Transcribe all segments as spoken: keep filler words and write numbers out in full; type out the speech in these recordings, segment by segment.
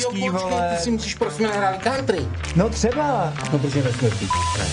hezký, no, počkej, vole. ty si myslíš, proč jsme nehráli country? No třeba. No, protože nesmí pít.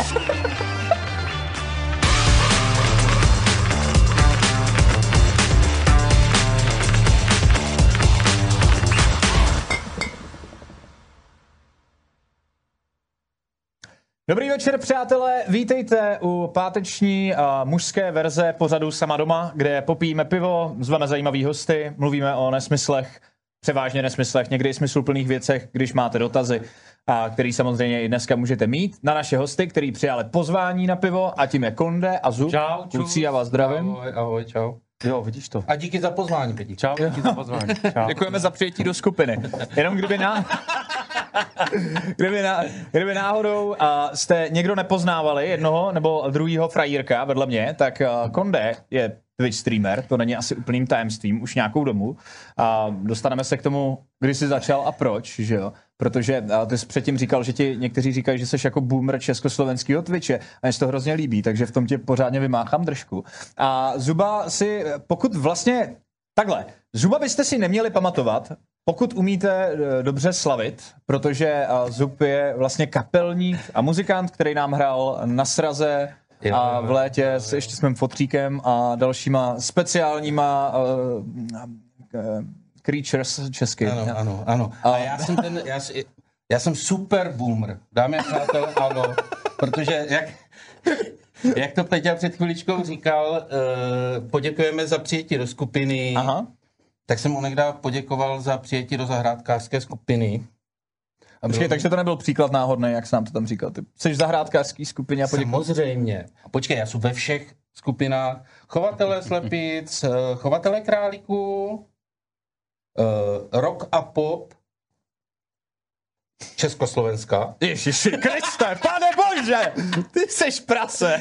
Dobrý večer, přátelé, vítejte u páteční uh, mužské verze pořadu Sama doma, kde popijeme pivo, zveme zajímavý hosty, mluvíme o nesmyslech, převážně nesmyslech, někdy i smysluplných věcech, když máte dotazy, a který samozřejmě i dneska můžete mít. Na naše hosty, který přijali pozvání na pivo, a tím je Konde a Zub. Čau, Kluci, já vás zdravím. Ahoj, ahoj, čau. Jo, vidíš to. A díky za pozvání, Peti. Čau, díky za pozvání. Čau. Děkujeme za přijetí do skupiny. Jenom kdyby na... Kdyby, ná, kdyby náhodou uh, jste někdo nepoznávali jednoho nebo druhýho frajírka vedle mě, tak uh, Konde je Twitch streamer, to není asi úplným tajemstvím už nějakou dobu. A uh, dostaneme se k tomu, kdy jsi začal a proč, že jo? Protože uh, ty jsi předtím říkal, že ti někteří říkají, že jsi jako boomer československého Twitche a mě se to hrozně líbí, takže v tom tě pořádně vymáchám držku. A Zuba si, pokud vlastně, takhle, Zuba byste si neměli pamatovat, pokud umíte dobře slavit, protože Zub je vlastně kapelník a muzikant, který nám hrál na sraze jo, a v létě jo, jo. s ještě s mým fotříkem a dalšíma speciálníma uh, uh, creatures česky. Ano, ano, ano. A já jsem ten, já, si- já jsem super boomer, dámy a přátelé, ano, protože jak, jak to Peťa před chviličkou říkal, uh, poděkujeme za přijetí do skupiny. Aha. Tak jsem onegda poděkoval za přijetí do zahrádkářské skupiny. A Počkej, takže to nebyl příklad náhodný, jak jsi nám to tam říkal. Ty jsi v zahrádkářský skupině a poděkuji. Samozřejmě. A počkej, já jsem ve všech skupinách. Chovatelé slepic, eh, chovatelé králíků, uh, rock a pop, Československa. Ježiši Kriste, pane bože, ty seš prase.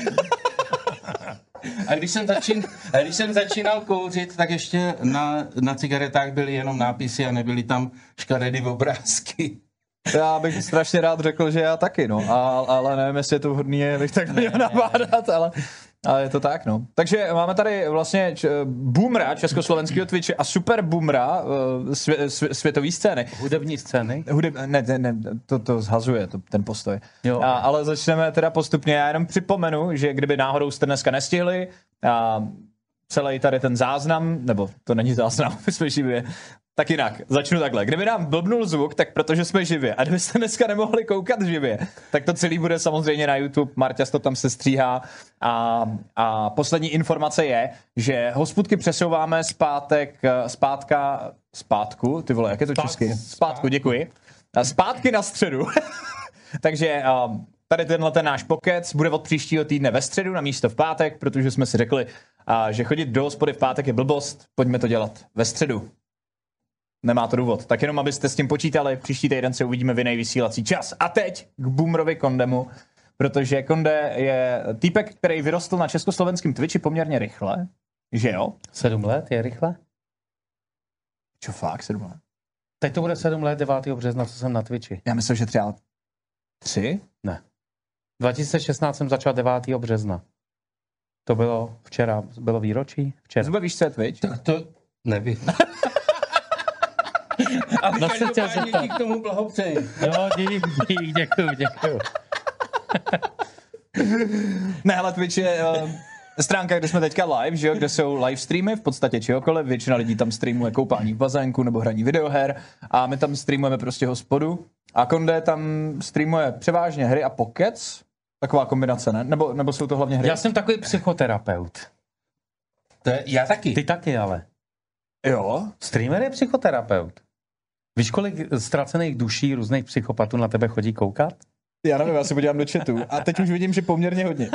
A když jsem, začín, a když jsem začínal kouřit, tak ještě na, na cigaretách byly jenom nápisy a nebyly tam škaredý obrázky. Já bych strašně rád řekl, že já taky, no, a, ale nevím, jestli je to vhodný, abych tak měl nabádat, ale, ale je to tak, no. Takže máme tady vlastně č, boomera československého Twitche a super boomera uh, svě, svě, světové scény. Hudební scény. Hudeb, ne, ne, ne, to, to zhazuje, to, ten postoj. Jo. A, ale začneme teda postupně. Já jenom připomenu, že kdyby náhodou jste dneska nestihli, a celý tady ten záznam, nebo to není záznam, my jsme živě, tak jinak, začnu takhle. Kdyby nám blbnul zvuk, tak protože jsme živě. A kdybyste dneska nemohli koukat živě, tak to celý bude samozřejmě na YouTube. Marťas to tam se stříhá. A, a poslední informace je, že hospůdky přesouváme zpátek, zpátka, zpátku, ty vole, jak je to Zpátku. česky? Zpátku, děkuji. A zpátky na středu. Takže um, tady tenhle ten náš pokec bude od příštího týdne ve středu na místo v pátek, protože jsme si řekli, uh, že chodit do hospody v pátek je blbost, pojďme to dělat ve středu. Nemá to důvod. Tak jenom, abyste s tím počítali, příští týden se uvidíme v jiný vysílací čas. A teď k boomerovi Kondemu, protože Konde je týpek, který vyrostl na československém Twitchi poměrně rychle, že jo? Sedm let, je rychle? Čo fakt, sedm let? Teď to bude sedm let, devátého března, co jsem na Twitchi. Já myslím, že třeba tři? Ne. dva tisíce šestnáct jsem začal devátého března. To bylo včera, bylo výročí? Včera. Zube, víš, co je Twitch? Tak to nevím. Ale No, se chtěl každopádně zeptat. ti k tomu blahopřeji. Jo, dík, dík, děkuju, děkuju. Ne, ale Twitch je uh, stránka, kde jsme teďka live, že jo, kde jsou live streamy v podstatě čehokoliv. Většina lidí tam streamuje koupání v bazénku nebo hraní videoher a my tam streamujeme prostě hospodu. A Konde tam streamuje převážně hry a pokec. Taková kombinace, ne? Nebo, nebo jsou to hlavně hry? Já jsem takový psychoterapeut. To je, já taky. Ty taky ale. Jo? Streamer je psychoterapeut. Víš, kolik ztracených duší různých psychopatů na tebe chodí koukat? Já nevím, já se podívám do chatu. A teď už vidím, že poměrně hodně.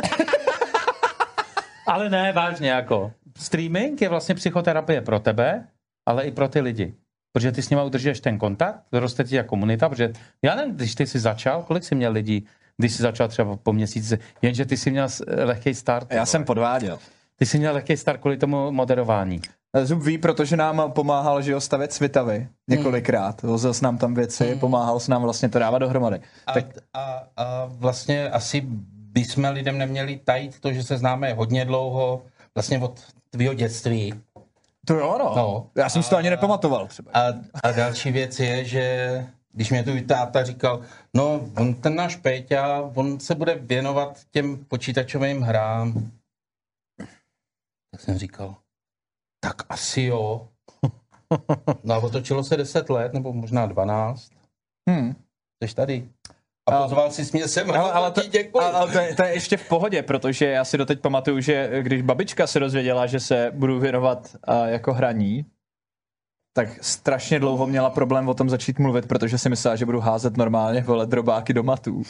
Ale ne, vážně jako. Streaming je vlastně psychoterapie pro tebe, ale i pro ty lidi. Protože ty s nima udržuješ ten kontakt, roste ti jako komunita, protože já nevím, když ty jsi začal, kolik jsi měl lidí, když jsi začal třeba po měsíci, jenže ty jsi měl lehký start. Já jsem podváděl. Ty jsi měl lehký start kvůli tomu moderování. Zub ví, protože nám pomáhal, že jo, stavět Svitavy několikrát. Vozil s nám tam věci, Hmm. pomáhal s nám vlastně to dávat dohromady. A, Tak a, a vlastně asi bychom lidem neměli tajit to, že se známe hodně dlouho, vlastně od tvýho dětství. to jo, no. No. Já jsem si to ani nepamatoval třeba. A, a další věc je, že když mě tu táta říkal, no, on, ten náš Péťa, on se bude věnovat těm počítačovým hrám. Tak jsem říkal, tak asi jo. No a otočilo se deset let, nebo možná dvanáct. Hmm. Jsi tady. A pozval si mě sem. Ale, ale, to, ale to, je, to je ještě v pohodě, protože já si doteď pamatuju, že když babička se dozvěděla, že se budu věnovat uh, jako hraní, tak strašně dlouho měla problém o tom začít mluvit, protože si myslela, že budu házet normálně, vole, drobáky do matů.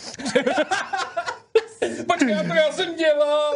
Počkej, to já jsem dělal.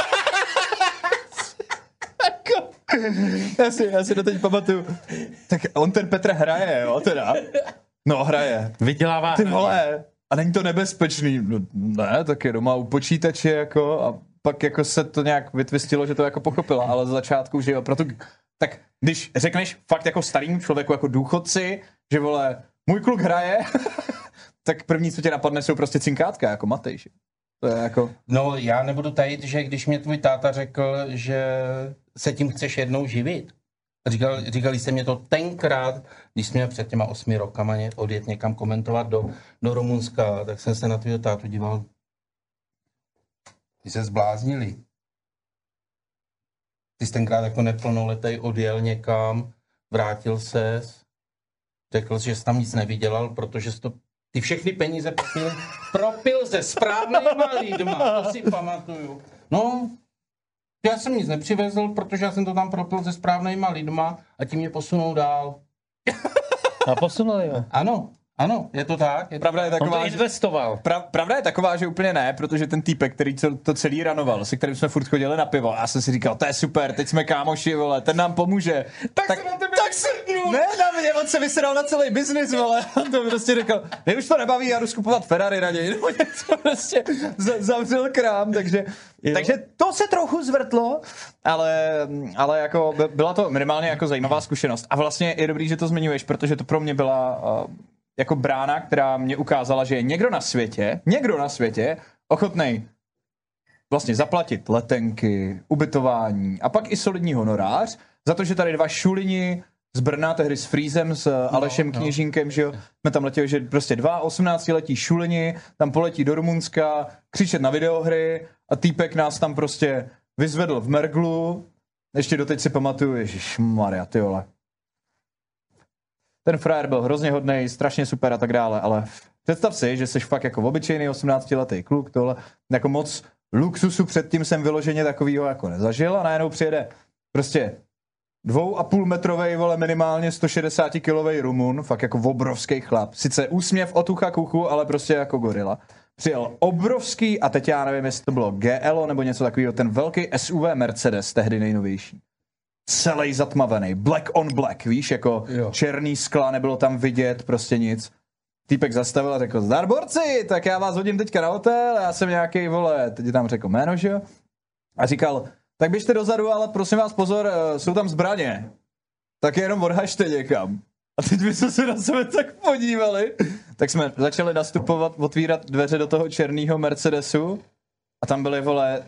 já, si, já si doteď pamatuju. Tak on ten Petr hraje, jo, teda. No, hraje. Vydělává. Ty vole. A není to nebezpečný? No, ne, tak je doma u počítače, jako, a pak jako se to nějak vytvistilo, že to jako pochopila, ale z začátku, že jo, proto, tak když řekneš fakt jako starým člověku, jako důchodci, že vole, můj kluk hraje, tak první, co tě napadne, jsou prostě cinkátka, jako Matej, že? To je jako... No, já nebudu tajit, že když mě tvůj táta řekl, že se tím chceš jednou živit, Říkal, říkali jste mě to tenkrát, když jsme před těma osmi rokama odjet někam komentovat do, do Rumunska, tak jsem se na tvýho tátu díval. Ty se zbláznili. Ty jsi tenkrát jako neplnoletej odjel někam, vrátil ses, řekl jsi, že jsi tam nic nevydělal, protože jsi to, ty všechny peníze propil, propil se správnýma lidma, to si pamatuju. No, já jsem nic nepřivezl, protože já jsem to tam propil se správnýma lidma a ti mě posunou dál. A posunuli jo. Ano, ano, je to tak. Je to Pravda je On taková, to investoval. Pra, pravda je taková, že úplně ne, protože ten týpek, který to celý ranoval, se kterým jsme furt chodili na pivo, já jsem si říkal, to je super, teď jsme kámoši, vole, ten nám pomůže. Tak, tak se na tebe tak se, ne, na mě, on se vysedal na celý biznis, vole, on to prostě řekl, mě už to nebaví, já jdu skupovat Ferrari raději, nebo něco prostě, zavřel krám, takže, takže to se trochu zvrtlo, ale, ale jako byla to minimálně jako zajímavá zkušenost. A vlastně je dobrý, že to zmiňuješ, protože to pro mě byla uh, jako brána, která mě ukázala, že je někdo na světě, někdo na světě ochotnej vlastně zaplatit letenky, ubytování a pak i solidní honorář za to, že tady dva šulini z Brna, tehdy s Frýzem, s Alešem no, Kněžínkem, no. Že jo, jsme tam letěli, že prostě dva osmnáctiletí šulini tam poletí do Rumunska, křičet na videohry a týpek nás tam prostě vyzvedl v Merglu. Ještě doteď si pamatuju, ježišmarja, ty vole. Ten frajer byl hrozně hodnej, strašně super a tak dále, ale představ si, že jsi fakt jako obyčejný osmnáctiletý kluk, tohle, jako moc luxusu předtím jsem vyloženě takovýho jako nezažil a najednou přijede prostě dvou a půl metrovej, vole, minimálně sto šedesát kilovej Rumun, fakt jako obrovský chlap. Sice úsměv od ucha k uchu, ale prostě jako gorila. Přijel obrovský, a teď já nevím, jestli to bylo G L nebo něco takového, ten velký S U V Mercedes, tehdy nejnovější. Celý zatmavený, black on black, víš, jako jo. Černý skla, nebylo tam vidět, prostě nic. Týpek zastavil a řekl, zdar borci, tak já vás hodím teďka na hotel, já jsem nějaký, vole, teď tam řekl jméno, že jo? A říkal, tak běžte dozadu, ale prosím vás pozor, jsou tam zbraně. Tak je jenom odhažte někam. A teď my jsme se na sebe tak podívali. Tak jsme začali nastupovat, otvírat dveře do toho černého Mercedesu a tam byly, vole,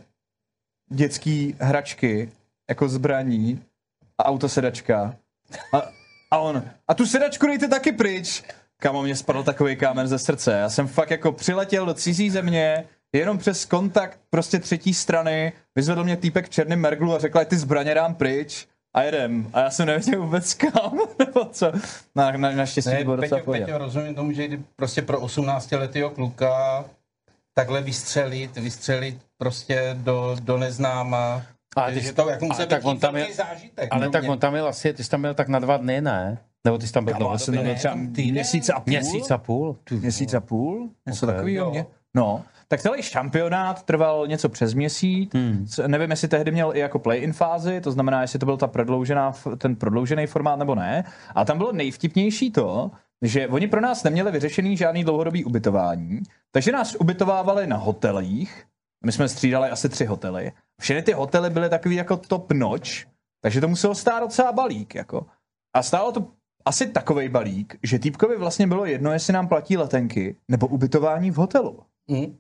dětský hračky, jako zbraní a autosedačka. A, a on, a tu sedačku dejte taky pryč. Kámo, mě spadl takový kámen ze srdce. Já jsem fakt jako přiletěl do cizí země, jenom přes kontakt prostě třetí strany, vyzvedl mě týpek v černém Merglu a řekl, ty zbraně dám pryč a jedem. A já jsem nevěděl vůbec kam, nebo co. Na, na, naštěstí ne, bylo docela pohodě. Peťo, rozumím tomu, že prostě pro osmnáctiletého kluka takhle vystřelit, vystřelit prostě do, do neznáma. Ale ty, že to jako musí tak on tam je, zážitek. ale no, tak mě... on tam byl asi, ty jsi tam byl tak na dva dny, ne? Nebo ty jsi tam byl Kámo, jsem tam byl třeba měsíc a půl. Měsíc a půl? Měsíc a půl? Něco okay, takového mě. No, tak celý šampionát trval něco přes měsíc. Hmm. Nevím, jestli tehdy měl i jako play-in fázi, to znamená, jestli to byl ta prodloužená, ten prodloužený formát nebo ne. A tam bylo nejvtipnější to, že oni pro nás neměli vyřešený žádný dlouhodobý ubytování, takže nás ubytovávali na hotelích. My jsme střídali asi tři hotely. Všechny ty hotely byly takový jako top notch, takže to muselo stát docela balík. Jako. A stálo to asi takovej balík, že týpkovi vlastně bylo jedno, jestli nám platí letenky nebo ubytování v hotelu. Mm.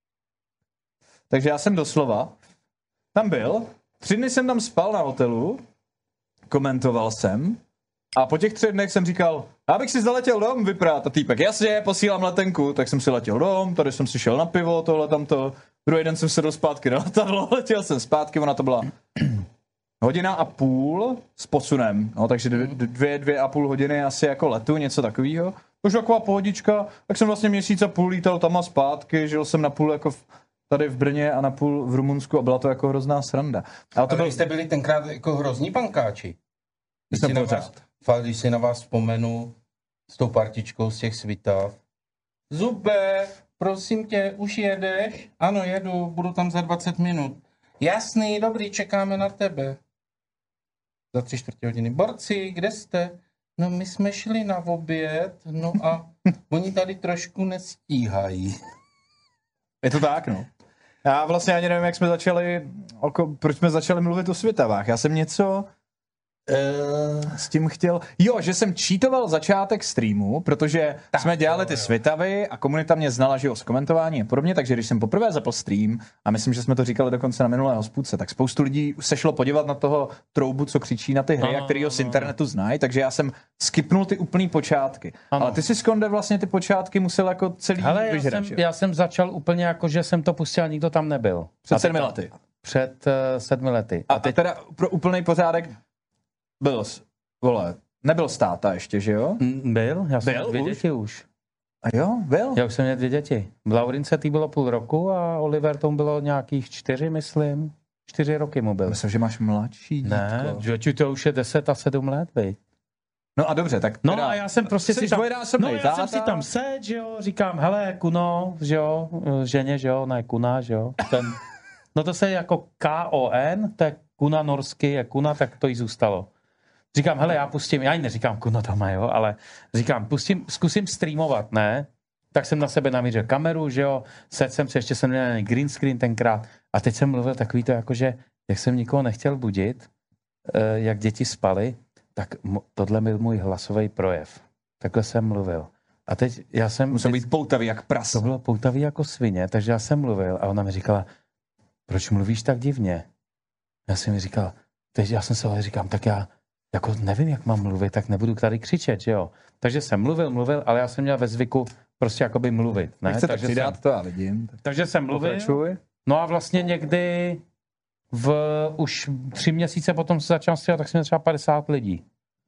Takže já jsem doslova tam byl, tři dny jsem tam spal na hotelu, komentoval jsem a po těch třech dnech jsem říkal, Abych si zaletěl dom, vyprát a týpek, jasně, posílám letenku, tak jsem si letěl dom, tady jsem si šel na pivo, tohle tamto, druhý den jsem sedl zpátky na letadlo, letěl jsem zpátky, ona to byla hodina a půl s posunem, no, takže dvě, dvě a půl hodiny asi jako letu, něco takového. Takže taková pohodička, tak jsem vlastně měsíc a půl lítal tam a zpátky, žil jsem na půl jako v, tady v Brně a na půl v Rumunsku a byla to jako hrozná sranda. Ale to byl... vy jste byli tenkrát jako hrozní pankáči. Když si, na vás, fakt, když si na vás vzpomenu s tou partičkou z těch Svitav. Zube, prosím tě, už jedeš? Ano, jedu, budu tam za dvacet minut. Jasný, dobrý, čekáme na tebe. Za tři čtvrtě hodiny. Borci, kde jste? No my jsme šli na oběd, no a oni tady trošku nestíhají. Je to tak, no. Já vlastně ani nevím, jak jsme začali, oko, proč jsme začali mluvit o Svitavách. Já jsem něco uh... s tím chtěl... Jo, že jsem cheatoval začátek streamu, protože tak, jsme dělali ty Svitavy a komunita mě znala, že jo, z komentování a podobně, takže když jsem poprvé zapl stream, a myslím, že jsme to říkali dokonce na minulé hospůdce, tak spoustu lidí se šlo podívat na toho troubu, co křičí na ty hry, ano, a který ho z internetu znají, takže já jsem skipnul ty úplný počátky. Ano. Ale ty si, Skonde, vlastně ty počátky musel jako celý Hele, vyžrat, já jsem, já jsem začal úplně jako, že jsem to pustil a nikdo tam nebyl. Před sedmi lety. Před uh, sedmi lety. A, a teď... teda pro úplný pořádek byl, vole, nebyl státa ještě, že jo? Byl, já jsem byl dvě už? děti už. A jo, byl? Já už jsem měl dvě děti. Laurince tý bylo půl roku a Oliver tomu bylo nějakých čtyři, myslím. Čtyři roky mu byl. Myslím, že máš mladší Ne, že to už je deset a sedm let, bej. No a dobře, tak No a já jsem prostě si tam, no já táta. jsem si tam sedl, že jo, říkám, hele, Kuno, že jo, ženě, že jo, ne, Kuna, že jo, ten, no to se jako K O N, to je Kuna norsky, je Kuna, tak to jí zůstalo. Říkám, hele, já pustím, já jí neříkám Kuna doma, jo, ale říkám, pustím, zkusím streamovat, ne? Tak jsem na sebe namířil kameru, že jo, sedl jsem se, ještě jsem měl green screen tenkrát a teď jsem mluvil takový to jako, že jak jsem nikoho nechtěl budit, jak děti spaly, tak tohle byl můj hlasový projev. Takhle jsem mluvil. A teď já jsem... Musel být poutavý jak prase. To bylo poutavý jako svině, takže já jsem mluvil a ona mi říkala, proč mluvíš tak divně? Já jsem mi říkal, teď já jsem se ale říkám, tak já jako nevím, jak mám mluvit, tak nebudu tady křičet, že jo. Takže jsem mluvil, mluvil, ale já jsem měl ve zvyku prostě jakoby mluvit. Ne? Nechcete takže přidat jsem, to, já vidím. Takže jsem mluvil. Pokračuj. No a vlastně někdy v už tři měsíce potom se začal stříhat, tak jsem měl třeba padesát lidí.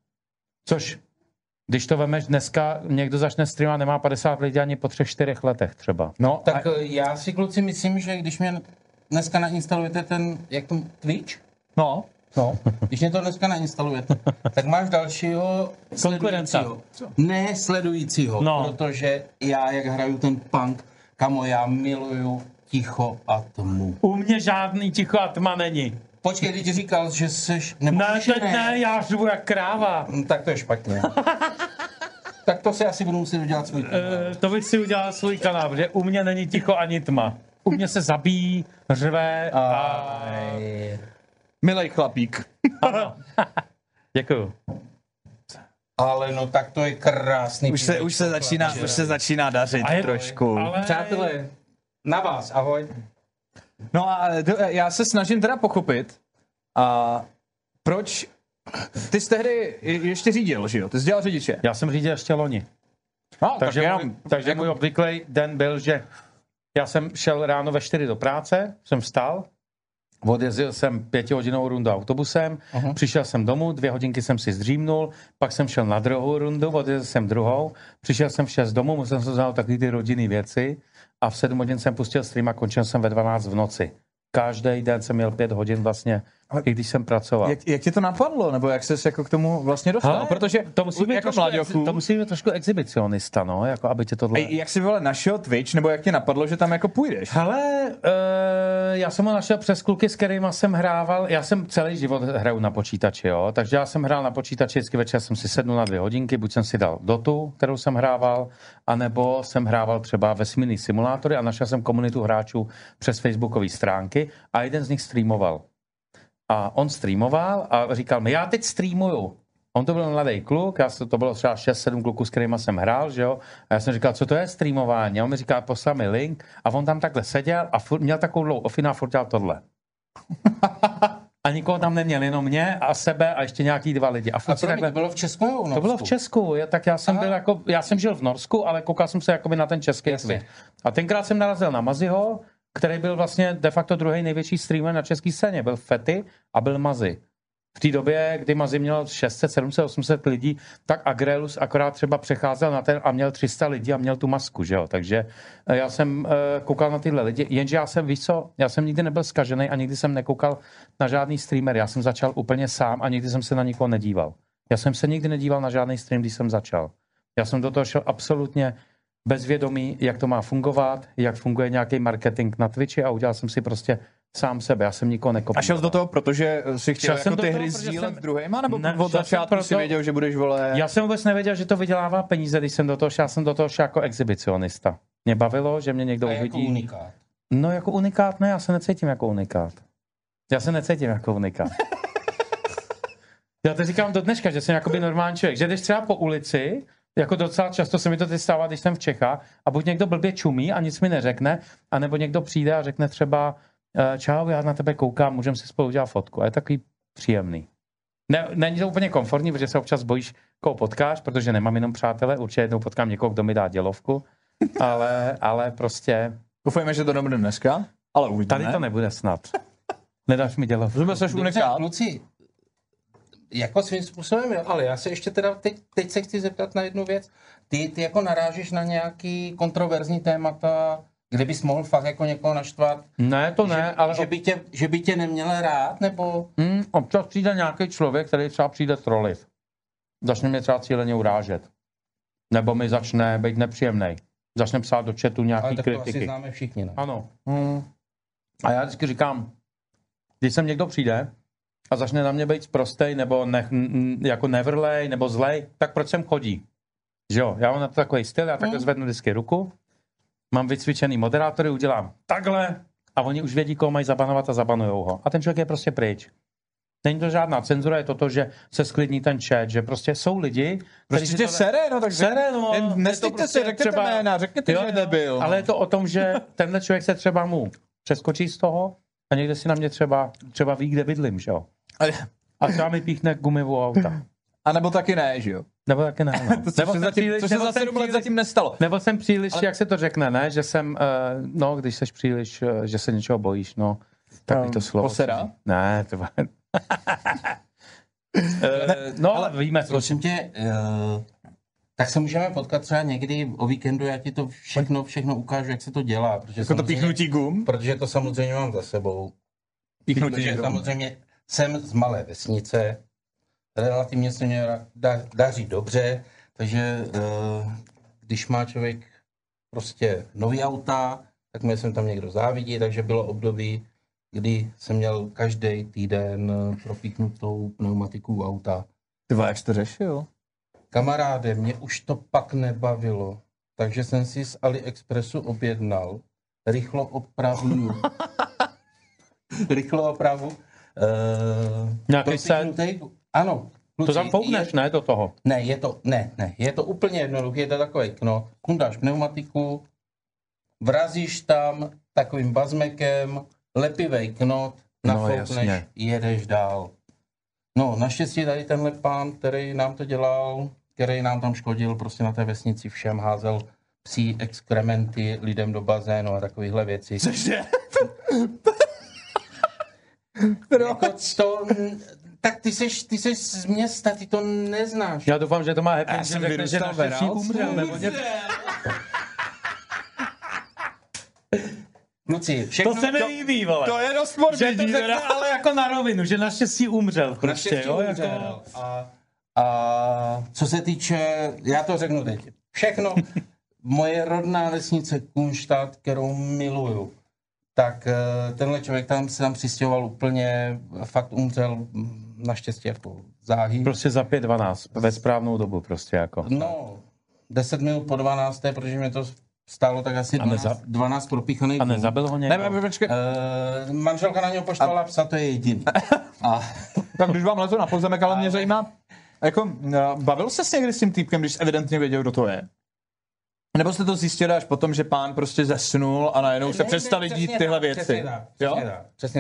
Což, když to vemeš dneska, někdo začne streamovat, nemá padesát lidí ani po třech, čtyřech letech třeba. No, tak a... já si, kluci, myslím, že když mě dneska nainstalujete ten, jak to, Twitch? No. No, když mě to dneska nainstalujete, tak máš dalšího sledujícího. Ne sledujícího, no. Protože já, jak hraju ten punk, kamo, já miluju ticho a tmu. U mě žádný ticho a tma není. Počkej, ty ti říkal, že seš... Nebo ne, teď ne, ne, já žiju jak kráva. No, tak to je špatně. Tak to si asi budu muset udělat svůj kanál. E, to bych si udělal svůj kanál, protože u mě není ticho ani tma. U mě se zabíjí, řve a... Aj. Milej chlapík. Děkuju. Ale no tak to je krásný. Už se, už se, začíná, už se začíná dařit je, trošku. Ale... Přátelé, na vás, ahoj. No a já se snažím teda pochopit, a proč ty jsi tehdy ještě řídil, že jo? Ty jsi dělal řidiče. Já jsem řídil ještě loni. No, takže tak můj, takže jako... můj obvyklý den byl, že já jsem šel ráno ve čtyři do práce, jsem vstal, odjezdil jsem pětihodinovou rundu autobusem, uh-huh. Přišel jsem domů, dvě hodinky jsem si zdřímnul, pak jsem šel na druhou rundu, odjezdil jsem druhou, přišel jsem v šest domů, musel jsem znát takový ty rodinný věci a v sedm hodin jsem pustil stream a končil jsem ve dvanáct v noci. Každý den jsem měl pět hodin vlastně, ale i když jsem pracoval. Jak, jak ti to napadlo, nebo jak ses jako k tomu vlastně dostal? Ale protože to musí být jako trošku, mladěchu, to musí být trošku exhibicionista, no, jako aby tě tohle... A jak jsi vole našel Twitch, nebo jak tě napadlo, že tam jako půjdeš? Hele, uh, já jsem ho našel přes kluky, s kterými jsem hrával, já jsem celý život hraju na počítači, jo, takže já jsem hrál na počítači, vždycky večer jsem si sednul na dvě hodinky, buď jsem si dal Dotu, kterou jsem hrával, anebo jsem hrával třeba vesmírný simulátory a našel jsem komunitu hráčů přes facebookové stránky a jeden z nich streamoval. A on streamoval a říkal mi, já teď streamuju. On to byl mladý kluk, já to bylo třeba šest sedm kluků, s kterými jsem hrál, že jo. A já jsem říkal, co to je streamování? A on mi říkal, poslal mi link a on tam takhle seděl a furt, měl takovou dlouhou ofinu a furt dělal tohle. A nikoho tam neměl, jenom mě a sebe a ještě nějaký dva lidi. A, a to takhle... bylo v Česku nebo v Norsku? To bylo v Česku, já, tak já jsem Aha. byl jako, já jsem žil v Norsku, ale koukal jsem se jakoby na ten český svět. A tenkrát jsem narazil na Maziho, který byl vlastně de facto druhý největší streamer na české scéně. Byl Fety a byl Mazi. V té době, kdy Mazi měl šest set, sedm set, osm set lidí, tak Agrelus akorát třeba přecházel na ten a měl tři sta lidí a měl tu masku, že jo. Takže já jsem uh, koukal na tyhle lidi, jenže já jsem, víš co, já jsem nikdy nebyl zkažený a nikdy jsem nekoukal na žádný streamer. Já jsem začal úplně sám a nikdy jsem se na nikoho nedíval. Já jsem se nikdy nedíval na žádný stream, když jsem začal. Já jsem do toho šel absolutně bezvědomý, jak to má fungovat, jak funguje nějaký marketing na Twitchi a udělal jsem si prostě sám sebe, já jsem nikoho nekopíroval. A šel jsi do toho, protože si chtěl jako ty hry sdílet jsem... druhýma, nebo ne, od začátku proto... si věděl, že budeš vole... Já jsem vůbec nevěděl, že to vydělává peníze, když jsem do toho šel, já jsem do toho šel jako exhibicionista. Mě bavilo, že mě někdo a uvidí. Jako unikát. No jako unikát ne, já se necítím jako unikát. Já se necítím jako unikát. Já to říkám do dneška, že jsem jakoby normální člověk, že jdeš třeba po ulici, jako docela často se mi to teď stává, když jsem v Čechách a buď někdo blbě čumí a nic mi neřekne, anebo někdo přijde a řekne třeba čau, já na tebe koukám, můžeme si spolu udělat fotku. A je takový příjemný. Ne, není to úplně komfortní, protože se občas bojíš, koho potkáš, protože nemám jenom přátele, určitě jednou potkám někoho, kdo mi dá dělovku, ale, ale prostě... Doufujeme, že to nebude dneska, ale uvidíme. Tady to nebude snad. Nedáš mi dělovku. Zůme se unikát. Kluci, jako svým způsobem, jo, ale já se ještě teda, teď, teď se chci zeptat na jednu věc. Ty, ty jako narážíš na nějaký kontroverzní témata, kde bys mohl fakt jako někoho naštvat? Ne, to ne, že, ale... Že by, tě, že by tě neměl rád, nebo... Hmm, občas přijde nějaký člověk, který třeba přijde trolit. Začne mě třeba cíleně urážet. Nebo mi začne být nepříjemnej. Začne psát do chatu nějaký ale tak kritiky. to asi známe všichni, ne? Ano. Hmm. A já vždycky říkám, když sem někdo přijde a začne na mě být sprostej, nebo ne, jako nevrlej, nebo zlej, tak proč sem chodí? Že jo, já mám na to takový styl, já takhle hmm. zvednu vždycky ruku, mám vycvičený moderátory, udělám takhle a oni už vědí, koho mají zabanovat a zabanujou ho. A ten člověk je prostě pryč. Není to žádná cenzura, je to to, že se sklidní ten chat, že prostě jsou lidi, prostě tě sere, no tak sere, no, nestyďte prostě si, řekněte třeba, jména, řekněte, jo, že nebyl. Ale je to o tom, že tenhle člověk se třeba mu přeskočí z toho a někde si na mě třeba, třeba ví, kde bydlím, že jo. A třeba mi píchne gumivou auta. A nebo taky ne, že jo? Nebo taky ne, no. To nebo se zatím, příliš, se za sedm let zatím nestalo. Nebo jsem příliš, ale... jak se to řekne, ne? Že jsem, uh, no, když seš příliš, uh, že se něčeho bojíš, no. Takový to slovo. Posera? Ne, to uh, no, ale víme, co. Prosím tě, uh, tak se můžeme potkat třeba někdy o víkendu, já ti to všechno, všechno ukážu, jak se to dělá. Protože jako to píchnutí gum? Protože to samozřejmě mám za sebou. Píchnutí gum. Samozřejmě jsem z malé vesnice, relativně se mě da, daří dobře, takže uh, když má člověk prostě nový auta, tak mě jsem tam někdo závidí, takže bylo období, kdy jsem měl každý týden propíchnutou pneumatiku auta. Ty jak jsi to řešil? Kamaráde, mě už to pak nebavilo, takže jsem si z AliExpressu objednal rychlo opravu. rychlo opravu. Uh, Nějaký sen? Ano. Kluci, to tam foukneš, je, ne, do toho? Ne, je to, ne, ne, je to úplně jednoduché, je to takový knot. Kundáš pneumatiku, vrazíš tam takovým bazmekem, lepivej knot, nafoukneš, no, jedeš dál. No, naštěstí tady tenhle pán, který nám to dělal, který nám tam škodil, prostě na té vesnici všem házel psí exkrementy lidem do bazénu a takovýhle věci. Cože? jako to, tak ty seš, ty seš z města, ty to neznáš. Já doufám, že to má happy, Já že jsem řekne, že naštěstí umřel, nebo něco. Kluci, všechno... To se mi líbí, vole. To je dost morbidní, že to řekne, ale jako na rovinu, že naštěstí umřel. Prostě, naštěstí jo, umřel. jako... A, a co se týče, já to řeknu teď, všechno, moje rodná vesnice Kunštát, kterou miluju, tak tenhle člověk tam se tam přistěhoval úplně, fakt umřel naštěstí jako záhy. Prostě za pět dvanáct, ve správnou dobu prostě jako. No, deset minut po dvanácté, protože mě to stálo tak asi dvanáct, neza... dvanáct propíchaných. A nezabil ho někdo? Ne, počkej. Uh, manželka na něho poštvala a... psa, to je jediný. A... Tak když vám lezu na pozemek, ale mě zajímá, jako, bavil se někdy s tím týpkem, když evidentně věděl, kdo to je? Nebo jste to zjistili až potom, že pán prostě zesnul a najednou se ne, přestali ne, dít tyhle tak, věci? Přesně tak, přesně jo? tak, přesně tak.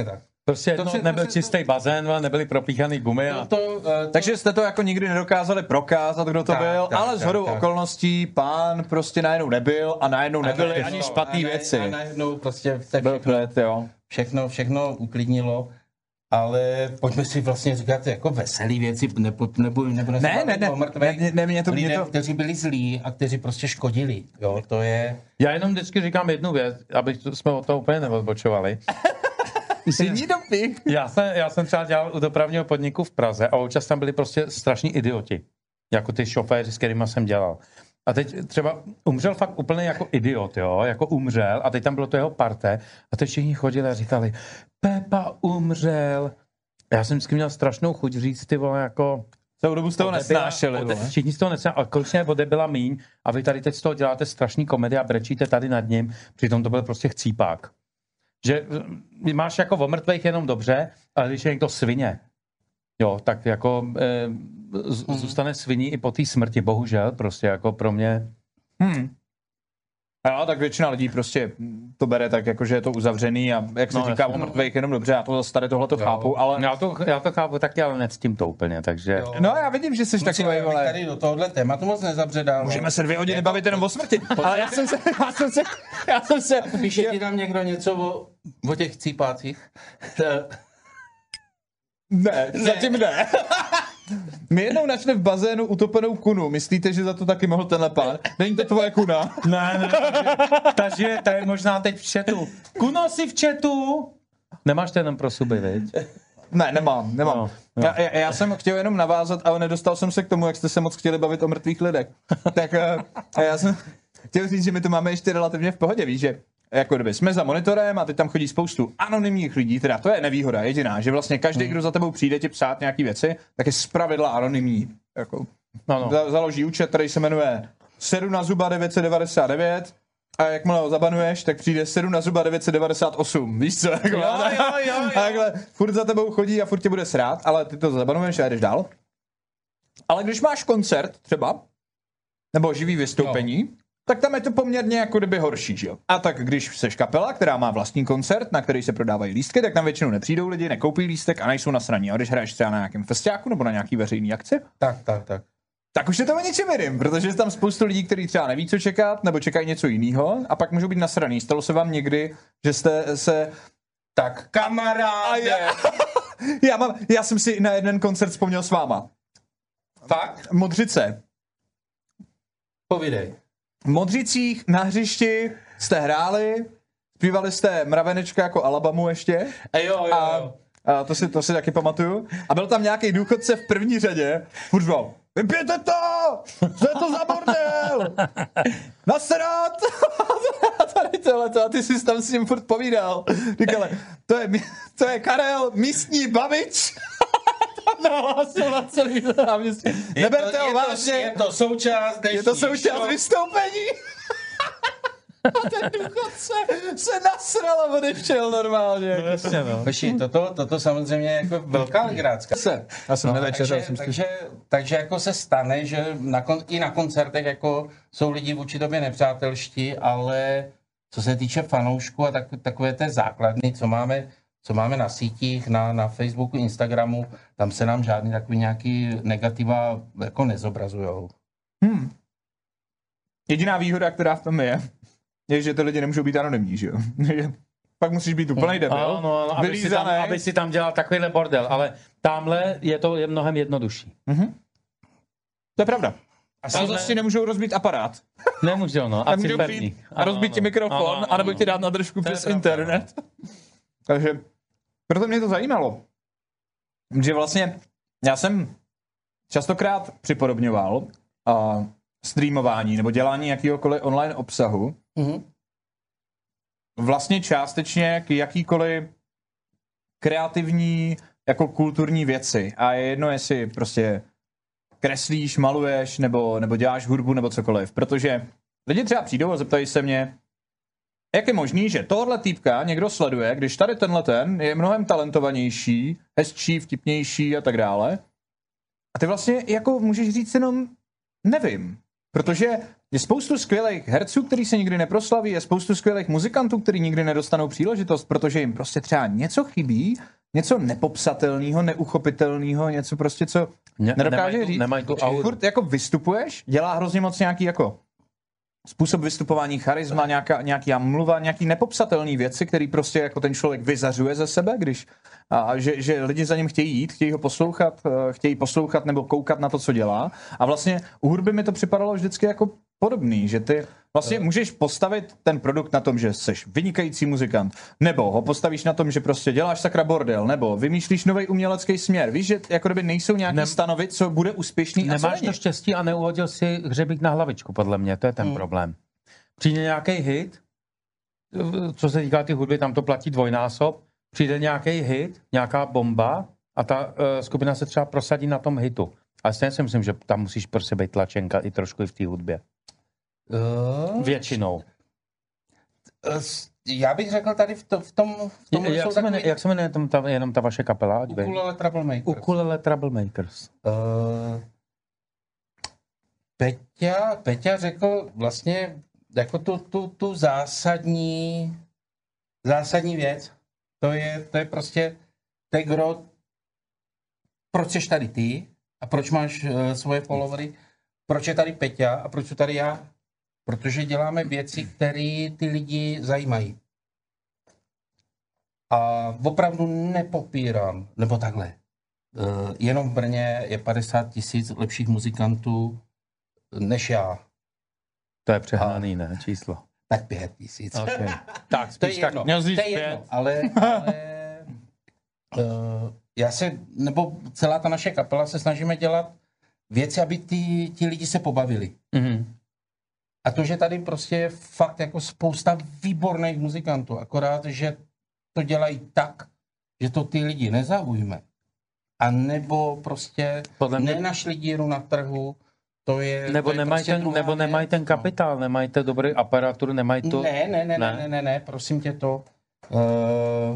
Prostě jedno, si- nebyl si- čistý bazén, nebyly propíchaný gumy. A... No to, uh, to, Takže jste to jako nikdy nedokázali prokázat, kdo to Tak, byl, tak, ale tak, shodou tak. okolností pán prostě najednou nebyl a najednou nebyly najednou- ani špatné a ne- věci. A najednou prostě se Byl všechno, klid, jo. všechno, všechno uklidnilo. Ale pojďme si vlastně říkat jako veselý věci, nebo, nebo, nebo Ne, ne, ne, ne, ne, mě to- mě lidé, to- kteří byli zlí a kteří prostě škodili. Jo, to je... Já jenom vždycky říkám jednu věc, aby jsme od toho úplně neodbočovali. Syní dopy. Já jsem, já jsem třeba dělal u dopravního podniku v Praze a občas tam byli prostě strašní idioti. Jako ty šoféři, s kterými jsem dělal. A teď třeba umřel fakt úplně jako idiot, jo, jako umřel a teď tam bylo to jeho parte a teď všichni chodili a říkali, Pepa umřel. A já jsem vždycky měl strašnou chuť říct, ty vole, jako... Celou dobu jste ho nesnášeli. Ode, vole. všichni z toho nesnášeli, a konečně ode byla míň a vy tady teď z toho děláte strašný komedie a brečíte tady nad ním, přitom to byl prostě chcípák. Že eh, máš jako o mrtvejch jenom dobře, ale když je někdo svině, jo, tak jako eh, z, zůstane sviní i po té smrti, bohužel, prostě jako pro mě. Hmm. Jo, tak většina lidí prostě to bere tak, jako, že je to uzavřený a jak se No, říká jasně. o mrtvejch jenom dobře, já to zase tady tohle to Jo. chápu, ale... Já to, já to chápu taky, ale nectím to úplně, takže... Jo. No já vidím, že jsi Musíme, takový, abych ale... tady do tohohle tématu moc nezabředal. Můžeme se dvě hodiny bavit jenom o smrti, ale já jsem se, já jsem se, já jsem se... Píše ti tam někdo něco o, o těch cípácích? Ne, zatím ne. My jednou našli v bazénu utopenou kunu. Myslíte, že za to taky mohl tenhle pán? Není to tvoje kuna? Ne, ne, ta žije, ta je možná teď v chatu. Kuno, si v chatu? Nemáš to jenom pro suby, viď? Ne, nemám, nemám. No, no. Já, já, já jsem chtěl jenom navázat, ale nedostal jsem se k tomu, jak jste se moc chtěli bavit o mrtvých lidech. Tak eh, já jsem chtěl říct, že my to máme ještě relativně v pohodě, víš, že jako kdyby jsme za monitorem a teď tam chodí spoustu anonymních lidí, teda to je nevýhoda jediná, že vlastně každý, kdo za tebou přijde ti psát nějaký věci, tak je zpravidla anonymní. Jako, No, no. za- založí účet, který se jmenuje sedu na zuba devět set devadesát devět a jakmile ho zabanuješ, tak přijde sedu na zuba devět set devadesát osm. Víš co? Jako, Jo, jo, jo, jo. Takhle, furt za tebou chodí a furt tě bude srát, ale ty to zabanuješ a jdeš dál. Ale když máš koncert třeba, nebo živý vystoupení, no. tak tam je to poměrně jako kdyby horší, že jo? A tak když seš kapela, která má vlastní koncert, na který se prodávají lístky, tak tam většinou nepřijdou lidi, nekoupí lístek a nejsou nasraní. A když hraješ třeba na nějakém festiáku nebo na nějaký veřejný akci, Tak, tak, tak. tak už je to o něčem jiným, protože je tam spoustu lidí, kteří třeba neví, co čekat, nebo čekají něco jiného a pak můžou být nasraný. Stalo se vám někdy, že jste se... Tak, kamaráde. já, já, mám, já jsem si na jeden koncert vzpomněl s váma. Fakt? Modřice. Povídej. V Modřicích na hřišti jste hráli, zpívali jste Mravenečka jako Alabamu ještě. A jo, jo, A, jo. a to, si, to si taky pamatuju. A byl tam nějaký důchodce v první řadě, furt řval, vypijte to! Co je to za bordel? Nasrat! A tady tohle, a ty jsi tam s ním furt povídal. Říkale, to je, mi- to je Karel, místní babič. Nahlásil na celý náměstí. Je Neberte to- ho je to- vážně. Je to součást dnešní Je to součást show. vystoupení. A ten důchodce se nasral a odešel normálně. Jasně, no. Hoši, toto, toto samozřejmě je jako velká legrácka. Se. Já jsem No, nevečeřel. takže, jsem si- takže, takže jako se stane, že na kon, i na koncertech jako jsou lidi vůči tobě nepřátelští, ale co se týče fanoušků a tak, takové té základny, co máme, co máme na sítích, na, na Facebooku, Instagramu, tam se nám žádný takový nějaký negativa jako nezobrazujou. Hmm. Jediná výhoda, která v tom je, je, že ty lidi nemůžou být anonymní, že jo? Pak musíš být úplnej debil, Ano, no, no, aby, si tam, vylízanej. aby si tam dělal takovýhle bordel, ale tamhle je to je mnohem jednodušší. Mhm. To je pravda. Asi Ale zase si nemůžou rozbít aparát. Nemůžou, no. A Nemůžou ciferní. přijít a rozbít ti mikrofon, anebo ti dát na držku To je přes pravda, internet. Takže proto mě to zajímalo. Že vlastně já jsem častokrát připodobňoval a streamování nebo dělání jakýhokoliv online obsahu Mhm. vlastně částečně k jakýkoliv kreativní jako kulturní věci. A je jedno, jestli prostě kreslíš, maluješ, nebo, nebo děláš hudbu, nebo cokoliv. Protože lidi třeba přijdou a zeptají se mě, jak je možný, že tohle týpka někdo sleduje, když tady tenhle ten je mnohem talentovanější, hezčí, vtipnější a tak dále. A ty vlastně jako můžeš říct jenom nevím. Protože Je spoustu skvělých herců, kteří se nikdy neproslaví, je spoustu skvělých muzikantů, kteří nikdy nedostanou příležitost, protože jim prostě třeba něco chybí, něco nepopsatelného, neuchopitelného, něco prostě, co Ne, nedokáže nemají tu- říct. nemají tu auru. Furt jako vystupuješ, dělá hrozně moc nějaký jako způsob vystupování, charisma, nějaká, nějaký mluva, nějaký nepopsatelný věci, který prostě jako ten člověk vyzařuje ze sebe, když a, a že, že lidi za ním chtějí jít, chtějí ho poslouchat, eh, chtějí poslouchat nebo koukat na to, co dělá. A vlastně u hudby mi to připadalo vždycky jako podobný, že ty vlastně můžeš postavit ten produkt na tom, že jsi vynikající muzikant, nebo ho postavíš na tom, že prostě děláš sakra bordel, nebo vymýšlíš nový umělecký směr. Víš, že jako kdyby nejsou nějaký Nem- stanovy, co bude úspěšný a co Nemáš není. to štěstí a neuhodil si hřebík na hlavičku, podle mě, to je ten Hmm. problém. Přijde nějaký hit, co se týká ty hudby, tam to platí dvojnásob, přijde nějaký hit, nějaká bomba a ta uh, skupina se třeba prosadí na tom hitu. Ale stejně si myslím, že tam musíš prostě být tlačenka i trošku i v té hudbě. Uh, Většinou. já bych řekl tady v, to, v tom... V tom Jak, jak, se jmenuje, jak se jmenuje tam ta, jenom ta vaše kapela? ať vím? Ukulele Troublemakers. Ukulele Troublemakers. Uh, Peťa, Peťa řekl vlastně jako tu, tu, tu zásadní, zásadní věc. To je, to je prostě te gro, proč jsi tady ty a proč máš uh, svoje followery, proč je tady Peťa a proč jsem tady já. Protože děláme věci, které ty lidi zajímají. A opravdu nepopírám, nebo takhle. Uh, jenom v Brně je padesát tisíc lepších muzikantů než já. To je přehnaný, ne? Číslo. Tak pět tisíc. Okay. Tak, To je spíš tak. jedno, Měl jsi to je říct jedno, pět. ale, ale uh, já se, nebo celá ta naše kapela se snažíme dělat věci, aby ty, ti lidi se pobavili. Mhm. A to, že tady prostě je fakt jako spousta výborných muzikantů, akorát, že to dělají tak, že to ty lidi nezaujme. A nebo prostě Podle mě- nenašli díru na trhu, to je Nebo, to je nemají prostě ten, druhá nebo nemají věc, ten no. kapitál, nemají ten dobrý aparaturu, nemají to... Ne, ne, ne, ne, Ne? ne, ne, ne, prosím tě to. Uh,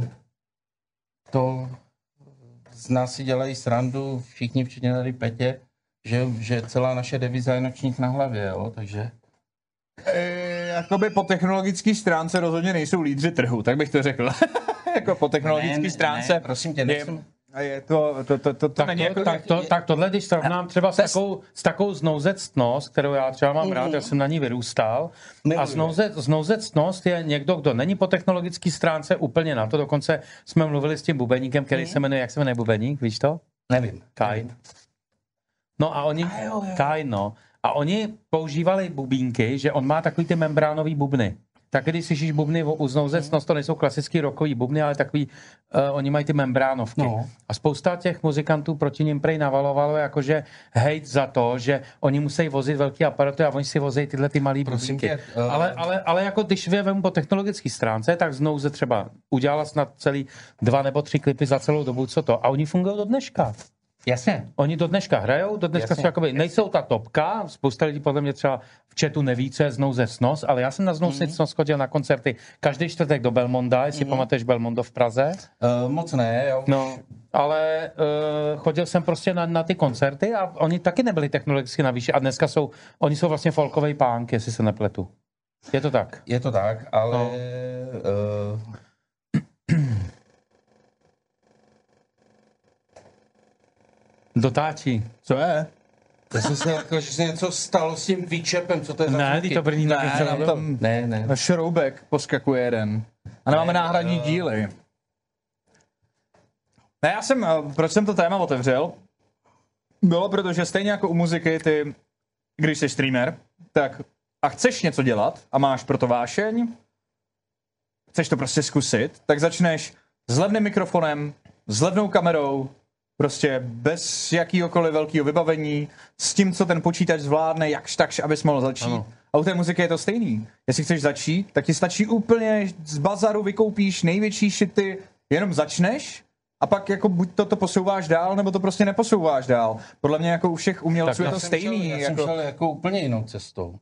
to z nás si dělají srandu všichni, včetně tady Petě, že, že celá naše deviza je nočník na hlavě, jo, takže... E, jakoby po technologické stránce rozhodně nejsou lídři trhu, tak bych to řekl. Jako po technologické Ne, ne, stránce ne, prosím tě, je, nejsem... a je to, to, to, to, to Tak, není to, jako... tak, to, tak tohle, když srovnám třeba s takovou, s takovou znouzectnost, kterou já třeba mám rád, já jsem na ní vyrůstal, a Miluju. znouze, znouzectnost je někdo, kdo není po technologické stránce úplně na to, dokonce jsme mluvili s tím bubeníkem, který se jmenuje, jak se jmenuje bubeník, víš to? Nevím. Kain. No a oni, A jo, jo. Kain, no. A oni používali bubínky, že on má takový ty membránový bubny. Tak když slyšíš bubny u znouzecnost, to nejsou klasický rockový bubny, ale takový, uh, oni mají ty membránovky. No. A spousta těch muzikantů proti nim prej navalovalo jakože hejt za to, že oni musí vozit velký aparaty a oni si vozí tyhle ty malý Prosím bubínky. tě, uh, Ale, ale, ale jako když vemu po technologické stránce, tak znouze třeba udělala snad celý dva nebo tři klipy za celou dobu, co to. A oni fungují do dneška. Jasně. Oni do dneška hrajou, do dneška Jasně. jsou jakoby, nejsou ta topka, spousta lidí podle mě třeba v chatu neví, co je znouzecnost, ale já jsem na znouzecnost Mhm. chodil na koncerty každý čtvrtek do Belmonda, jestli pamatuješ Belmondo v Praze. Uh, moc ne, jo. No, ale uh, chodil jsem prostě na, na ty koncerty a oni taky nebyli technologicky na výši a dneska jsou, oni jsou vlastně folkovej punk, jestli se nepletu. Je to tak? Je to tak, ale... No. Uh, Dotáčí. Co je? já jsem si řekl, že se něco stalo s tím výčepem, co to je za Ne, zvuky? ty to první taky Ne, celá nám doba. tam Ne, ne. šroubek poskakuje jeden. A nemáme Ne, náhradní eh. díly. Ne, já jsem, eh, proč jsem to téma otevřel? Bylo, protože stejně jako u muziky, ty, když jsi streamer, tak a chceš něco dělat a máš pro to vášeň, chceš to prostě zkusit, tak začneš s levným mikrofonem, s levnou kamerou, prostě bez jakýhokoliv velkého vybavení, s tím, co ten počítač zvládne, jakž takž, abys mohl začít. Ano. A u té muziky je to stejný. Jestli chceš začít, tak ti stačí úplně z bazaru vykoupíš největší šity, jenom začneš a pak jako buď to, to posouváš dál, nebo to prostě neposouváš dál. Podle mě jako u všech umělců Tak je já to jsem stejný. Šel, já jako... jsem šel jako úplně jinou cestou.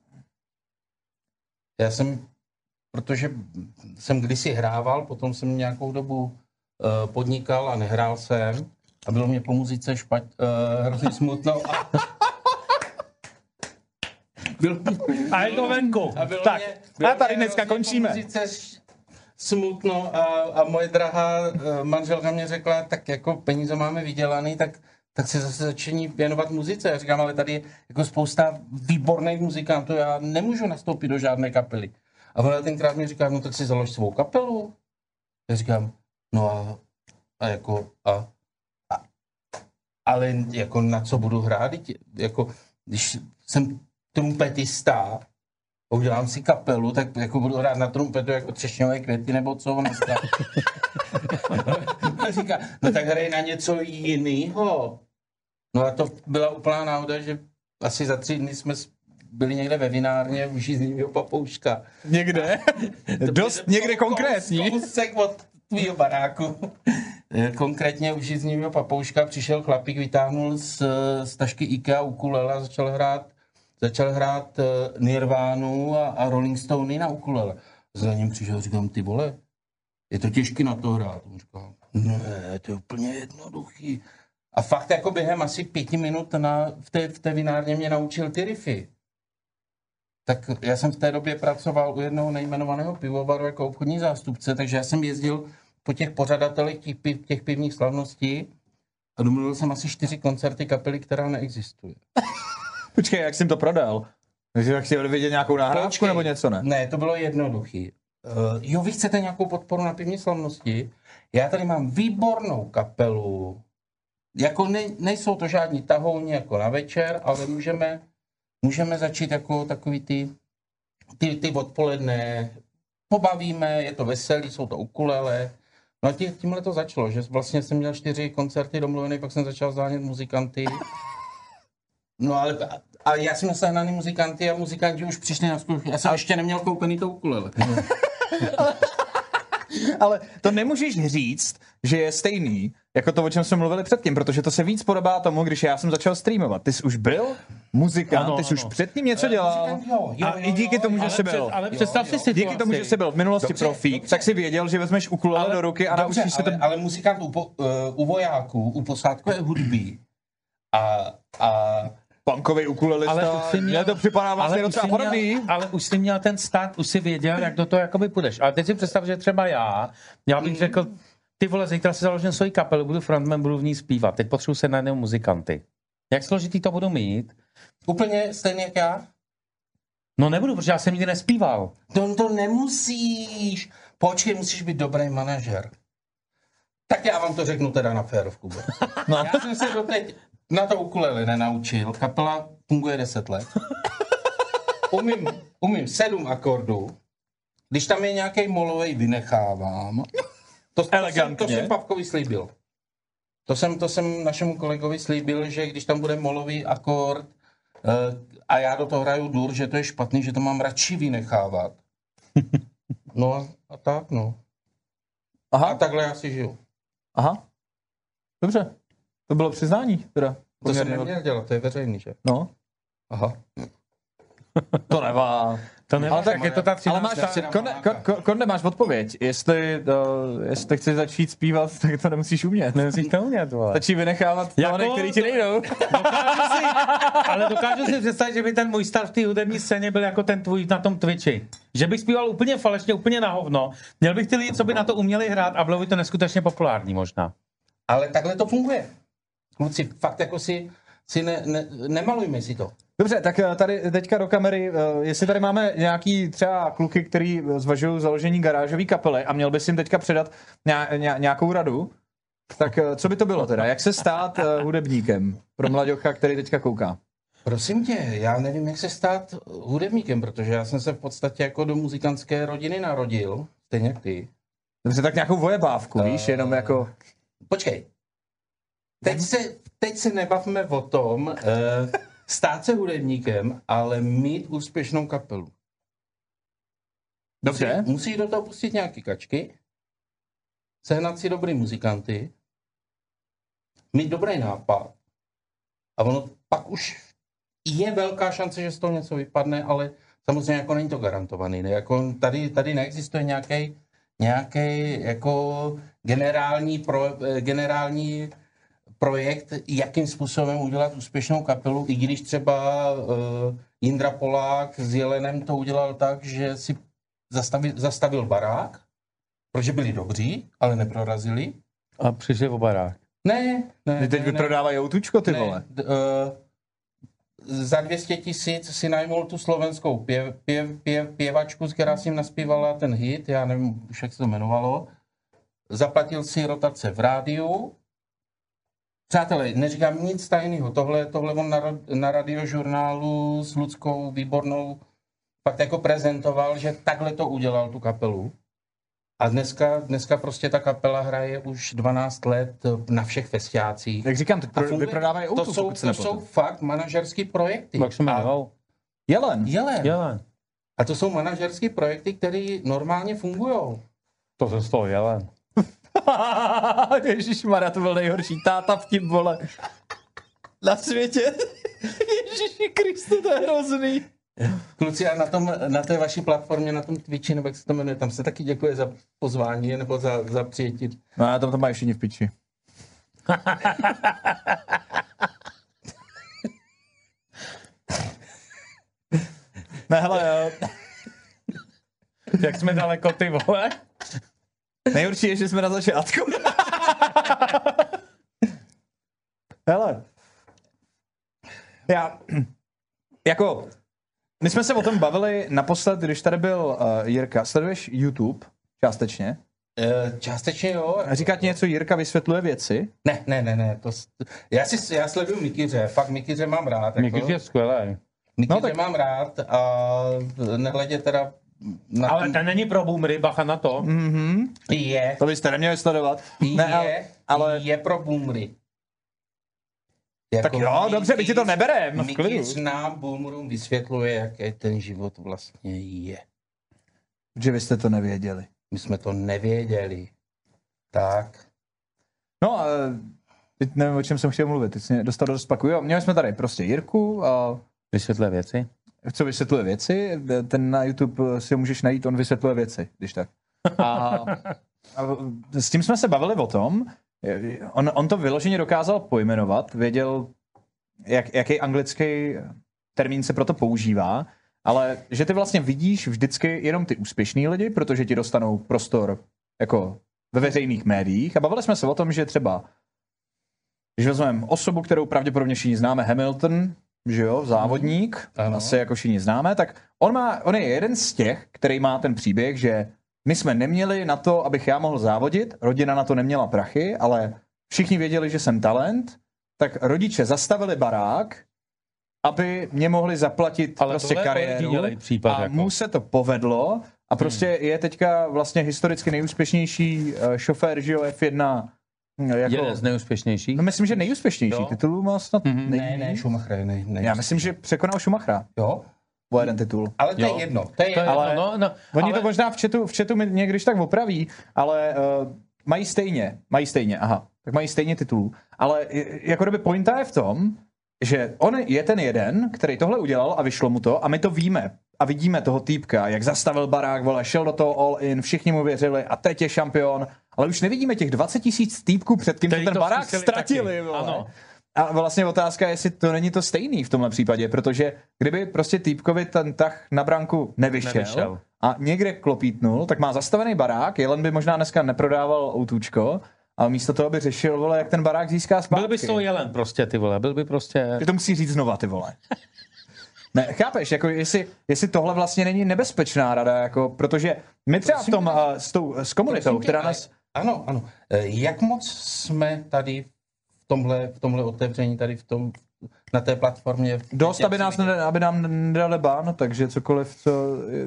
Já jsem, protože jsem kdysi hrával, potom jsem nějakou dobu uh, podnikal a nehrál jsem a bylo mě po muzice špat, uh, hrozně smutno. A... Bylo, A je to venku. a bylo Tak, mě, bylo a tady mě dneska hrozně končíme. po muzice š- smutno a, a moje drahá eh, manželka mě řekla, tak jako peníze máme vydělaný, tak, tak se zase začíní věnovat muzice. Já říkám, ale tady je jako spousta výborných muzikantů, já nemůžu nastoupit do žádné kapely. A ona tenkrát mi říká, no tak si založ svou kapelu. Já říkám, no a, a jako, a, a, ale jako na co budu hrát, Vždyť jako, když jsem trumpetista, a udělám si kapelu, tak jako budu hrát na trumpetu jako třešňové květy nebo co ona říká. A říká, no tak hrej na něco jiného. No a to byla úplná náhoda, že asi za tři dny jsme byli někde ve vinárně u žíznivého papouška. Někde? Dost někde konkrétní. Kousek od tvýho baráku. Konkrétně u žíznivého papouška přišel chlapík, vytáhnul z, z tašky IKEA ukulele a začal hrát začal hrát uh, Nirvánu a, a Rolling Stony na ukulele. Za ním přišel, říkám, ty vole, je to těžký na to hrát. On říkal, ne, to je úplně jednoduchý. A fakt jako během asi pěti minut na, v, té, v té vinárně mě naučil ty riffy. Tak já jsem v té době pracoval u jednoho nejmenovaného pivovaru jako obchodní zástupce, takže já jsem jezdil po těch pořadatelech těch, piv, těch pivních slavností a domluvil jsem asi čtyři koncerty kapely, která neexistuje. Počkej, jak jsem to prodal? Jak chtěli vidět nějakou nahrávku Počkej. nebo něco, ne? Ne, to bylo jednoduchý. Uh, jo, vy chcete nějakou podporu na pivní slavnosti? Já tady mám výbornou kapelu. Jako ne, nejsou to žádní tahouni jako na večer, ale můžeme, můžeme začít jako takový ty, ty, ty odpoledne. Pobavíme, je to veselý, jsou to ukulele. No a tí, tímhle to začalo, že vlastně jsem měl čtyři koncerty domluvené, pak jsem začal zánět muzikanty. No ale a já jsem měl na muzikanty a muzikanti už přišli na zkoušku. Já jsem a... ještě neměl koupený to ukulele. Ale to nemůžeš říct, že je stejný, jako to, o čem jsme mluvili předtím, protože to se víc podobá tomu, když já jsem začal streamovat. Ty jsi už byl muzikant, ano, ty jsi ano. už předtím něco dělal. Muzikant, jo, jo, A i díky jo, tomu, že Ale, jsi před, byl. ale představ si situaci. Díky tomu, že jsi byl v minulosti Dobře, profík, dobře. tak si věděl, že vezmeš ukulele do ruky a Dobře, naučíš se to. ale, ale muzikant u, po, uh, u vojáků, u posádkové hudby a, a Punkový ukulelista, Ale už jsi měl- mně to připadá vlastně ale už docela jsi podobný. měl, ale už jsi měl ten start, už jsi věděl, jak do toho jakoby půjdeš. Ale teď si představ, že třeba já, já bych řekl, ty vole, zítra si založím svoji kapelu, budu frontman, budu v ní zpívat. Teď potřebuji se najít muzikanty. Jak složitý to budu mít? úplně stejně jak já. No nebudu, protože já jsem nikdy nespíval. To, to nemusíš. Počkej, musíš být dobrý manažer. Tak já vám to řeknu teda na férovku. No. Já jsem se doteď na to ukulele nenaučil. Kapela funguje deset let. Umím, umím sedm akordů. Když tam je nějaký molovej, vynechávám. To, to, jsem, to jsem Pavkovi slíbil. To jsem, to jsem našemu kolegovi slíbil, že když tam bude molový akord uh, a já do toho hraju dur, že to je špatný, že to mám radši vynechávat. No a, a tak, no. Aha. A takhle já si žiju. Aha. Dobře. To bylo přiznání, teda. To jsem neměl dělat, to je veřejný, že? No. Aha. To nevá. To nevá, Ale tak tak je to ta Ale máš, třináctá. konde, kon, konde, máš odpověď. Jestli, uh, jestli chceš začít zpívat, tak to nemusíš umět. Nemusíš to umět, vole. Stačí vynechávat Jako- tóny, který ti nejdou. Dokážu si, ale dokážu si představit, že by ten můj start v té hudební scéně byl jako ten tvůj na tom Twitchi. Že bych zpíval úplně falešně, úplně na hovno. Měl bych ty lidi, co by na to uměli hrát a bylo by to neskutečně populární možná. Ale takhle to funguje. Kluci, fakt jako si, si ne, ne, nemalujme si to. Dobře, tak eh, tady teďka do kamery, eh, jestli tady máme nějaký třeba kluky, který zvažují založení garážové kapely a měl bys jim teďka předat ně, ně, nějakou radu, tak eh, co by to bylo teda? Jak se stát eh, hudebníkem pro mlaďocha, který teďka kouká? Prosím tě, já nevím, jak se stát hudebníkem, protože já jsem se v podstatě jako do muzikantské rodiny narodil, stejně jak ty. Dobře, tak nějakou vojebávku, uh... víš, jenom jako... Počkej. Teď se, teď se nebavme o tom uh, stát se hudebníkem, ale mít úspěšnou kapelu. Dobře. Musí, musí do toho pustit nějaký kačky, sehnat si dobrý muzikanty, mít dobrý nápad a ono pak už je velká šance, že z toho něco vypadne, ale samozřejmě jako není to garantovaný. Ne? Jako tady, tady neexistuje nějaký nějaký jako generální, pro, generální projekt, jakým způsobem udělat úspěšnou kapelu, i když třeba uh, Jindra Polák s Jelenem to udělal tak, že si zastavil, zastavil barák, protože byli dobří, ale neprorazili. A přišli o barák. Ne, ne. Ty teď ne, vyprodávají outučko, ty ne, vole. D, uh, za dvě stě tisíc si najmul tu slovenskou pěv, pěv, pěv, pěvačku, která s ním naspívala ten hit, já nevím už, jak se to jmenovalo. Zaplatil si rotace v rádiu. Přátelé, neříkám nic tajného. Tohle, tohle on na, na radiožurnálu s Luckou Výbornou fakt jako prezentoval, že takhle to udělal tu kapelu. A dneska, dneska prostě ta kapela hraje už dvanáct let na všech festiácích. Jak říkám, teď A funguje- vyprodávají to outu, jsou, pokud se to jsou nepletu. fakt manažerský projekty. Jak se A jmenou? Jelen. Jelen. Jelen. A to jsou manažerský projekty, které normálně fungují. To se z toho jelen. Ježišmarja, to byl nejhorší táta vtip, vole. Na světě. Ježiši Kristu, to je hrozný. Kluci, a na, tom, na té vaší platformě, na tom Twitchi, nebo jak se to jmenuje, tam se taky děkuje za pozvání nebo za, za přijetí. No a tam to mají všichni v piči. Ne, hele, jo. Jak jsme daleko, ty vole? Nejhorší je, že jsme na začátku. Hele. Já, jako, my jsme se o tom bavili naposled, když tady byl uh, Jirka. Sleduješ YouTube? Částečně. E, částečně jo. A říká ti něco, Jirka vysvětluje věci? Ne, ne, ne, ne. To, s- já, si, já sleduju Mikyře, fakt Mikyře mám rád. Mikyř je skvělý. Mikyře No tak- mám rád a nehledě teda na Ale tom, ten není pro boomery, bacha na to. Mhm. je, To byste neměli sledovat. je, Ne, ale, ale je pro boomery. tak jo, dobře, my ti to neberem. V klidu. Mikyř nám boomerům vysvětluje, jaký ten život vlastně je. Že vy jste to nevěděli. My jsme to nevěděli. Tak. No a teď nevím, o čem jsem chtěl mluvit. Teď jsi mě dostal do rozpaku. Jo, měli jsme tady prostě Jirku a Vysvětlé věci. co vysvětluje věci. Ten na YouTube si ho můžeš najít, on vysvětluje věci, když tak. A, a s tím jsme se bavili o tom, on, on to vyloženě dokázal pojmenovat, věděl, jak, jaký anglický termín se proto používá, ale že ty vlastně vidíš vždycky jenom ty úspěšný lidi, protože ti dostanou prostor jako ve veřejných médiích. A bavili jsme se o tom, že třeba, když vezmeme osobu, kterou pravděpodobně všichni známe, Hamilton, že jo, závodník, Ano. asi jako všichni známe, tak on, má, on je jeden z těch, který má ten příběh, že my jsme neměli na to, abych já mohl závodit, rodina na to neměla prachy, ale všichni věděli, že jsem talent, tak rodiče zastavili barák, aby mě mohli zaplatit Ale prostě tohle je kariéru. ojedinělej případ, A jako. mu se to povedlo a prostě hmm. je teďka vlastně historicky nejúspěšnější uh, šofér, že jo, F jedna. Jako, Jeden z nejúspěšnějších. no myslím, že nejúspěšnější. Jo. Titulů má snad Mhm. nej... Ne, ne, Schumacher je nej, nej. Já myslím, že překonal Schumachera Jo, o jeden titul. ale to Jo. je jedno. To je To je, jedno. Ale- no, no, Oni ale, to možná v chatu, v chatu mi někdy když tak opraví, ale uh, mají stejně, mají stejně, aha, tak mají stejně titulů. Ale i- jako kdyby pointa je v tom, že on je ten jeden, který tohle udělal a vyšlo mu to a my to víme. A vidíme toho týpka, jak zastavil barák, vole, šel do toho all in, všichni mu věřili a teď je šampion. Ale už nevidíme těch dvacet tisíc týpků před tím, Který ten to barák zkusili ztratili. taky. Vole. Ano. A vlastně otázka je, jestli to není to stejný v tomhle případě, protože kdyby prostě týpkovi ten tah na branku nevyšel, Nevyšel. a někde klopítnul, tak má zastavený barák, Jelen by možná dneska neprodával outůčko, a místo toho by řešil, vole, jak ten barák získá zpátky. byl by z toho jelen prostě, ty vole, byl by prostě... Že to musí říct znova, ty vole. Ne, chápeš, jako jestli, jestli tohle vlastně není nebezpečná rada, jako, protože my třeba v tom, uh, s, tou, s komunitou, Prosím tě, která ale- nás... Ano, ano. E, Jak moc jsme tady v tomhle, v tomhle otevření, tady v tom, na té platformě... Dost, jak aby, si nás viděl? ne, aby nám nedali bán, takže cokoliv, co...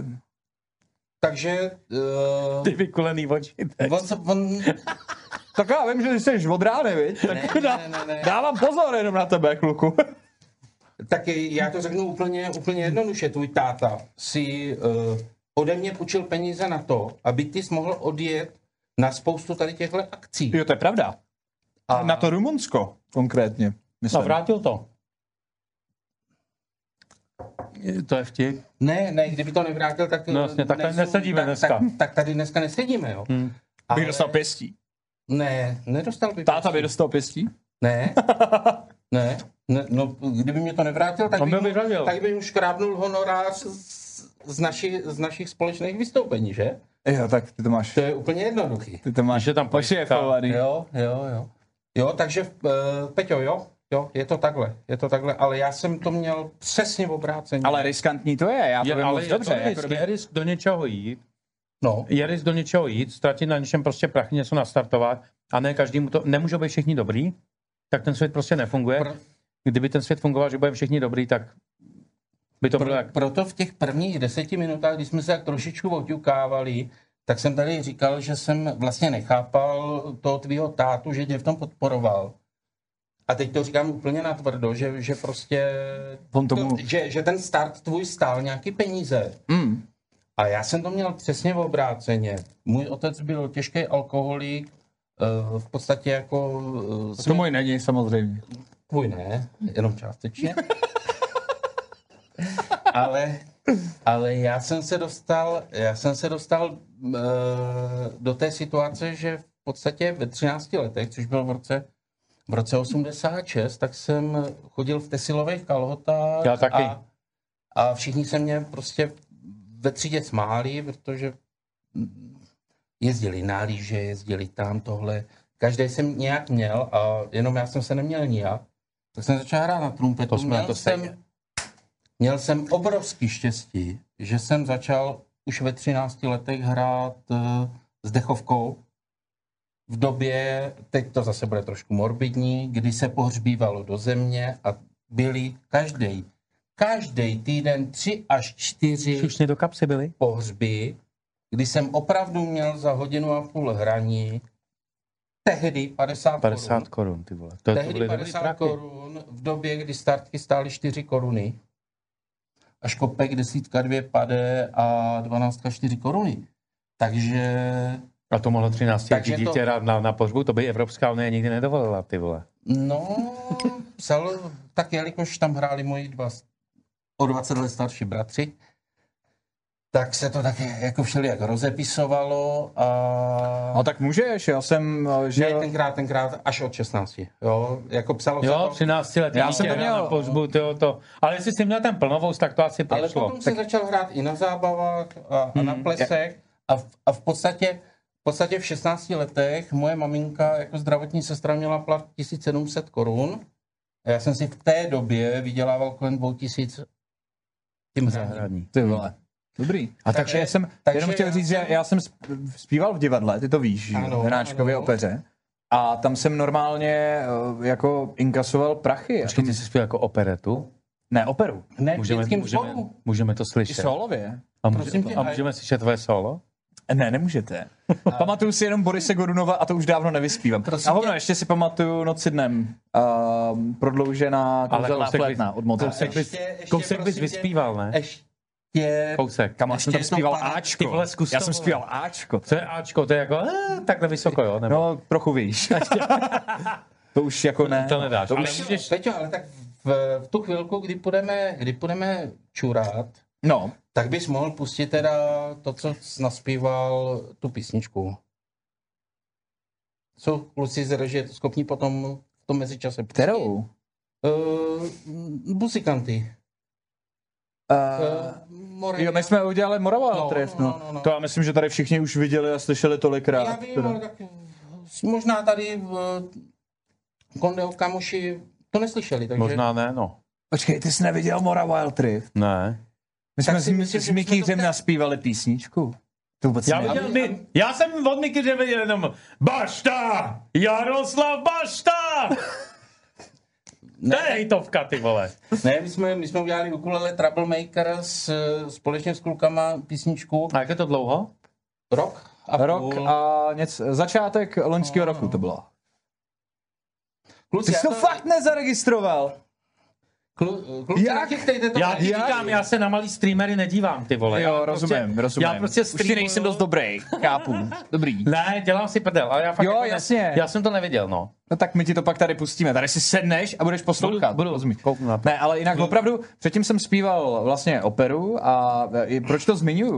Takže... Ty Uh, vykulený oči. teď. on, se- on, Tak já vím, že jsi od rány, viď? Tak ne, dá, ne, ne, ne. dávám pozor jenom na tebe, kluku. Tak já to řeknu úplně, úplně jednoduše. Tvůj táta si uh, ode mě půjčil peníze na to, aby ty jsi mohl odjet na spoustu tady těchto akcí. Jo, to je pravda. A Na to Rumunsko konkrétně. Myslím. No, vrátil to. To je vtip. Ne, ne, kdyby to nevrátil, tak... No jasně, tak tady nejsou- nesedíme tak, dneska. Tak, tak tady dneska nesedíme, jo. Hmm. Bych dostal pěstí. Ne, nedostal by Táta by pěstí. dostal pěstí? Ne, ne, ne, no kdyby mě to nevrátil, tak On bych, by vyřadil. mu, tak bych mu škrábnul honorář z, z, naši, z našich společných vystoupení, že? Jo, tak ty to máš, To je úplně jednoduchý. ty to máš Že tam pošéfovaný. Jo, jo, jo. Jo, takže, uh, Peťo, jo, jo, je to takhle, je to takhle, ale já jsem to měl přesně v obrácení. Ale riskantní to je, já to Je, vím ale moc je dobře. to Jako risk, kdyby... je risk do něčeho jít, No, je risk do něčeho jít, ztratit na něčem prostě prachy, něco nastartovat a ne každému to, nemůžou být všichni dobrý, tak ten svět prostě nefunguje. Pro, Kdyby ten svět fungoval, že budeme všichni dobrý, tak by to bylo pro, jak... proto v těch prvních deseti minutách, když jsme se tak trošičku oťukávali, tak jsem tady říkal, že jsem vlastně nechápal toho tvýho tátu, že tě v tom podporoval. A teď to říkám úplně natvrdo, že, že prostě, On tomu... to, že, že ten start tvůj stál nějaký peníze. Mm. A já jsem to měl přesně v obráceně. Můj otec byl těžký alkoholik, uh, v podstatě jako... Uh, To můj není, samozřejmě. Tvůj ne, jenom částečně. ale, ale já jsem se dostal, já jsem se dostal uh, do té situace, že v podstatě ve třinácti letech, což bylo v roce, v roce osmdesát šest, tak jsem chodil v tesilových kalhotách. Já taky. A, a všichni se mě prostě ve třídě smáli, protože jezdili na lyže, jezdili tam tohle. Každý jsem nějak měl a jenom já jsem se neměl nijak. Tak jsem začal hrát na trumpetu. To jsme měl, to jsem, stejně. měl jsem obrovský štěstí, že jsem začal už ve třinácti letech hrát uh, s dechovkou. V době, teď to zase bude trošku morbidní, kdy se pohřbívalo do země a byli každý, každý týden tři až čtyři Všichni do kapsy byli? pohřby, kdy jsem opravdu měl za hodinu a půl hraní tehdy padesát, padesát korun. korun, ty vole. To, to Tehdy byly dobrý padesát prachy. korun v době, kdy startky stály čtyři koruny. A škopek desítka dvě pade a dvanáctka čtyři koruny. Takže... A to mohlo třináct Takže dítě to- rád na, na pohřbu, to by Evropská unie nikdy nedovolila, ty vole. No, psal, tak jelikož tam hráli moji dva o dvacet let starší bratři, tak se to taky jako všelijak rozepisovalo a... No tak můžeš, já jsem, že... Ne, tenkrát, tenkrát až od šestnácti. Jo, jako psalo se Jo, to. třináct let Já dítě jsem to hrál měl- na pohřbu, tyjo, to. Ale jestli jsi měl ten plnovous, tak to asi Ale prošlo. potom jsem začal hrát i na zábavách a, a na Hmm, plesech a v, a v podstatě v podstatě v šestnácti letech moje maminka jako zdravotní sestra měla plat tisíc sedm set korun a já jsem si v té době vydělával kolem dvou tisíc tím hraním. Zahradní. Ty vole. Dobrý. A takže, Takže- jsem takže jenom chtěl já říct, jsem- že já jsem sp- zpíval v divadle, ty to víš, že jo, Ano, v Hráčkově ano. opeře. A tam jsem normálně eh, jako inkasoval prachy. Počkej, ty jsi zpěl jako operetu? Ne, operu. Ne, v Můžeme, dětském můžeme, sboru. můžeme to I slyšet. solově. A, Prosím může, tě, a a- můžeme slyšet tvoje solo? Ne, nemůžete. Pamatuju si jenom Borise Godunova a to už dávno nevyspívám. Prosím A hovno, tě- ještě si pamatuju Noci dnem. Uh, prodloužená kouzelná kousek flétna bys- od Mozarta. kousek bys, Ještě- ještě kousek bys prosím tě- vyspíval, ne? Ještě... Kousek. Kam já jsem tam Ještě to zpíval pár- Ačko. Ty vole, zkus Já to, jsem vole. zpíval Ačko. Co je Ačko? To je jako eh, takhle vysoko, jo? Nebo? No, trochu víš. To už jako ne. To nedáš. To Ale už, můžeš, Peťo, ale tak v, v tu chvilku, kdy půjdeme, kdy půjdeme čurat, no, tak bys mohl pustit teda to, co jsi naspíval, tu písničku. Jsou kluci z režie schopní potom v tom mezičase pustit? kterou? Uh, muzikanty. Uh, Uh, jo, my jsme udělali Morava No, Tref, no, no, no, no, no. To já myslím, že tady všichni už viděli a slyšeli tolikrát. Já vím, teda. ale tak možná tady v Kondeo kamoši to neslyšeli, takže... možná ne, no. Počkej, ty jsi neviděl Mora Wild Rift? Ne. My Tak jsme si s, myslím, s že bychom Mikýřem to- naspívali písničku. To vůbec Já, ne. viděl, my- my, já jsem od Miky, že viděl jenom Bašta! Jaroslav Bašta! To je hejtovka, ty vole. Ne, my jsme, my jsme udělali ukulele Troublemaker s, společně s klukama písničku A jak je to dlouho? Rok a Rok půl. a něco, začátek loňského roku to bylo. Kluci, Ty jsi to já fakt nezaregistroval. Klu, kluci, Jak? nachystejte to. Já ti Já- říkám, já se na malý streamery nedívám, ty vole. Jo, já rozumím, prostě, rozumím. Já prostě Už ti streamuju. nejsem dost dobrý, chápu. Dobrý. Ne, dělám si prdel, ale já fakt Jo, jako ne- jasně. Já jsem to nevěděl, no. No tak my ti to pak tady pustíme. Tady si sedneš a budeš poslouchat. Budu, budu. Rozumíš? Kouknu na to. Ne, ale jinak opravdu, předtím jsem zpíval vlastně operu a i proč to zmiňuju,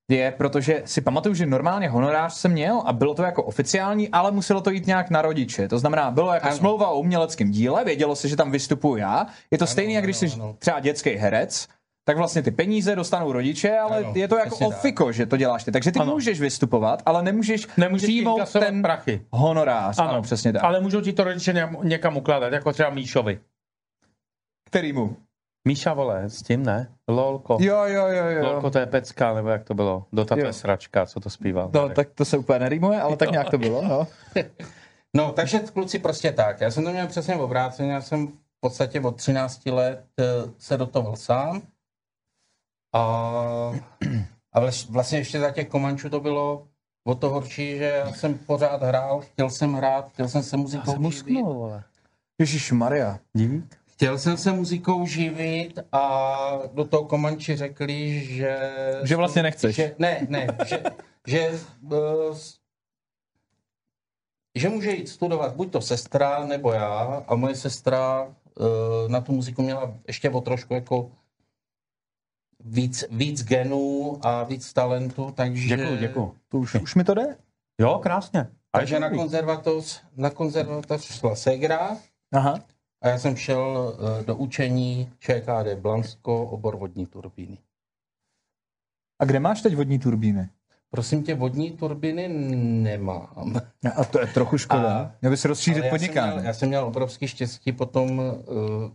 je, protože si pamatuju, že normálně honorář jsem měl a bylo to jako oficiální, ale muselo to jít nějak na rodiče. To znamená, bylo jako ano. smlouva o uměleckém díle, vědělo se, že tam vystupuju já. Je to stejné, jak když jsi třeba dětský herec, tak vlastně ty peníze dostanou rodiče, ale ano, je to jako ofiko, že to děláš ty. Takže ty ano. můžeš vystupovat, ale nemůžeš, nemůžeš přijmout ten prachy. honorář. Ano. ano, přesně tak. Ale můžou ti to rodiče někam ukládat, jako třeba Míšovi. Kterýmu? Míša, vole, s tím ne? Lolko. Jo, jo, jo, jo. Lolko, to je pecka, nebo jak to bylo? Dota, to je sračka, co to zpíval. No, tak to se úplně nerýmuje, ale tak nějak to bylo, no. No, takže kluci prostě tak. Já jsem to měl přesně obráceně, já jsem v podstatě od třinácti let se dotoval sám. A, a vlastně ještě za těch Komančů to bylo o to horší, že já jsem pořád hrál, chtěl jsem hrát, chtěl jsem se muzikou živit. Ježišmarja. Divík? Chtěl jsem se muzikou živit a do toho Komanči řekli, že... Že vlastně nechceš. Že, ne, ne, že, že, uh, že může jít studovat buď to sestra, nebo já. A moje sestra uh, na tu muziku měla ještě o trošku jako víc, víc genů a víc talentu, takže... Děkuju, děkuju. To už, už mi to jde? Jo, krásně. Takže na konzervatoř, na konzervatoř šla ségra. Aha. A já jsem šel uh, do učení ČKD Blansko, obor vodní turbíny. A kde máš teď vodní turbíny? Prosím tě, vodní turbíny nemám. A to je trochu škoda. Měl by se rozšířit podnikání. Já, já jsem měl obrovský štěstí potom... Uh,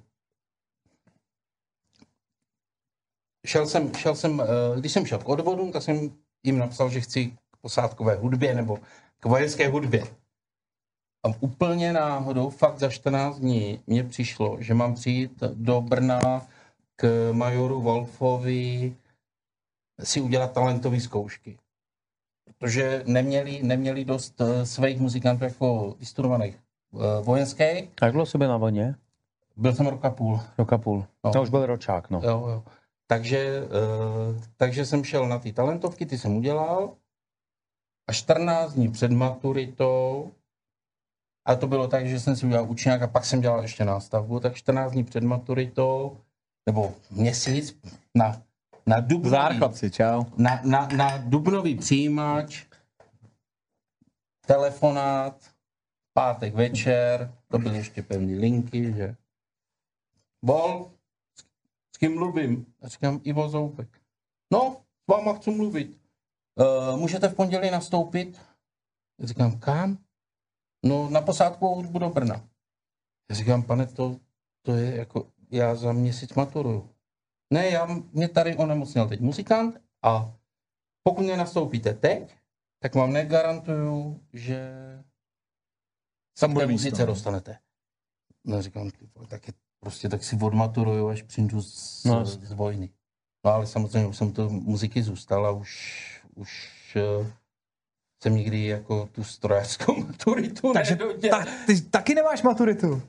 šel jsem, šel jsem uh, když jsem šel k odvodům, tak jsem jim napsal, že chci k posádkové hudbě nebo k vojenské hudbě. A úplně náhodou, fakt za čtrnáct dní, mně přišlo, že mám přijít do Brna k majoru Wolfovi si udělat talentové zkoušky. Protože neměli, neměli dost svých muzikantů jako vystudovaných vojenských. Jak bylo sobě na vlně? Byl jsem rok a půl. Rok a půl. No. To už byl ročák, no. Jo, jo. Takže, uh, takže jsem šel na ty talentovky, ty jsem udělal. A čtrnáct dní před maturitou, a to bylo tak, že jsem si udělal učňák a pak jsem dělal ještě nástavbu, tak čtrnáct dní před maturitou, nebo měsíc, na, na dubnový, Zdár, chlapci, čau. Na, na, na dubnový přijímač, telefonát, pátek večer, to byly ještě pevný linky, že Bol, s kým mluvím? Já říkám, Ivo Zoubek. No, s váma chci mluvit. Uh, můžete v pondělí nastoupit? Já říkám, kam? No, na posádku hudbu do Brna. Já říkám, pane, to, to je jako, já za měsíc maturuju. Ne, já, mě tady onemocněl teď muzikant a pokud mě nastoupíte teď, tak vám negarantuju, že se k té muzice dostanete. No, říkám, tak je, prostě tak si odmaturuju, až přijdu z, no. z vojny. No, ale samozřejmě už jsem to muziky zůstal a už, už uh, jsem nikdy jako tu strojařskou maturitu Takže ta, ty taky nemáš maturitu?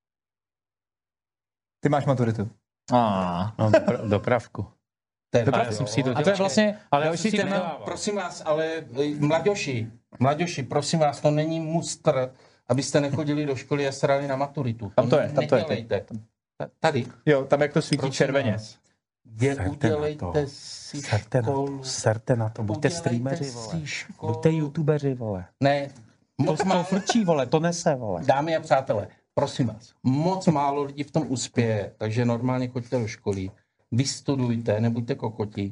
Ty máš maturitu. Ah. No, dopra- dopravku. Dopravku. Jsem si to a to je vlastně ale další téma. Prosím vás, ale mladěši, mladěši, prosím vás, to není mustr, abyste nechodili do školy a starali na maturitu. Tam to je, tam to je. Tady. Jo, tam jak to svítí prosím červeně. Vás. Je, udělejte si školu. Serte na to, buďte streameři, vole. Buďte youtubeři, vole. Ne. Moc to, málo... to frčí, vole, to nese, vole. Dámy a přátelé, prosím vás, moc málo lidí v tom uspěje, takže normálně choďte do školy, vystudujte, nebuďte kokoti.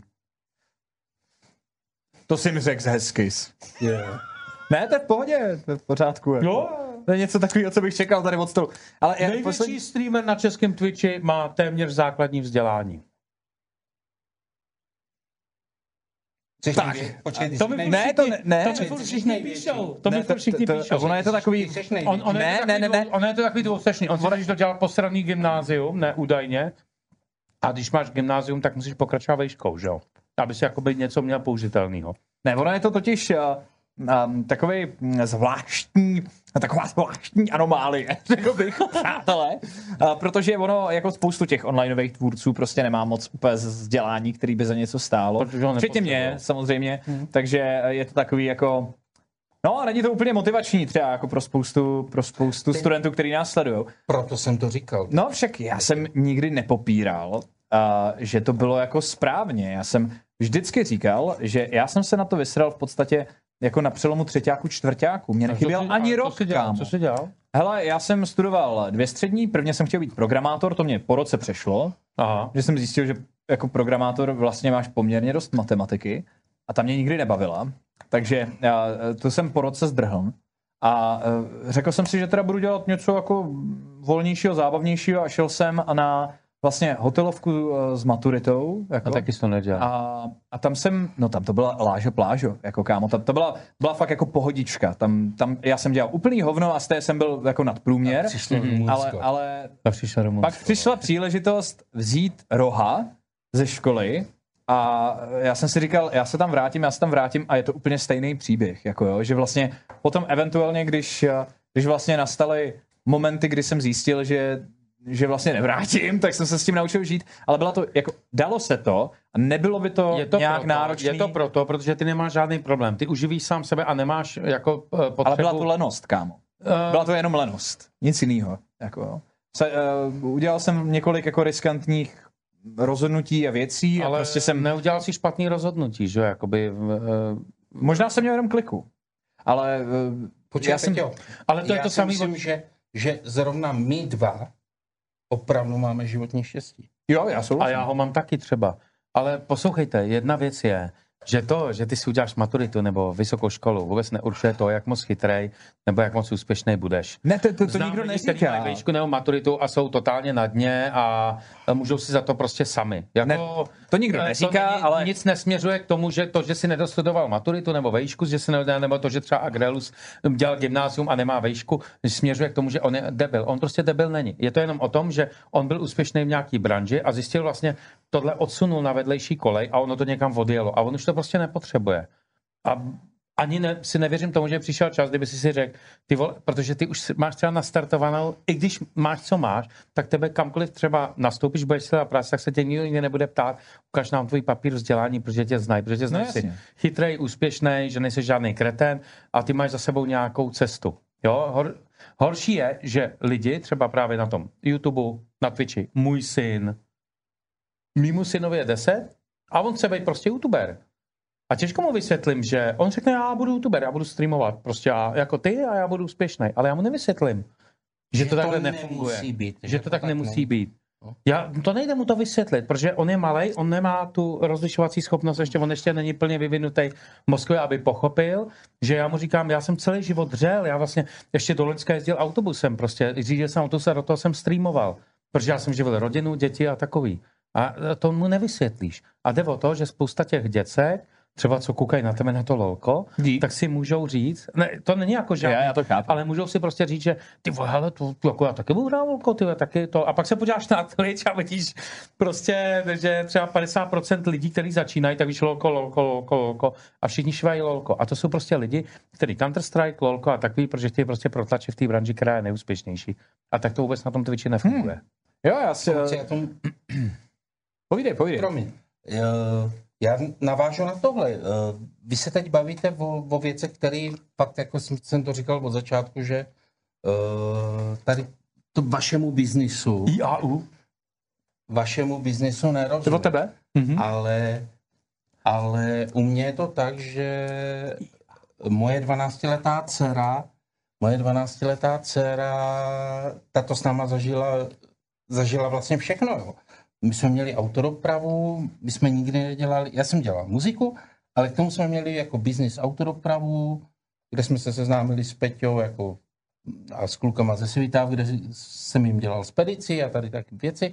To si mi řekl hezky. Yeah. Ne, to je v pohodě, to je v pořádku. Jako. Jo. To je něco takového, co bych čekal tady od stolu. Ale největší poslední... streamer na českém Twitchi má téměř základní vzdělání. Tak, počkej, to mi všichni, ne, to ne, ne. To mi furt všichni píšou. To mi furt všichni píšou. Ono je to takový... On, on ne, ne, ne, ne. Ono je to takový dvoustečný. On si když to dělal poslední gymnázium, ne údajně. A když máš gymnázium, tak musíš pokračovat vejškou, že jo? Aby si jakoby něco měl použitelného. Ne, ono je to totiž... Uh... Um, takový zvláštní, taková zvláštní anomálie, řekl bych, přátelé, uh, protože ono, jako spoustu těch onlineových tvůrců, prostě nemá moc úplně vzdělání, který by za něco stálo. Včetně mě, samozřejmě, hmm. takže je to takový jako, no a není to úplně motivační třeba jako pro spoustu, pro spoustu Ty... studentů, který nás sledují. Proto jsem to říkal. No však já jsem nikdy nepopíral, uh, že to bylo jako správně. Já jsem vždycky říkal, že já jsem se na to vysral v podstatě jako na přelomu třetíku, čtvrtíku. Mě nechyběl jsi, ani co rok, jsi dělal, kámo. Co jsi dělal? Hele, já jsem studoval dvě střední, prvně jsem chtěl být programátor, to mě po roce přešlo, Aha. že jsem zjistil, že jako programátor vlastně máš poměrně dost matematiky a ta mě nikdy nebavila, takže já, to jsem po roce zdrhl a řekl jsem si, že teda budu dělat něco jako volnějšího, zábavnějšího a šel jsem na vlastně hotelovku s maturitou. Jako, A taky jsi to nedělal. a, a tam jsem, no tam to byla lážo plážo, jako kámo, tam to byla, byla fakt jako pohodička, tam, tam já jsem dělal úplný hovno a z té jsem byl jako nadprůměr, Přišlo ale, ale Tak přišel Rumunsko. pak přišla příležitost vzít Roha ze školy a já jsem si říkal, já se tam vrátím, já se tam vrátím a je to úplně stejný příběh, jako jo, že vlastně potom eventuálně, když, když vlastně nastaly momenty, kdy jsem zjistil, že že vlastně nevrátím, tak jsem se s tím naučil žít, ale bylo to, jako, dalo se to a nebylo by to, je to nějak proto, náročný. Je to proto, protože ty nemáš žádný problém. Ty uživíš sám sebe a nemáš jako uh, potřebu... Ale byla to lenost, kámo. Uh, Byla to jenom lenost. Nic jiného. Jako, jo. Se, uh, udělal jsem několik jako riskantních rozhodnutí a věcí ale a prostě jsem... neudělal si špatný rozhodnutí, že jo, jakoby... Uh, Možná jsem měl jenom kliku. Ale uh, Počkej, já jsem... Peťo, ale to já je to si samý... myslím, že, že zrovna my dva opravdu máme životní štěstí. Jo, já A souhlasím. já ho mám taky třeba. Ale poslouchejte, jedna věc je, že to, že ty si uděláš maturitu nebo vysokou školu, vůbec neurčuje to, jak moc chytrej nebo jak moc úspěšnej budeš. Ne, to, to, to Znám nikdo lidi, kteří neříká. mají výšku nebo maturitu a jsou totálně na dně a můžou si za to prostě sami. Jako, Ne, to nikdo neříká, to není, ale... nic nesměřuje k tomu, že to, že si nedostudoval maturitu nebo vejšku, že si ne, nebo to, že třeba Agrelus dělal gymnázium a nemá vejšku, směřuje k tomu, že on je debil. On prostě debil není. Je to jenom o tom, že on byl úspěšný v nějaký branži a zjistil vlastně, tohle odsunul na vedlejší kolej a ono to někam odjelo a on už to prostě nepotřebuje. A ani ne, si nevěřím tomu, že přišel čas, kdyby si si řekl, ty vole, protože ty už máš třeba nastartovanou, i když máš, co máš, tak tebe kamkoliv třeba nastoupíš, budeš si dělat práci, tak se tě nikdo nikdy nebude ptát, ukaž nám tvůj papír vzdělání, protože tě znají, protože tě znají No, si chytrej, úspěšný, že nejsi žádný kretén a ty máš za sebou nějakou cestu. Jo? Hor, horší je, že lidi třeba právě na tom YouTube, na Twitchi, můj syn, mýmu synovi je deset a on chce být prostě youtuber. A těžko mu vysvětlím, že on řekne, já budu youtuber, já budu streamovat, prostě já, jako ty a já budu úspěšný. Ale já mu nevysvětlím, že, Že to to takhle nemusí nefunguje. být, že, že to to tak tak nemusí není. být. Já, to nejde mu to vysvětlit, protože on je malej, on nemá tu rozlišovací schopnost, ještě on ještě není plně vyvinutý mozkově, aby pochopil, že já mu říkám, já jsem celý život dřel, já vlastně ještě do Loňska jezdil autobusem, prostě řídil jsem autobus a do toho jsem streamoval, protože já jsem živil rodinu, děti a takový. A to mu nevysvětlíš. A jde o to, že spousta těch děcek, třeba co koukají na tebe na to lolko, Dík. tak si můžou říct, ne, to není jako žádný, Já, já to chápu. ale můžou si prostě říct, že ty vole, hele, to, to, jako já taky budu hrát lolko, ty vole, taky to. A pak se podíváš na Twitch a vidíš prostě, že třeba padesát procent lidí, kteří začínají, tak víš lolko, lolko, lolko, lolko a všichni šívají lolko. A to jsou prostě lidi, kteří Counter-Strike, lolko a takový, protože chtějí prostě protlačit v té branži, která je nejúspěšnější. A tak to vůbec na tom Twitchi nefunguje. Hmm. Jo, já si... Já tomu, Povídej, povídej. promiň. Uh, Já navážu na tohle. Uh, Vy se teď bavíte o, o věcech, které fakt, jako jsem, jsem to říkal od začátku, že uh, tady to vašemu biznisu, I A U? vašemu biznisu nerozumím. To od tebe? Mhm. Ale, ale u mě je to tak, že moje dvanáctiletá dcera, moje dvanáctiletá dcera, tato s náma zažila, zažila vlastně všechno. Jo. My jsme měli autodopravu, my jsme nikdy nedělali, já jsem dělal muziku, ale k tomu jsme měli jako business autodopravu, kde jsme se seznámili s Peťou jako, a s klukama ze Svitáv, kde jsem jim dělal spedici a tady taky věci.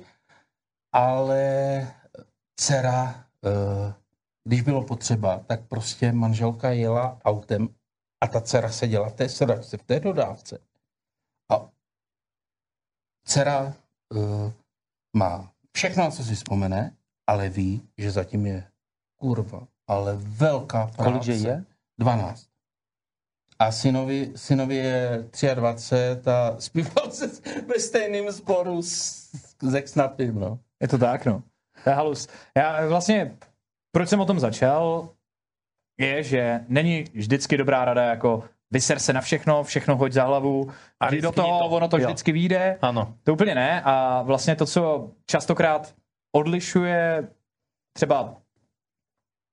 Ale dcera, když bylo potřeba, tak prostě manželka jela autem a ta dcera seděla v té sedačce, v té dodávce. A dcera má všechno, na co si vzpomene, ale ví, že zatím je kurva, ale velká práce. Kolik že je? dvanáct. A synovi, synovi je dvacet tři a zpíval se ve stejném sboru s, s X-Napim, no. Je to tak, no. To je halus. Já vlastně, proč jsem o tom začal, je, že není vždycky dobrá rada jako vyser se na všechno, všechno hoď za hlavu a jdi do toho, to. ono to Jo. vždycky vyjde. Ano. To úplně ne a vlastně to, co častokrát odlišuje třeba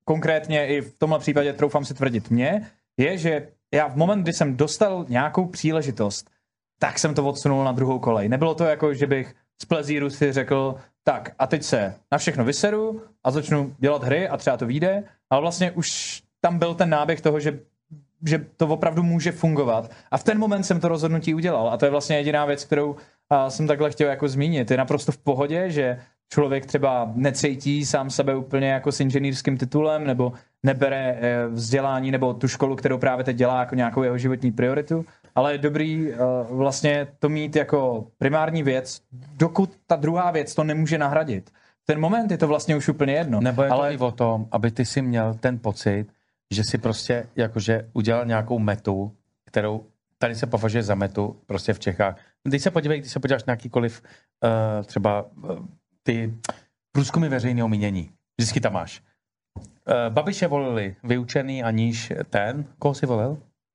konkrétně i v tomhle případě troufám si tvrdit mě, je, že já v moment, kdy jsem dostal nějakou příležitost, tak jsem to odsunul na druhou kolej. Nebylo to jako, že bych z plezíru si řekl, tak a teď se na všechno vyseru a začnu dělat hry a třeba to vyjde, ale vlastně už tam byl ten náběh toho, že, že to opravdu může fungovat a v ten moment jsem to rozhodnutí udělal a to je vlastně jediná věc, kterou a, jsem takhle chtěl jako zmínit. Je naprosto v pohodě, že člověk třeba necítí sám sebe úplně jako s inženýrským titulem nebo nebere e, vzdělání nebo tu školu, kterou právě teď dělá jako nějakou jeho životní prioritu, ale je dobrý uh, vlastně to mít jako primární věc, dokud ta druhá věc to nemůže nahradit. V ten moment je to vlastně už úplně jedno. Nebo je ale... to i o tom, aby ty si měl ten pocit, že si prostě jakože udělal nějakou metu, kterou tady se považuje za metu prostě v Čechách. Když se podívej, když se podíváš na jakýkoliv uh, třeba uh, ty průzkumy veřejného mínění, vždycky tam máš. Uh, Babiše volili vyučený a níž ten. Koho si volil?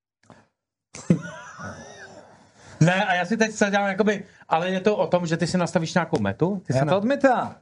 Ne, a já si teď se dělám jakoby, ale je to o tom, že ty si nastavíš nějakou metu. Ty Já si to na... odmítám.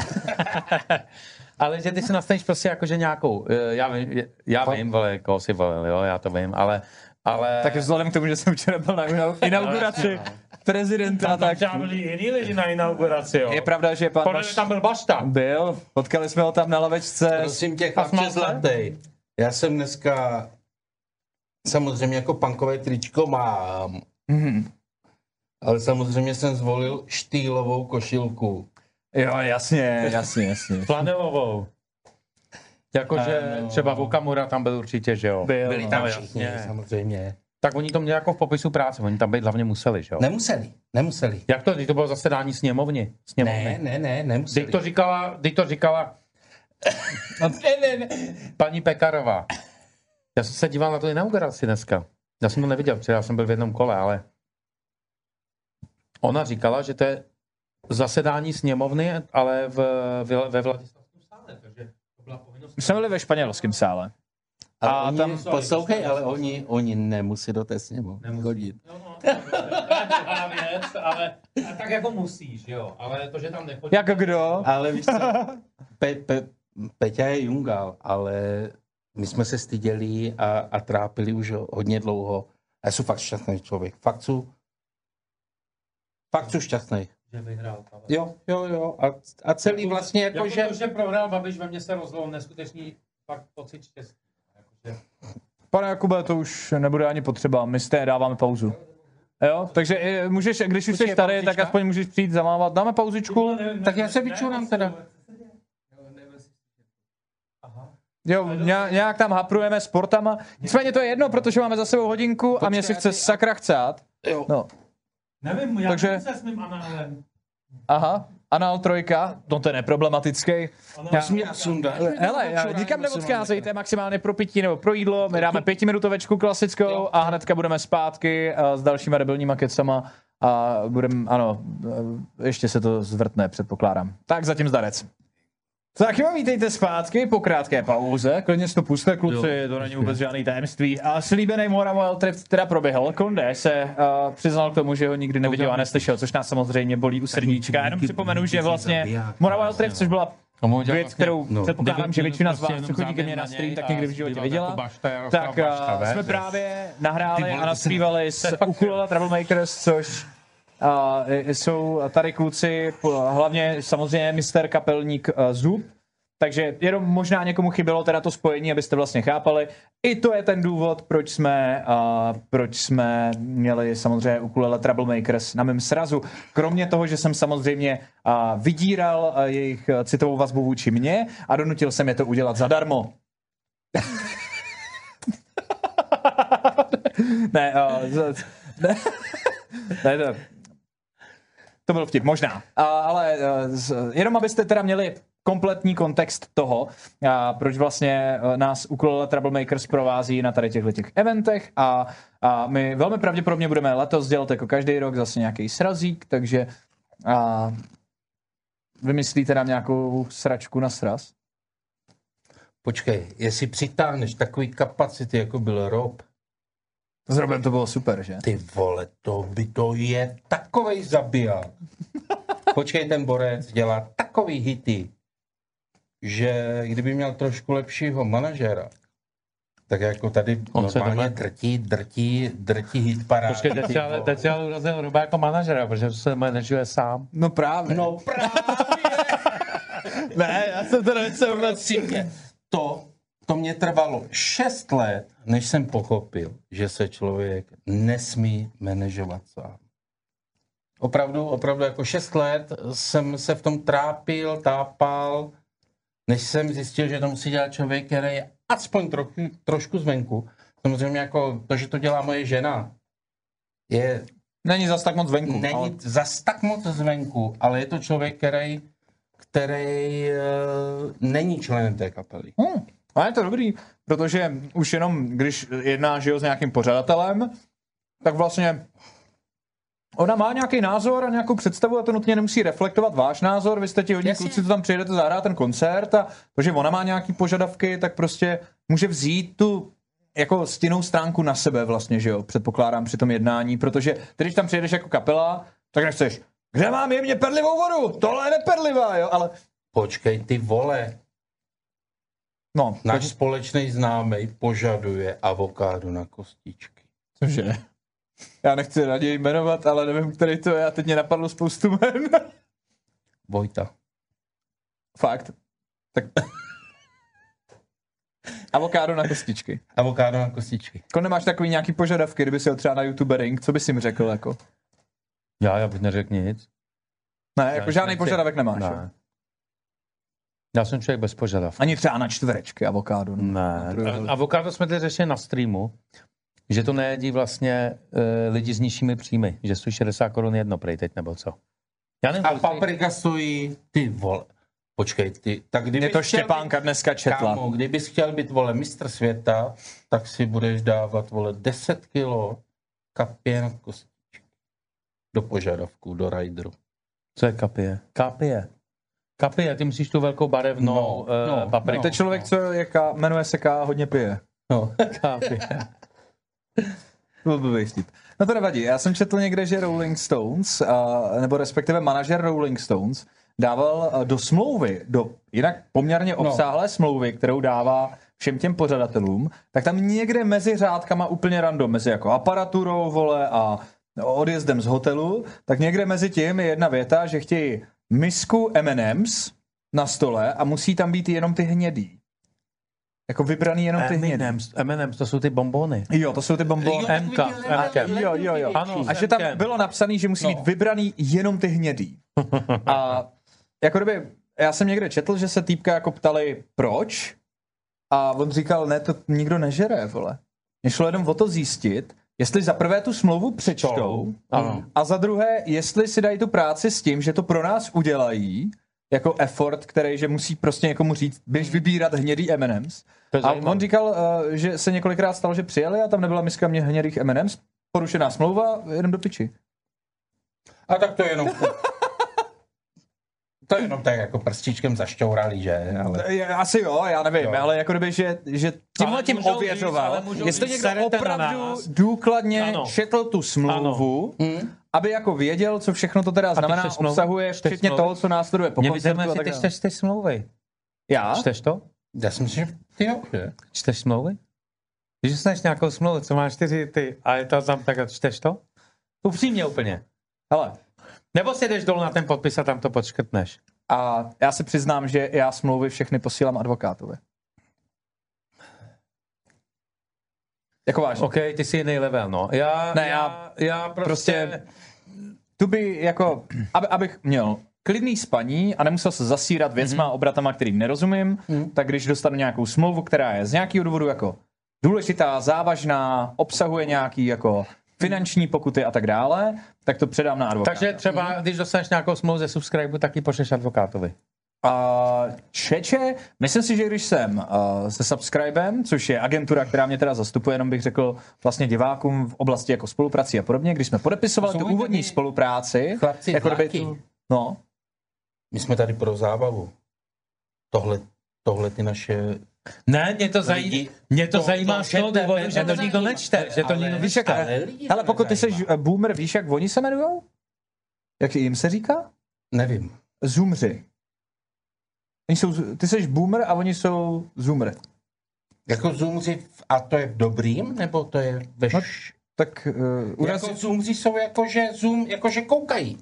Ale že ty si nastavíš prostě jakože nějakou, já vím, já vím, vole, koho si volil, jo, já to vím, ale... ale... Tak vzhledem k tomu, že jsem včera byl na inauguraci prezidenta, tak... Tam byli jiní lidi na inauguraci, jo. Je pravda, že pan Podle Baš... tam byl Bašta. Byl, potkali jsme ho tam na lavečce. Prosím tě, chlapče zlatej. Já jsem dneska samozřejmě jako punkový tričko mám, Mm. ale samozřejmě jsem zvolil štýlovou košilku. Jo, jasně, jasně, jasně. Flanelovou. Jakože Ano. třeba Okamura tam byl určitě, že jo. Byl, Byli no, tam no, všichni, jasně. samozřejmě. Tak oni to měli jako v popisu práce, oni tam být hlavně museli, že jo. Nemuseli, nemuseli. Jak to, když to bylo zasedání sněmovny? sněmovny. Ne, ne, ne, nemuseli. Když to říkala, když to říkala ne, ne, ne. paní Pekarová. Já jsem se díval na tu inauguraci dneska. Já jsem to neviděl, protože já jsem byl v jednom kole, ale ona říkala, že to je zasedání sněmovny, ale v, v, ve Vladislavském sále, takže to byla povinnost. My jsme byli ve španělském sále. A, A oni, tam- poslouchej, ale oni, oni nemusí do té sněmovny chodit. No, no, to je druhá věc, ale tak jako musíš, jo, ale to, že tam nechodí. Jak kdo? Ale víš co, Pe, Pe, Peťa je jungal, ale my jsme se styděli a, a trápili už hodně dlouho. A já jsem fakt šťastný člověk. Fakt jsem, fakt jsem šťastný. Že vyhrál. Ale... Jo, jo, jo. A, a celý vlastně jako, jako že... to, že prohrál Babiš, ve mně se rozlil neskutečný fakt pocit štěstí. Jakože... Pane Jakube, to už nebude ani potřeba, my z té dáváme pauzu. Jo, takže i můžeš, když už jsi tady, pauzička? tak aspoň můžeš přijít zamávat. Dáme pauzičku? Tak já se vyčurám teda. Jo, nějak, nějak tam haprujeme sportama. Nicméně to je jedno, protože máme za sebou hodinku a mě si chce sakra chcát. Jo. No, Nevím, já Takže- Takže... se s mým análem. aha, Anal trojka, no to je neproblematický. Já, Já sunda. hele, já, nikam neodcházejte, maximálně pro pití nebo pro jídlo, my dáme pětiminutovečku klasickou a hnedka budeme zpátky a s dalšíma rebelníma kecama a budeme, ano, ještě se to zvrtne, předpokládám. Tak zatím zdarec. Tak jo, vítejte zpátky po krátké pauze. Klidně si to puste, kluci, to není vůbec žádný tajemství. A slíbený Moravil trip teda proběhl. Konde se uh, přiznal k tomu, že ho nikdy neviděl a neslyšel, což nás samozřejmě bolí u srdíčka. Jenom připomenu, že vlastně Moravil trip, což byla věc, kterou No. předpokládám, že většina z vás, Prostě co chodí ke mně na stream, tak někdy v životě viděla. Tak uh, jsme právě nahráli a naspívali s Ukulele Troublemakers, což uh, jsou tady kluci, hlavně samozřejmě mister Kapelník uh, Zub. Takže jenom možná někomu chybělo teda to spojení, abyste vlastně chápali. I to je ten důvod, proč jsme, uh, proč jsme měli samozřejmě Ukulele Troublemakers na mém srazu. Kromě toho, že jsem samozřejmě uh, vydíral uh, jejich citovou vazbu vůči mně a donutil jsem je to udělat zadarmo. ne, uh, z, ne, ne, to, to byl vtip, možná. A, ale uh, z, jenom abyste teda měli kompletní kontext toho, a proč vlastně nás Ukulele Troublemakers provází na tady těchto těch eventech a, a my velmi pravděpodobně budeme letos dělat jako každý rok zase nějaký srazík, takže a, vymyslíte nám nějakou sračku na sraz? Počkej, jestli přitáhneš takový kapacity, jako byl Rob, S Robem to bylo super, že? ty vole, to by to je takovej zabiják. Počkej, ten borec dělá takový hity. že kdyby měl trošku lepšího manažera, tak jako tady On se normálně doma- drtí, drtí, drtí hit parády. Počkej, teď si ale, teď si ale urazil Hruba jako manažera, protože se manažuje sám. No právě. No právě. Ne, já jsem to nemyslel vůbec. Prosím tě, to, to mě trvalo šest let, než jsem pochopil, že se člověk nesmí manažovat sám. Opravdu, opravdu jako šest let jsem se v tom trápil, tápal, než jsem zjistil, že to musí dělat člověk, který je aspoň trochu, trošku zvenku. Samozřejmě jako to, že to dělá moje žena, je, Není zas tak moc venku. není Ale... zas tak moc zvenku, ale je to člověk, který, který uh, není členem té kapely. Hmm. A je to dobrý, protože už jenom, když jedná, že jo, s nějakým pořadatelem, tak vlastně ona má nějaký názor a nějakou představu a to nutně nemusí reflektovat váš názor. Vy jste ti hodní Jasně. kluci, co tam přijedete zahrát ten koncert a protože ona má nějaký požadavky, tak prostě může vzít tu jako stinnou stránku na sebe vlastně, že jo, předpokládám při tom jednání, protože ty, když tam přijedeš jako kapela, tak nechceš, kde mám jemně perlivou vodu, tohle je neperlivá, jo, ale Počkej, ty vole, no, náš společný známej požaduje avokádo na kostičky. cože? Já nechci raději jmenovat, ale nevím, který to je a teď mě napadlo spoustu jmen. Vojta. Fakt. Tak avokádo na kostičky. Avokádo na kostičky. Jako nemáš takový nějaký požadavky, kdyby si jel třeba na youtubering, co bys jim řekl jako? Já, já bych neřekl nic. Ne, jako Já žádný nechci- požadavek nemáš. jo? Ne. Já jsem člověk bez požadavku. Ani třeba na čtverečky avokádo. Ne. Druhý. A- Avokádo jsme teď řešili na streamu, že to nejedí vlastně e, lidi s nižšími příjmy, že stojí šedesát korun jedno prej teď, nebo co. Já nevím, A kolik stojí- paprika stojí, ty vole. Počkej, ty, tak kdyby Mě to Štěpánka dneska četla. Kámo, kdybys chtěl být, vole, mistr světa, tak si budeš dávat, vole, deset kilo kapě na kostičky. Do požadavku, do rajderu. Co je kapie? Kapie. Kapie, ty musíš tu velkou barevnou No, no, no, no, papriku. To je člověk, co je ká, jmenuje se Ká, hodně pije. No. Kapie. To byl blbý vtip. No to nevadí. Já jsem četl někde, že Rolling Stones, a, nebo respektive manažer Rolling Stones, dával a, do smlouvy, do jinak poměrně obsáhlé no. smlouvy, kterou dává všem těm pořadatelům, tak tam někde mezi řádkama úplně random, mezi jako aparaturou, vole, a odjezdem z hotelu, tak někde mezi tím je jedna věta, že chtějí misku M and M's na stole a musí tam být jenom ty hnědý. Jako vybraný jenom ty hnědý. M and M's, M and M's, to jsou ty bombony. Jo, to jsou ty bombony. Jo, M K, M K. Jo, jo, jo. Ano, A že tam M K. bylo napsané, že musí No. být vybraný jenom ty hnědý. A jako kdyby, já jsem někde četl, že se týpka jako ptali, proč? A on říkal, ne, to nikdo nežere, vole. Mně šlo jenom o to zjistit, jestli za prvé tu smlouvu přečtou Ano. a za druhé, jestli si dají tu práci s tím, že to pro nás udělají, jako effort, který, že musí prostě někomu říct, běž vybírat hnědý M and M's. To je A zajímavé. on říkal, uh, že se několikrát stalo, že přijeli a tam nebyla miska mě hnědých M and M's, porušená smlouva, jedem do piči. A tak to je jenom... To je jenom tak jako prstičkem zašťourali, že? Ale... Je, asi jo, já nevím, Jo. ale jako kdyby, že, že tímhle Ale tím můžou říct, ověřoval, ale můžou jestli říct, někdo serete na opravdu nás. důkladně Ano. četl tu smlouvu, Hmm? aby jako věděl, co všechno to teda ty znamená, čteš smlouvu? obsahuje, Čteš včetně smlouvu? toho, co následuje po Mě by koncertu zajímalo, a jestli tak ty dále. čteš ty smlouvy. Já? Čteš to? Já si myslím, že ty jo, že? Čteš smlouvy? Když dostaneš nějakou smlouvu, co máš čtyři ty a je to tam tak, a čteš to? Upřímně úplně. Hele, Nebo si jdeš dolů na ten podpis a tam to podškrtneš. a já se přiznám, že já smlouvy všechny posílám advokátovi. Jako vážně. OK, ty jsi jiný level, no. Já, Ne, já, já prostě... prostě- Tu by jako, aby, abych měl klidný spaní a nemusel se zasírat věcma a obratama, kterým nerozumím, Mhm. tak když dostanu nějakou smlouvu, která je z nějakého důvodu jako důležitá, závažná, obsahuje nějaký jako finanční pokuty a tak dále, tak to předám na advokáta. Takže třeba, když dostaneš nějakou smlouvu ze subscribe, tak ji pošleš advokátovi. A čeče, myslím si, že když jsem uh, se Subscribem, což je agentura, která mě teda zastupuje, jenom bych řekl vlastně divákům v oblasti jako spoluprací a podobně, když jsme podepisovali tu Jsou úvodní tady spolupráci, Chlapci, jako kdyby dlaky. tu, no, My jsme tady pro zábavu. Tohle, tohle ty naše... Ne, mě to, zají... Lidi- mě to, to- zajímá to z toho čete, důvodu, to že to zajímá. nikdo nečte. Že to Ale- nikdo víš jak, nečte. ale lidi hele, to pokud ty jsi nezajímá. uh, boomer, víš, jak oni se jmenujou? Jak jim se říká? Nevím. Zoomři. Oni jsou, ty jsi boomer a oni jsou zoomer. Jako zoomři, a to je v dobrým, nebo to je ve No, š... tak uh, uraz... Jako zoomři jsou jakože zoom, jakože koukají.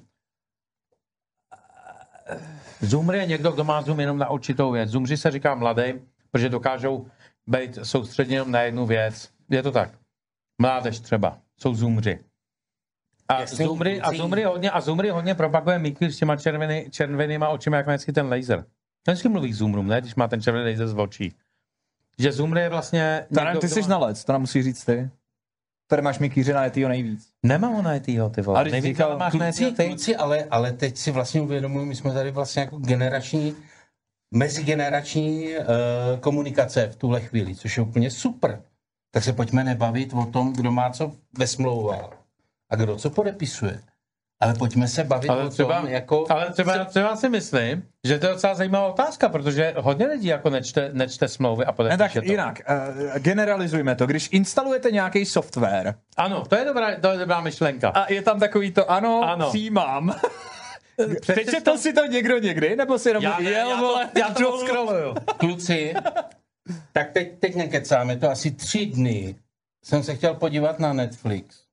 Zoomer je někdo, kdo má zoom jenom na určitou věc. Zoomři se říká mladým, protože dokážou být soustředěni jenom na jednu věc. Je to tak. Mládež třeba. Jsou zoomři. A Jasný, zoomry, a kluci. zoomry hodně, a zoomry hodně propaguje Mickey s těma červený, červenýma očima, jak má vždycky ten laser. Vždycky mluví k zoomrům, ne? Když má ten červený laser z očí. Že zoomry je vlastně... To nevím, ty jsi má... znalec, to nám musí říct ty. Tady máš Mikýře na etýho nejvíc. Nemám ho na etýho, ty vole. A když Nejvíc, říkal ale máš na Kluci, etýho, ty. kluci, ale, ale teď si vlastně uvědomuji, my jsme tady vlastně jako generační, mezigenerační uh, komunikace v tuhle chvíli, což je úplně super. Tak se pojďme nebavit o tom, kdo má co ve smlouvách a kdo co podepisuje. Ale pojďme se bavit Ale o třeba, tom, jako... ale třeba, třeba si myslím, že to je docela zajímavá otázka, protože hodně lidí jako nečte, nečte smlouvy a Ne, podepíše tak to. jinak, uh, generalizujme to. Když instalujete nějaký software Ano, to je dobrá, to je dobrá myšlenka. a je tam takový to, ano, Ano. přijímám. Přečetl Přečetl si to někdo někdy? Nebo si jenom Já ne, jel, já to- vole, já to odscrolluju. Kluci, tak teď, teď nekecáme, to asi tři dny jsem se chtěl podívat na Netflix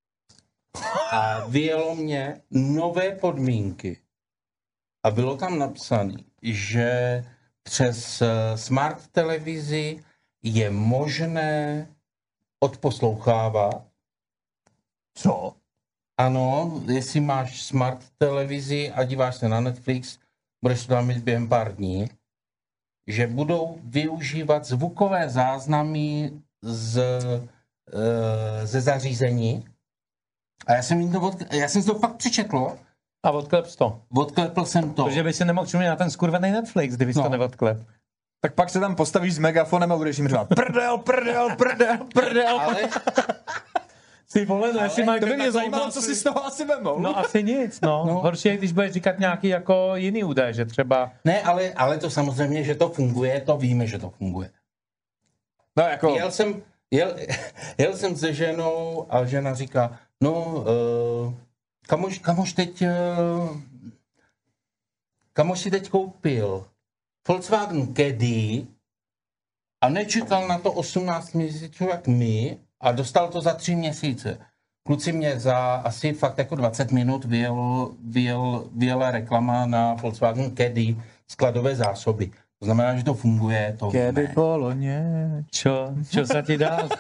a vyjelo mě nové podmínky a bylo tam napsané, že přes eh, smart televizi je možné odposlouchávat. Co? Ano, jestli máš smart televizi a díváš se na Netflix, budeš to tam mít během pár dní, že budou využívat zvukové záznamy z, e, ze zařízení. A já jsem, jim to od, já jsem si to fakt přečetl, A odklep to. odklepl jsem to. Protože by si nemohl čumět na ten skurvený Netflix, kdyby jsi No. to neodklep. Tak pak se tam postavíš s megafonem a budeš jim řvát prdel, prdel, prdel, prdel. Ale Ty vole, no, jestli mají To by takovou mě zajímalo, moc- co si z toho asi vemou. No asi nic, no. No. no. Horší je, když budeš říkat nějaký jako jiný údaj, že třeba... ne, ale, ale to samozřejmě, že to funguje, to víme, že to funguje. No jako, Jel jsem, jel, jel jsem se ženou a žena říká, no, uh, kamož, kamož teď, uh, kamož si teď koupil Volkswagen Caddy a nečekal na to osmnáct měsíců jak my a dostal to za tři měsíce. Kluci mě za asi fakt jako dvacet minut vyjel, vyjel, vyjela reklama na Volkswagen Caddy skladové zásoby. To znamená, že to funguje, to Kedy víme. poloně. Čo? Čo se ti dá?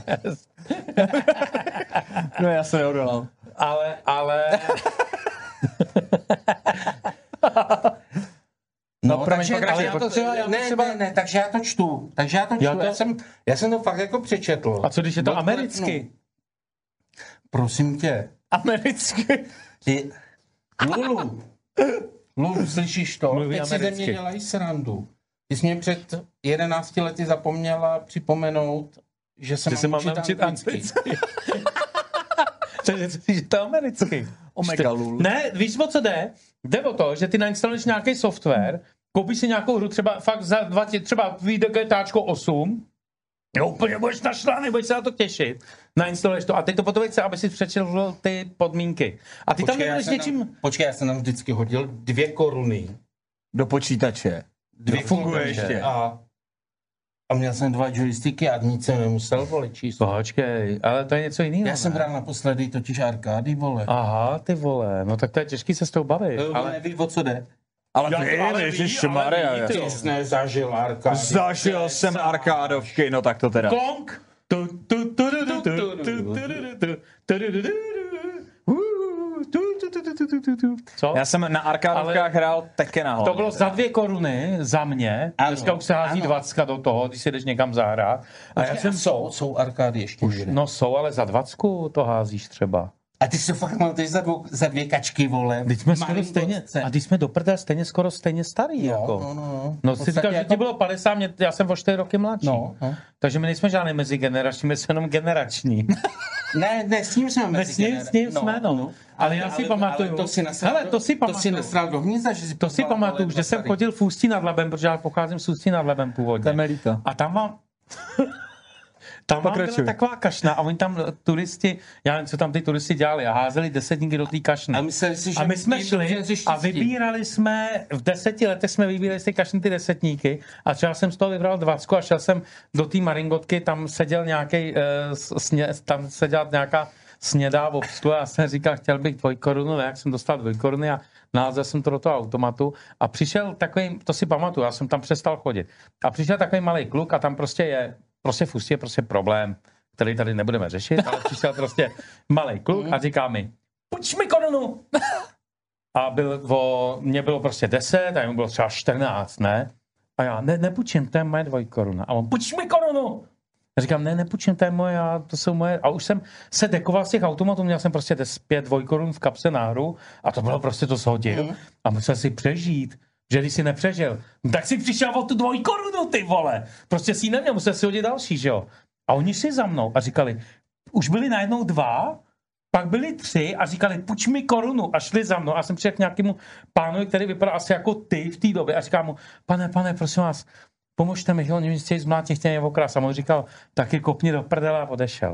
No já se neodolal. ale, ale... No, No, promiň, takže, pokračuj, takže já to pokračuj. třeba, já ne, třeba- ne, ne, takže já to čtu. Takže já to čtu. Já Já, to- já, jsem, já jsem to fakt jako přečetl. A co když je to Odklepnu. americky? Prosím tě. Americky. Ty, Lulu, Lulu, slyšíš to? Mluví Teď si ze americky. mě dělají srandu. Ty jsi mě před jedenácti lety zapomněla připomenout, že se Že se mám mám učit naučit anglicky. anglicky. Takže že to je americky. Omega lul. Ne, víš, o co jde? Jde o to, že ty nainstaluješ nějaký software, koupíš si nějakou hru, třeba fakt za dva, tě- třeba vyjde GTAčko osm, jo, úplně budeš našlaný, budeš se na to těšit. Nainstaluješ to a teď to potom chce, aby si přečetl ty podmínky. A ty tam Počkej, já nebudeš jsem něčím... tam, počkej, já jsem tam vždycky hodil dvě koruny. Do počítače. Dvě funguje koruny ještě. A, a měl jsem dva joysticky a nic jsem nemusel, vole, číst. Počkej, ale to je něco jiného. Já jsem hrál naposledy totiž arkády, vole. Aha, ty vole, no tak to je těžký se s tou bavit. Ale Ale neví, o co jde. Ale Já to vím, ale ví, ježišmarja. ale ví, ty Ty jo. jsi nezažil arkády. Zažil jsem arkádovky, no tak to teda. Klonk! Tu, tu, tu, tu, tu, tu, tu, tu, tu, tu, tu, tu, tu, tu, tu. Uh, tu, tu, tu, tu, tu, tu, tu, tu. Co? Já jsem na arkádovkách hrál Tekena. To bylo za dvě koruny za mě. Ano, Dneska už se hází ano. dvacka do toho, když si jdeš někam zahrát. A já jsem... jsou, jsou arkády ještě někde. No jsou, ale za dvacku to házíš třeba. A ty si fakt pamatuješ za, dvou, za dvě kačky, vole. Teď jsme skoro Malým stejně, vodce. a teď jsme do prdele stejně skoro stejně starý, No, jako. no, no. No, V si podstatě říkal, že jako- ti bylo padesát, mě, já jsem o čtyři roky mladší. No, no. Takže my nejsme žádný mezigenerační, my jsme jenom generační. Ne, ne, s ním jsme Ne, mezi s ním, gener- s ním jsme, no. Ale já si pamatuju. Ale to si nasral, Hele, to si to si pamatuju. nasral do hnízda, že si To si pozval, pamatuju, vole, že jsem dva chodil v Ústí nad Labem, protože já pocházím z Ústí nad Labem To původně. je mi líto. A tam mám... Tam byla Pokračuj. taková kašna a oni tam turisti, já nevím, co tam ty turisti dělali a házeli desetníky do té kašny. A mysleli si, že A my jsme tím šli dobře a vybírali jsme, v deseti letech jsme vybírali z té kašny ty desetníky a třeba jsem z toho vybral dvacku a šel jsem do té maringotky, tam seděl nějaký, uh, tam seděla nějaká snědá v obsluhu a já jsem říkal, chtěl bych dvojkorunu, jak jsem dostal dvojkoruny a naházal jsem to do toho automatu a přišel takový, to si pamatuju, já jsem tam přestal chodit a přišel takový malý kluk a tam prostě je, prostě v Ústí je prostě problém, který tady nebudeme řešit, ale přišel prostě malý kluk a říká mi, půjč mi korunu. A byl, o, mě bylo prostě deset a jemu bylo třeba čtrnáct, ne? A já, ne, nepůjčím, to je moje dvojkoruna. A on, půjč mi korunu. Já říkám, ne, nepůjčím, to je moje, a to jsou moje. A už jsem se dekoval z těch automatů, měl jsem prostě pět dvojkorun v kapse na hru a to bylo prostě to shodil. Mm. A musel si přežít, že když si nepřežil, tak si přišel o tu dvojkorunu, ty vole. Prostě si ji neměl, musel si hodit další, že jo. A oni šli za mnou a říkali, už byli najednou dva, pak byli tři a říkali, půjč mi korunu a šli za mnou. A jsem přišel k nějakému pánovi, který vypadal asi jako ty v té době a říkám mu, pane, pane, prosím vás, pomožte mi, oni mi chtějí zmlátit, chtějí mě okrást. A on říkal, taky kopni do prdele a odešel.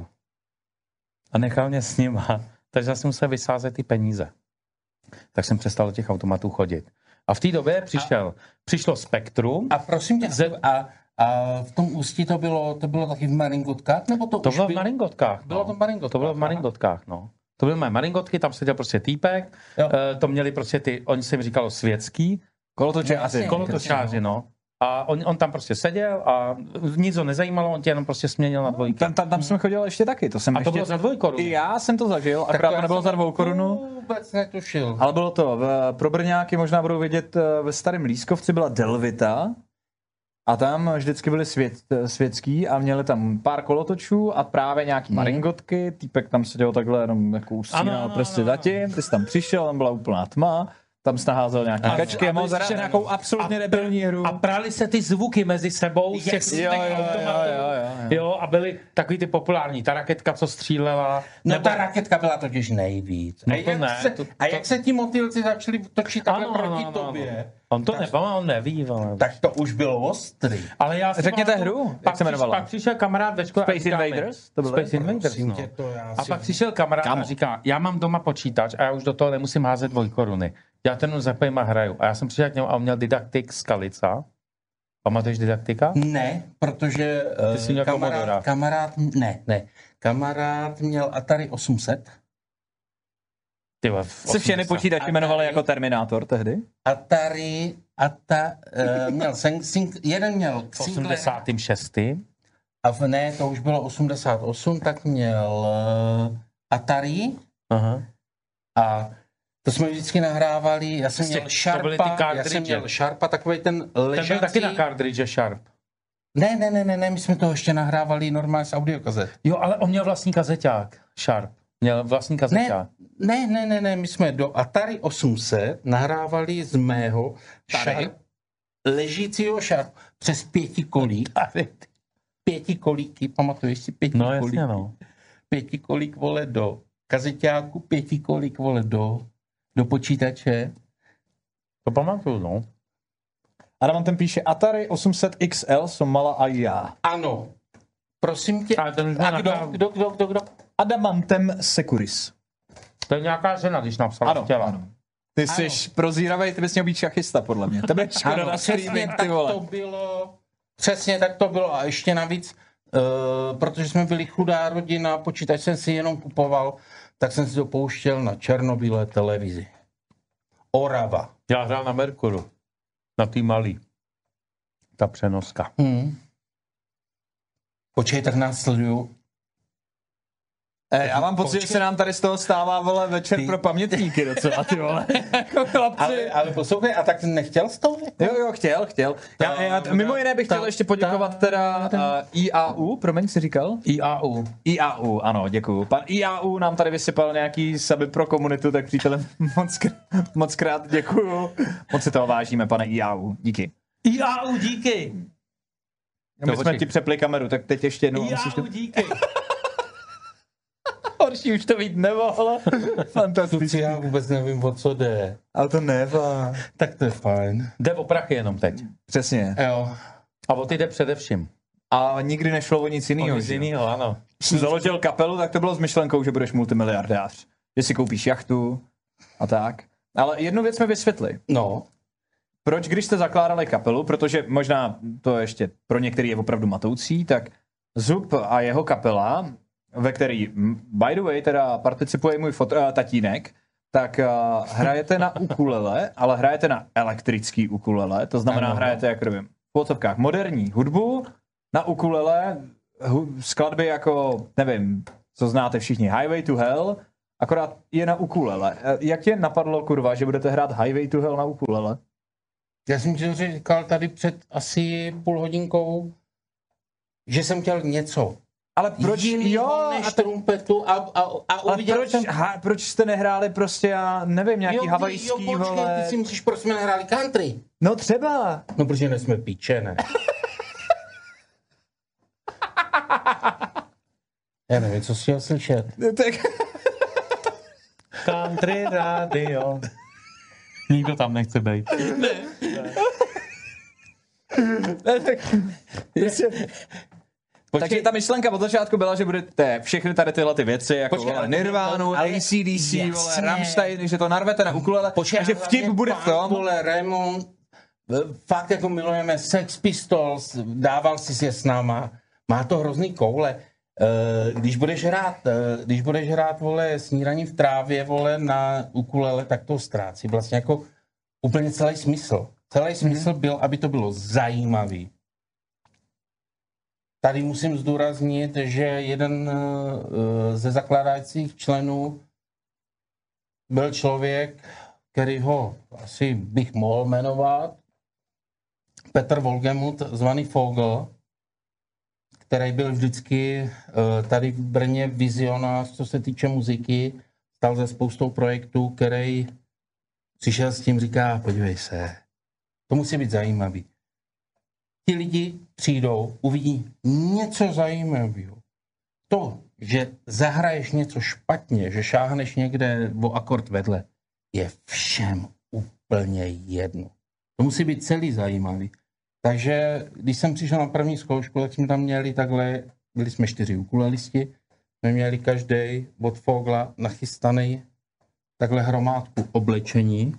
A nechal mě s nima, takže jsem musel vysázet ty peníze. Tak jsem přestal do těch automatů chodit. A v té době přišel, a, přišlo Spektrum. A prosím tě, ze, a, a v tom Ústí to bylo, to bylo taky v Maringotkách? Nebo to to už bylo v byl... Maringotkách. Bylo no. to v Maringotkách. To bylo v Maringotkách, no. To byly moje Maringotky, tam seděl prostě týpek, e, to měli prostě ty, oni se jim říkalo světský. Kolotočáři. Kolotočáři, no. A on, on tam prostě seděl a nic ho nezajímalo, on tě jenom prostě směnil na dvojku. Tam, tam, tam jsem chodil ještě taky. To jsem a to ještě... bylo za dvojkorunu. I já jsem to zažil, Tak akorát to to nebylo za dvou korunu. Vůbec netušil. Ale bylo to, v, pro Brňáky možná budou vědět, ve Starém Lískovci byla Delvita a tam vždycky byli svět, světský a měli tam pár kolotočů a právě nějaký maringotky, týpek tam seděl takhle jenom jako ustínal prsty zatím, ty jsi tam přišel, tam byla úplná tma, tam jsi naházel nějaké A- kačky a mohl zahrát nějakou absolutně debilní hru. A prali se ty zvuky mezi sebou z těch Yes. různých Jo, jo, jo, automatů. jo, jo, jo. Jo, a byly takový ty populární, ta raketka, co střílela. No nebo- ta raketka byla totiž nejvíc. No a, to jak ne, se, to- a to- jak se ti motýlci začali točit takhle Ano, proti ano, ano, tobě, On to nepamá, on neví, ale... tak to už bylo ostrý. Ale já si Řekněte pamatuju, hru, jak pak se přiš- jmenovala? Pak přišel kamarád ve škole. a Space říká mi- Invaders? To bylo? Space Invaders, Prosím no. tě, to já A si- pak přišel kamarád Kamo. a říká, já mám doma počítač a já už do toho nemusím házet dvojkoruny. Já ten zapojím a hraju. A já jsem přišel k němu a on měl Didaktik z Kalica. Pamatuješ Didaktika? Ne, protože Ty jsi uh, měl kamarád, Commodora. kamarád, ne, ne, kamarád měl Atari osm set. Ty vole, v Se všechny osmdesátých. počítače jmenovali jako Terminátor tehdy? Atari, Ata, uh, měl sing, sing, jeden měl V Sinclair, osmdesátém šestém a v, ne, to už bylo osmdesát osm, tak měl uh, Atari Aha. a to jsme vždycky nahrávali, já jsem Prostě, měl to byly ty Sharpa, já jsem cartridge. měl Sharpa, takový ten Ten byl ležací. taky na cartridge Sharp. Ne, ne, ne, ne, ne, my jsme to ještě nahrávali normálně z audiokazet. Jo, ale on měl vlastní kazeťák. Sharp. Měl vlastní kazeťák. Ne, ne, ne, ne, my jsme do Atari osm set nahrávali z mého Sharp, ležícího Sharp přes pětikolík. Pětikolíky, pamatuješ si No pětikolíky? jasně, no. Pětikolík, vole, do kazeťáku, pětikolík, vole, do, do počítače. To pamatuju, no. Adam ten píše Atari osm set X L Somala a já. Ano. Prosím tě. Ale ten už A má kdo, nachá- kdo, kdo, kdo, kdo? Adamantem Securis. To je nějaká žena, když napsala Ano, chtěla. ano. Ty jsi prozíravej, ty bys měl být šachista, podle mě. Tebe je škoda Ano, na přesně streaming, ty tak vole. to bylo. Přesně tak to bylo a ještě navíc, uh, protože jsme byli chudá rodina, počítač jsem si jenom kupoval, tak jsem si to pouštěl na černobílé televizi. Orava. Já hrál na Merkuru. Na tý malý. Ta přenoska. Hmm. Počkej, tak nás sleduju. E, já mám pocit, že se nám tady z toho stává, vole, večer Ty- pro pamětníky docela, ty vole. Jako chlapci. Ale, ale poslouchej, a tak nechtěl z toho? Jo, jo, chtěl, chtěl. Já, já, mimo jiné bych chtěl ještě poděkovat teda uh, I A U, promiň, jsi říkal? I A U. I A U, ano, děkuju. Pan I A U nám tady vysypal nějaký suby pro komunitu, tak přítelem moc, krát, moc krát děkuju. Moc si toho vážíme, pane I A U, díky. I A U, díky. My jsme ti přepli kameru, tak teď ještě jednou. I A musíš to... U, díky. Horší už to být nemohlo. Fantasticky. Já vůbec nevím, o co jde. Ale to nevá. Tak to je fajn. Jde o prachy jenom teď. Přesně. Jo. A o ty jde především. a nikdy nešlo o nic jiného. Nic jiného, ano. Jsi založil kapelu, tak to bylo s myšlenkou, že budeš multimiliardář. Že si koupíš jachtu a tak. Ale jednu věc jsme vysvětli. No. Proč, když jste zakládali kapelu, protože možná to ještě pro některý je opravdu matoucí, tak Zub a jeho kapela, ve který, by the way, teda participuje můj fot- uh, tatínek, tak uh, hrajete na ukulele, ale hrajete na elektrický ukulele, to znamená, ano. hrajete, jak nevím, v podstovkách moderní hudbu, na ukulele, hu- skladby jako, nevím, co znáte všichni, Highway to Hell, akorát je na ukulele. Jak tě napadlo, kurva, že budete hrát Highway to Hell na ukulele? Já jsem ti říkal tady před asi půl hodinkou, že jsem chtěl něco. Ale proč, jo, než a to, trumpetu a, a, a ale proč, jsem... ha, proč jste nehráli prostě, já nevím, nějaký jo, havajský, jo, počkej, vole. ty si myslíš, proč jsme nehráli country? No třeba. No, protože nejsme píče, ne? Já nevím, co jsi chtěl slyšet. Tak... Country radio. Nikdo tam nechce být. Ne. ne tak, ještě... Takže ta myšlenka od začátku byla, že budete všechny tady tyhle ty věci, jako Počkej, vole, Nirvánu, ale- A C D C, jasně. vole, Rammstein, že to narvete na ukulele, Počkej, a že vtip hlavně bude v punk, tom. Vole, Raymond, fakt jako milujeme Sex Pistols, dával si je s náma, má to hrozný koule. Eh, Když budeš hrát, eh, když budeš hrát, vole, Snídaní v trávě, vole, na ukulele, tak to ztrácí vlastně jako úplně celý smysl. Celý smysl byl, aby to bylo zajímavý. Tady musím zdůraznit, že jeden eh, ze zakládajících členů byl člověk, který ho asi bych mohl jmenovat, Petr Wolgemut, zvaný Fogel, který byl vždycky uh, tady v Brně vizionář, co se týče muziky, stal ze spoustou projektů, který přišel s tím, říká, podívej se, to musí být zajímavý. Ti lidi přijdou, uvidí něco zajímavého. To, že zahraješ něco špatně, že šáhneš někde o akord vedle, je všem úplně jedno. To musí být celý zajímavý. Takže když jsem přišel na první zkoušku, tak jsme tam měli takhle, byli jsme čtyři ukulelisti, jsme měli každý od Fogla nachystaný takhle hromádku oblečení.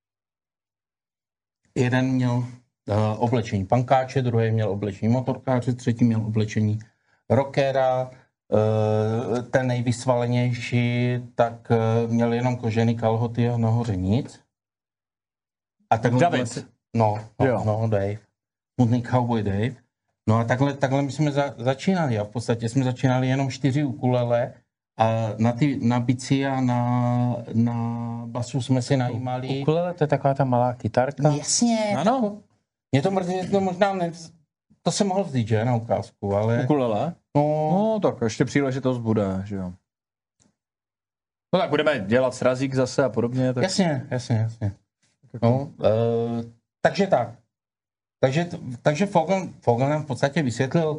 Jeden měl uh, oblečení pankáče, druhý měl oblečení motorkáře, třetí měl oblečení rockera, uh, ten nejvysvalenější, tak uh, měl jenom kožený kalhoty a nahoře nic. A tak David. No, no, Jo. no, Dave. Smutný cowboy Dave. No a takhle, takhle my jsme za, začínali a v podstatě jsme začínali jenom čtyři ukulele a na, ty, na bici a na, na basu jsme si najímali. Ukulele, to je taková ta malá kytarka. Jasně. Ano. Mě to mrzí, že to možná ne, to se mohl vzít, že, na ukázku, ale... Ukulele? No, No tak ještě příležitost bude, že jo. No tak budeme dělat srazík zase a podobně. Tak... jasně, jasně, jasně. No, uh, takže tak. Takže, takže Fogel, Fogel nám v podstatě vysvětlil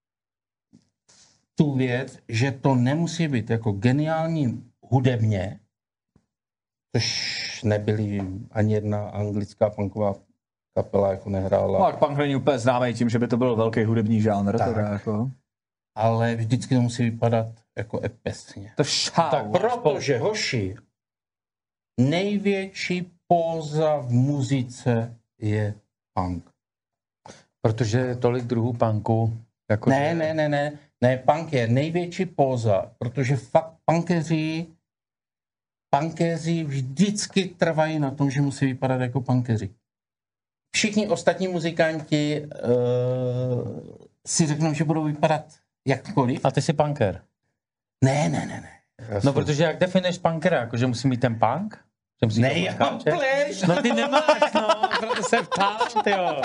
tu věc, že to nemusí být jako geniální hudebně, což nebyly ani jedna anglická punková kapela jako nehrála. No, tak punk není úplně známý tím, že by to byl velký hudební žánr. Tak. Teda, jako. Ale vždycky to musí vypadat jako epesně. To šál. Tak protože, hoši, největší póza v muzice je punk. Protože je tolik druhů punku. Jako Ne, že... ne, ne, ne, ne, punk je největší póza, protože fakt punkeři, punkeři vždycky trvají na tom, že musí vypadat jako punkeři. Všichni ostatní muzikanti uh, si řeknou, že budou vypadat jakkoliv. A ty jsi punker. Ne, ne, ne, ne. No protože jak definuješ punkera? Jako, že musí mít ten punk? Že musí Ne, mít já mám skáče? pleš. No ty nemáš, no, proto se ptám, tyjo.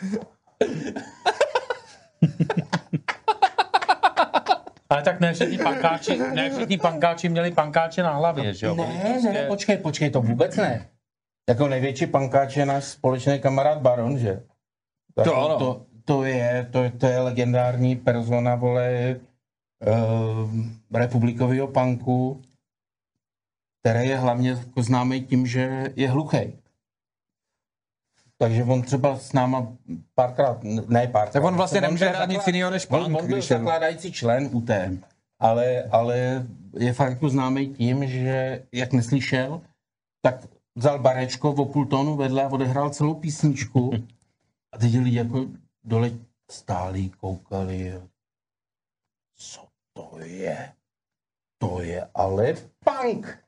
Ale tak ne všichni pankáči, ne všichni pankáči měli pankáče na hlavě, že jo? Ne, ne, ne, počkej, počkej, to vůbec ne. Jako největší pankáč je náš společný kamarád Baron, že? Tak To ano. To, to, je, to, to je legendární persona, vole, uh, republikového punku, který je hlavně jako známý tím, že je hluchej. Takže on třeba s náma párkrát, ne párkrát. Tak on vlastně nemůže byl hrát nic zaklad- jiného než on, punk, on byl když je- zakládající člen U T M, ale, ale je fakt jako známý tím, že jak neslyšel, tak vzal barečko o půl tónu vedle a odehrál celou písničku. A teď lidi jako dole stáli, koukali. Co to je? To je ale punk!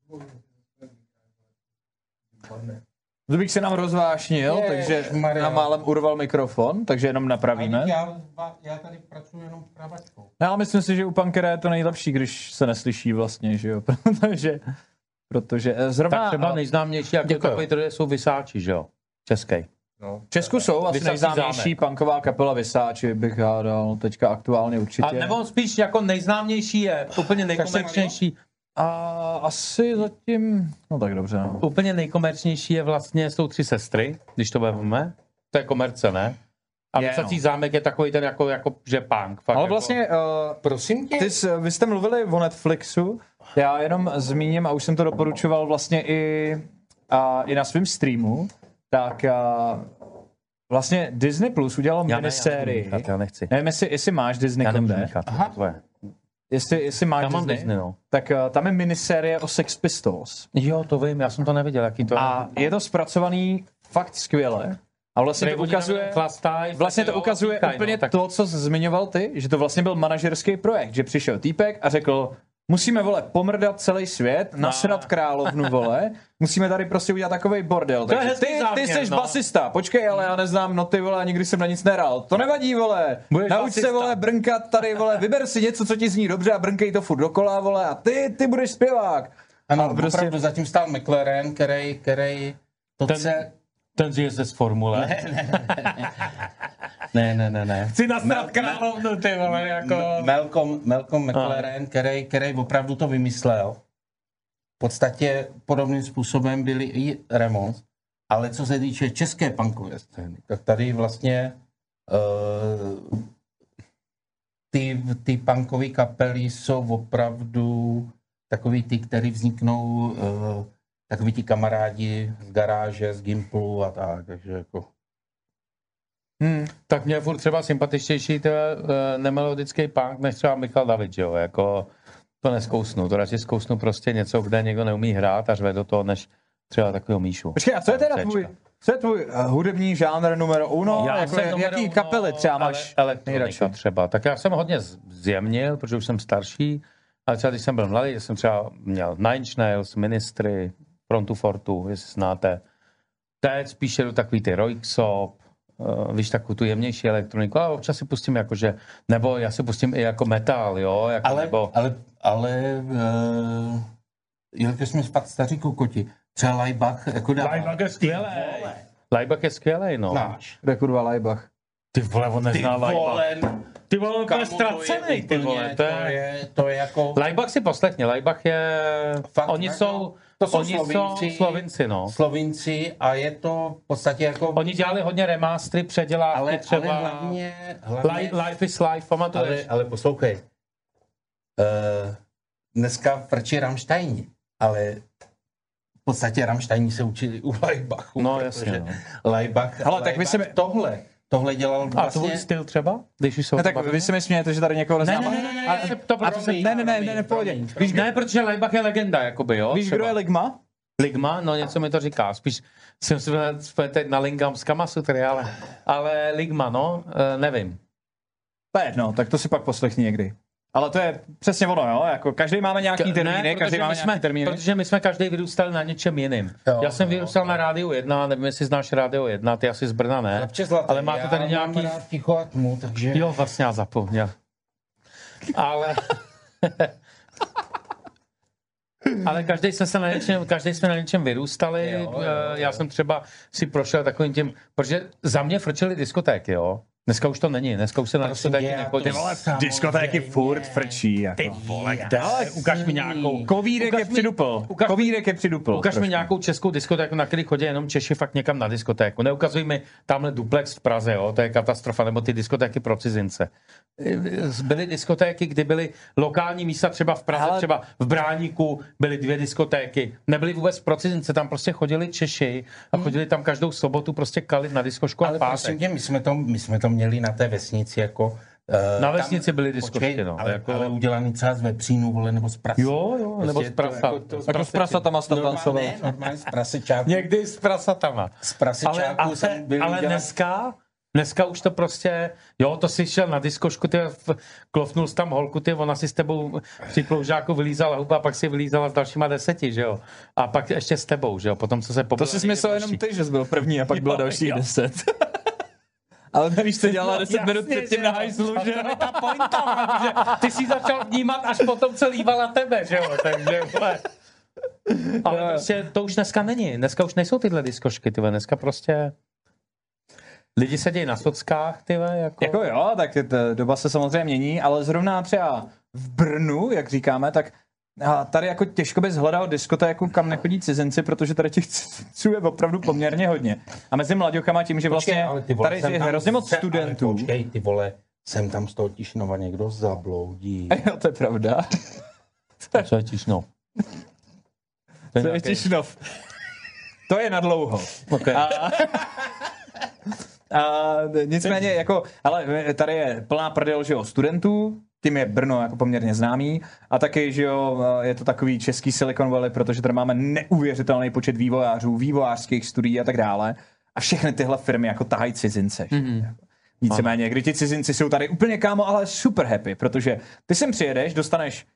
Zubík se nám rozvášnil, takže Ježišmarja. nám málem urval mikrofon, takže jenom napravíme. Já, já tady pracuji jenom pravačkou. No, ale myslím si, že u punkera je to nejlepší, když se neslyší vlastně, že jo, protože, protože eh, zrovna Tak třeba nejznámější, jako Děkuju. takový to jsou Vysáči, že jo? Český. v Česku jsou asi Vysací nejznámější zámek. punková kapela Vysáči, bych hádal, teďka aktuálně určitě. A nebo spíš jako nejznámější je, úplně nejkomerčnější, A asi zatím, no tak dobře, no. úplně nejkomerčnější je vlastně, jsou tři sestry, když to vezmeme. To je komerce, ne? A Je, Vysací no. zámek je takový ten jako, jako že punk. Fakt Ale jako, vlastně, uh, Prosím tě. ty jsi, vy jste mluvili o Netflixu, já jenom zmíním, a už jsem to doporučoval vlastně i, uh, i na svém streamu, tak uh, vlastně Disney Plus udělal já ne, já minisérii. nebudu míchat, já nechci. Nevím, jestli, jestli máš Disney, Já nemůžu Konde. míchat, Aha. to je. Jestli, jestli máš Já mám Disney, Disney, no. tak uh, tam je minisérie o Sex Pistols. Jo, to vím, já jsem to neviděl, jaký to je. A je to zpracovaný fakt skvěle. A vlastně to ukazuje, Chlastaj, vlastně to ukazuje týkaj, úplně no, tak to, co jsi zmiňoval ty, že to vlastně byl manažerský projekt, že přišel týpek a řekl, musíme, vole, pomrdat celý svět, nasrat královnu, vole, musíme tady prostě udělat takovej bordel. To je Takže hezký ty, ty záměr, jsi no. basista, počkej, ale já neznám noty, vole, a nikdy jsem na nic nehrál. To nevadí, vole, Budeš nauč basista. se, vole, brnkat tady, vole, vyber si něco, co ti zní dobře a brnkej to furt dokola, vole, a ty, ty budeš zpěvák. Ano, A prostě- prostě... opravdu zatím stál McLaren, který, který to Ten- chce... Ten jezdec z formule. Ne, Ne, ne, ne, ne. Chci nasrat královnu, ty vole, jako... Malcolm, Malcolm McLaren, který, který opravdu to vymyslel. V podstatě podobným způsobem byli i Ramones, ale co se týče české punkové scény, tak tady vlastně uh, ty, ty punkové kapely jsou opravdu takový ty, který vzniknou uh, takový ti kamarádi z garáže, z Gimplu a tak, takže jako... Hmm. Tak mě je furt třeba sympatičtější to je, uh, nemelodický punk, než třeba Michal David, že jo, jako to neskousnu, to radši zkousnu prostě něco, kde někdo neumí hrát a řve do toho, než třeba takového Míšu. Počkej, a co je teda Cčka. tvůj, co je tvůj uh, hudební žánr numero uno? Já Jako, jsem je- numero jaký uno, kapely třeba máš ale nejradši? elektronika třeba. Tak já jsem hodně z- zjemnil, protože už jsem starší, ale třeba když jsem byl mladý, jsem třeba měl Nine Inch Nails, Ministry, Frontu Fortu, jestli znáte. Teď spíš jedu takový ty Roixop, uh, víš, takovou tu jemnější elektroniku, ale občas si pustím jakože, nebo já si pustím i jako metal, jo, jako, Ale, nebo... ale, ale uh, jelikož jsme fakt staří kokoti, třeba Laibach jako dává. Laibach je skvělý. Laibach je skvělý, no. Náš. Kde kurva Laibach? Ty vole, on Ty nezná Laibach. vole, Ty vole, to je ztracený, ty vole. To je, to je jako... Laibach si poslechně, Laibach je... Fakt, oni jako- jsou... to jsou oni Slovinci. jsou Slovinci, no. Slovinci a je to v podstatě jako... Oni dělali hodně remastery, předělávky ale, třeba... ale hlavně... hlavně Li- Life is Life, pamatuješ? ale, ale poslouchej. Uh, dneska frčí Rammsteini, ale v podstatě Rammsteini se učili u Laibachu. No, protože jasně, no. Laibach, Hele, tak vy Laibach si mi- tohle, tohle dělal A vlastně... tvůj styl třeba? Když už jsou Ne, to tak bavíme? vy si mi smějete, že tady někoho Ne, neznám. ne, ne, ne, A- já se to a to se- promiň, ne, ne, ne, ne, ne, v pohodě. promiň, Víš, Ne, protože Laibach je legenda, jakoby, jo? víš, kdo třeba. je Ligma? Ligma? No, něco mi to říká. Spíš jsem si byl teď na Lingam z Kamasutry, ale, ale Ligma, no, e, nevím. To je jedno, tak to si pak poslechni někdy. Ale to je přesně ono, jo? Jako každý máme nějaký termíny, Ne, každý protože máme my jsme, nějaký termíny. protože my jsme každý vyrůstali na něčem jiným. Jo, Já jsem jo, vyrůstal na Rádiu jedna, nevím, jestli znáš Rádio jedna, ty asi z Brna ne. Chlapče zlatý, Ale máte já tady mám nějaký... rád ticho a tmu, takže... Jo, vlastně já zapomněl. Ale... Ale každý jsme se na něčem, každý jsme na něčem vyrůstali. Jo, jo, jo. Já jsem třeba si prošel takovým tím, protože za mě frčely diskotéky, jo. Dneska už to není, dneska už se na diskotéky nechodí. Diskotéky furt frčí. Jako. Ty vole, kde? Ukaž mi nějakou. Kovírek je přidupl. Ukaž, Kovírek je přidupl. Ukaž mi nějakou českou diskotéku, na který chodí jenom Češi fakt někam na diskotéku. Neukazuj mi tamhle duplex v Praze, jo, to je katastrofa, nebo ty diskotéky pro cizince. Byly diskotéky, kdy byly lokální místa, třeba v Praze, ale... třeba v Bráníku byly dvě diskotéky. Nebyly vůbec pro cizince, tam prostě chodili Češi a chodili tam každou sobotu prostě kalit na diskošku a ale pátek. prosím tě, my jsme, to, my jsme to měli na té vesnici jako... Uh, na vesnici byly diskotéky, no. Ale, jako... ale udělaný třeba z vepřínu, vole, nebo z prasa. Jo, jo, prostě nebo z prasa. Jako, to, jako z prasatama tam tancoval. Ne, normálně z prasečáků. Někdy z prasatama. Z prasečáků ale, jsem byl ale udělat... dneska, dneska už to prostě, jo, to si šel na diskošku, ty klofnul jsi tam holku, ty, ona si s tebou při ploužáku vylízala huba, pak si vylízala s dalšíma deseti, že jo. A pak ještě s tebou, že jo, potom co se pobila. To si myslel jenom ty, že jsi byl první a pak bylo dalších deset. Ale nevíš, co dělala deset jasně, minut předtím na hajzlu, že jo? To je ta pointa, že ty jsi začal vnímat až potom, co lívala tebe, že jo, takže vole. Ale no, prostě to už dneska není, dneska už nejsou tyhle diskošky, tyhle, dneska prostě lidi sedějí na sockách, tyhle, jako... Jako jo, tak ta doba se samozřejmě mění, ale zrovna třeba v Brnu, jak říkáme, tak a tady jako těžko bys hledal diskotéku, kam nechodí cizinci, protože tady těch cizinců je opravdu poměrně hodně. A mezi mladěchama tím, že vlastně počkej, vole, tady je hrozně moc se, studentů. Ale počkej, ty vole, sem tam z toho Tišnova někdo zabloudí. Jo, to je pravda. Co je Tišnov? Co je Tišnov? To je nadlouho. Okay. A, a nicméně, jako, ale tady je plná prdel, že jo, studentů, tím je Brno jako poměrně známý a taky, že jo, je to takový český Silicon Valley, protože tady máme neuvěřitelný počet vývojářů, vývojářských studií a tak dále a všechny tyhle firmy jako tahají cizince. Mm-hmm. Víceméně, kdy ti cizinci jsou tady úplně kámo, ale super happy, protože ty sem přijedeš, dostaneš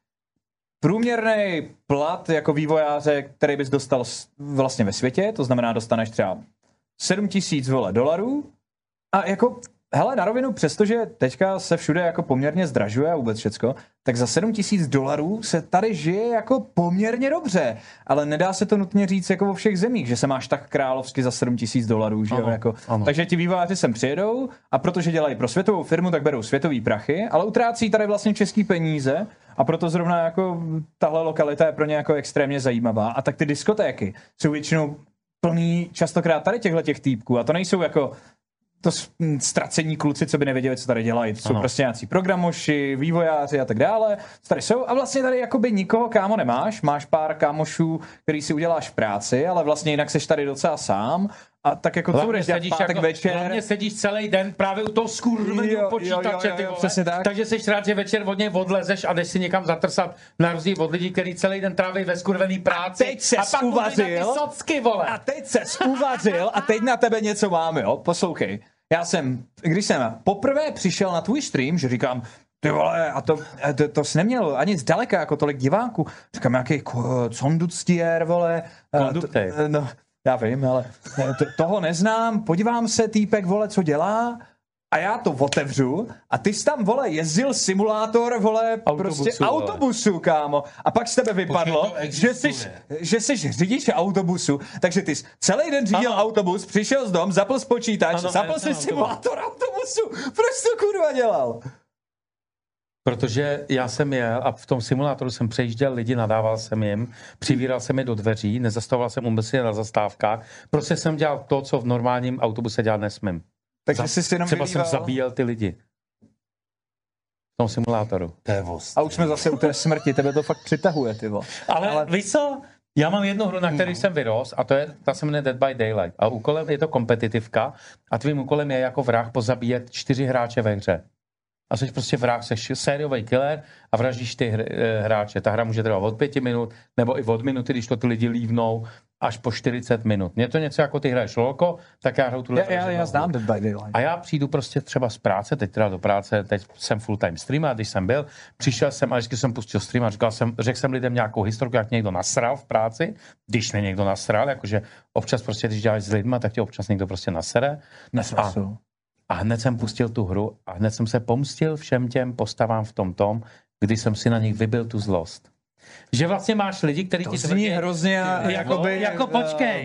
průměrný plat jako vývojáře, který bys dostal vlastně ve světě, to znamená, dostaneš třeba sedm tisíc vole dolarů a jako hele, na rovinu, přestože teďka se všude jako poměrně zdražuje a vůbec všecko, tak za sedm tisíc dolarů se tady žije jako poměrně dobře, ale nedá se to nutně říct jako vo všech zemích, že se máš tak královsky za sedm tisíc dolarů, že ano, jako. Ano. Takže ti vývojáři sem přijedou a protože dělají pro světovou firmu, tak berou světový prachy, ale utrácí tady vlastně český peníze a proto zrovna jako tahle lokalita je pro ně jako extrémně zajímavá a tak ty diskotéky jsou většinou plný častokrát tady těchto těch týpků a to nejsou jako to ztracení kluci, co by nevěděli, co tady dělají. To jsou ano. prostě nějací programoši, vývojáři a tak dále. Co tady jsou a vlastně tady jakoby nikoho kámo nemáš. Máš pár kámošů, který si uděláš v práci, ale vlastně jinak seš tady docela sám. A tak jako co budeš dělat pátek jako, večer. Hlavně sedíš celý den právě u toho skurveného počítače, ty vole. Tak. Takže seš rád, že večer od něj odlezeš a jdeš si někam zatrsat na rozdíl od lidí, kteří celý den tráví ve skurvený práci. A teď se a pak uvařil. Socky, vole. A teď se uvařil a teď na tebe něco máme, jo? Poslouchej. Já jsem, když jsem poprvé přišel na tvůj stream, že říkám, ty vole, a to, to, to jsi neměl ani zdaleka jako tolik diváků. Říkám, nějaký conductier, vole. Konduktér. No, já vím, ale to, toho neznám. Podívám se, týpek, vole, co dělá. A já to otevřu a ty jsi tam, vole, jezdil simulátor, vole, autobusu, prostě vole. autobusu, kámo. A pak z tebe vypadlo, že jsi, že jsi řidič autobusu, takže ty jsi celý den řídil ano. autobus, přišel z dom, zapl počítač, ano, zapl si simulátor autobusu. Proč to kurva dělal? Protože já jsem jel a v tom simulátoru jsem přejížděl lidi, nadával jsem jim, přivíral jsem je do dveří, nezastavoval jsem umyslně na zastávkách, prostě jsem dělal to, co v normálním autobuse dělat nesmím. Takže jsi si jenom třeba vylíval... jsem zabíjel ty lidi. V tom simulátoru. A už jsme zase u té smrti, tebe to fakt přitahuje, ty vole. Ale, Ale víš co? Já mám jednu hru, na které jsem vyrost a to je, ta se jmenuje Dead by Daylight. A úkolem je to kompetitivka a tvým úkolem je jako vrah pozabíjet čtyři hráče ve hře. A jsi prostě vrah, jsi sériový killer a vraždíš ty hráče. Ta hra může trvat od pěti minut, nebo i od minuty, když to ty lidi lívnou, až po čtyřicet minut. Je to něco jako ty hraješ lolko, tak já hraju tuhle. Já, já, já znám Dead by Daylight. A já přijdu prostě třeba z práce, teď teda do práce, teď jsem full time streamer, když jsem byl, přišel jsem a vždycky jsem pustil stream a říkal jsem, řekl jsem lidem nějakou historku, jak někdo nasral v práci, když ne někdo nasral, jakože občas prostě, když děláš s lidma, tak tě občas někdo prostě nasere. A, a hned jsem pustil tu hru a hned jsem se pomstil všem těm postavám v tom tom, kdy jsem si na nich vybil tu zlost. Že vlastně máš lidi, kteří ti zní hrozně jako, jakoby, jako počkej.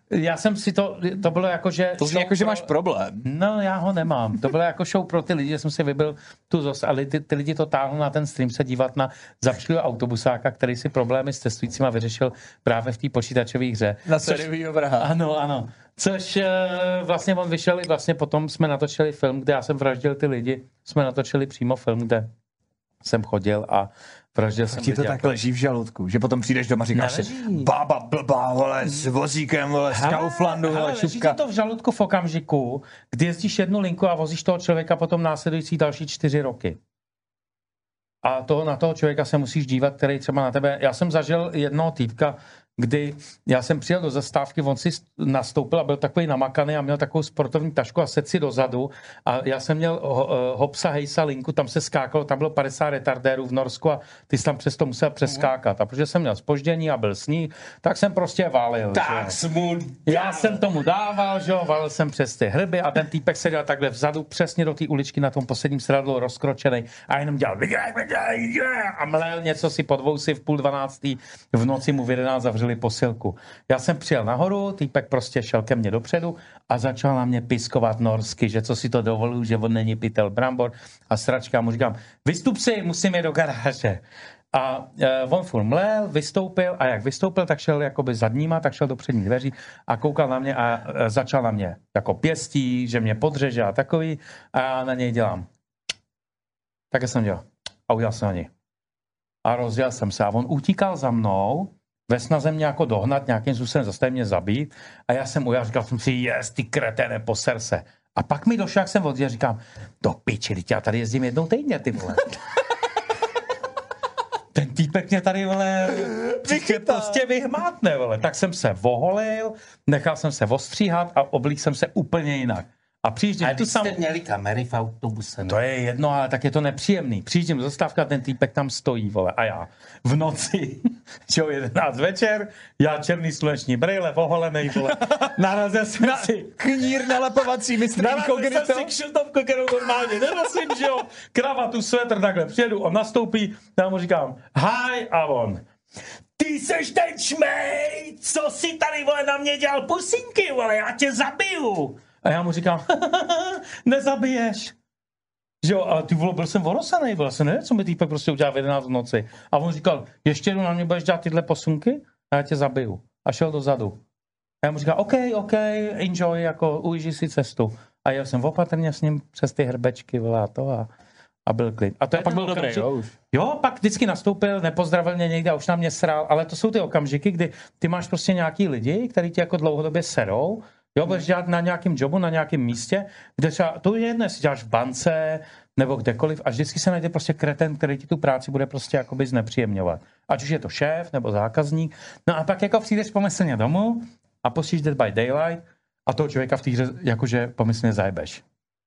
já jsem si to, to bylo jako, že... To zní jako, že máš problém. No, já ho nemám. To bylo jako show pro ty lidi, že jsem si vybil tu zos, ale ty, ty lidi to táhnou na ten stream se dívat na zapšklého autobusáka, který si problémy s cestujícíma vyřešil právě v té počítačové hře. Na sériovýho vraha. Ano, ano. Což vlastně on vyšel i vlastně potom jsme natočili film, kde já jsem vraždil ty lidi. Jsme natočili přímo film, kde jsem chodil a vraždil jsem ti to lidi. tak leží v žaludku, že potom přijdeš doma a říkáš si, bába blbá, vole, s vozíkem, vole, z Kauflandu, vole, leží šupka. ti to v žaludku v okamžiku, kdy jezdíš jednu linku a vozíš toho člověka potom následující další čtyři roky. A toho, na toho člověka se musíš dívat, který třeba na tebe... Já jsem zažil jednoho týpka, kdy já jsem přijel do zastávky, on si nastoupil a byl takový namakaný a měl takovou sportovní tašku a set si dozadu a já jsem měl Hopsa Hejsa linku, tam se skákalo, tam bylo padesát retardérů v Norsku a ty jsi tam přesto musel přeskákat. A protože jsem měl zpoždění a byl sníh, tak jsem prostě válil. Tak smut. Já jsem tomu dával, že jo, valil jsem přes ty hrby a ten týpek seděl takhle vzadu, přesně do té uličky na tom posledním sedadlu rozkročený a jenom dělal a mlel něco si pod vousy v půl dvanáctý v noci mu v jedenáct zavřeli posilku. Já jsem přijel nahoru, týpek prostě šel ke mně dopředu a začal na mě piskovat norsky, že co si to dovoluju, že on není pytel brambor a sračka mu říkám, vystup si, musím jít do garáže. A uh, on furt mlel, vystoupil a jak vystoupil, tak šel jakoby zadníma, tak šel do předních dveří a koukal na mě a uh, začal na mě jako pěstí, že mě podřeže a takový a já na něj dělám. Tak jsem dělal. A udělal jsem na něj. A rozdělal jsem se a on utíkal za mnou ve snaze mě jako dohnat, nějakým způsobem zastavit mě zabít a já jsem ujel, říkal jsem si, jest, ty kreténe, poser se. A pak mi došlo, jak jsem odjel, říkám, do piči, já tady jezdím jednou týdně, ty vole. Ten týpek mě tady, vole, prostě vyhmátne, vole. Tak jsem se voholil, nechal jsem se ostříhat a oblík jsem se úplně jinak. A přijíždím, a tu jste sam... měli kamery v autobuse. Ne? To je jedno, ale tak je to nepříjemný. Přijíždím do zastávky a ten týpek tam stojí, vole, a já v noci, že jo, jedenáct večer, já černý sluneční brýle, oholenej, vole, narazil jsem Na si... knír nalepovací, mistr Narazil inkognito. jsem si kšiltovku, kterou normálně nenosím, že jo, kravatu, svetr, takhle přijedu, on nastoupí, já mu říkám, hi, a on... Ty seš ten čmej, co si tady, vole, na mě dělal pusinky, vole, já tě zabiju. A já mu říkám, nezabiješ. Že jo, a ty vole, byl jsem orosanej, byl jsem nevím, co mi týpek prostě udělal v jedenáct v noci. A on říkal, ještě jednou na mě budeš dělat tyhle posunky a já tě zabiju. A šel dozadu. A já mu říkal, OK, OK, enjoy, jako užij si cestu. A jel jsem opatrně s ním přes ty hrbečky, vole, a to a, a byl klid. A to A je pak ten byl dobrý, okamžik, jo, už. Jo, pak vždycky nastoupil, nepozdravil mě někde a už na mě sral, ale to jsou ty okamžiky, kdy ty máš prostě nějaký lidi, kteří ti jako dlouhodobě serou. Jo, budeš dělat na nějakém jobu, na nějakém místě, kde třeba, to je jedno, jestli děláš v bance, nebo kdekoliv, a vždycky se najde prostě kreten, který ti tu práci bude prostě jakoby znepříjemňovat. Ať už je to šéf, nebo zákazník. No a pak jako přijdeš pomyslně domů a pustíš Dead by Daylight a toho člověka v té hře jakože pomyslně zajebeš.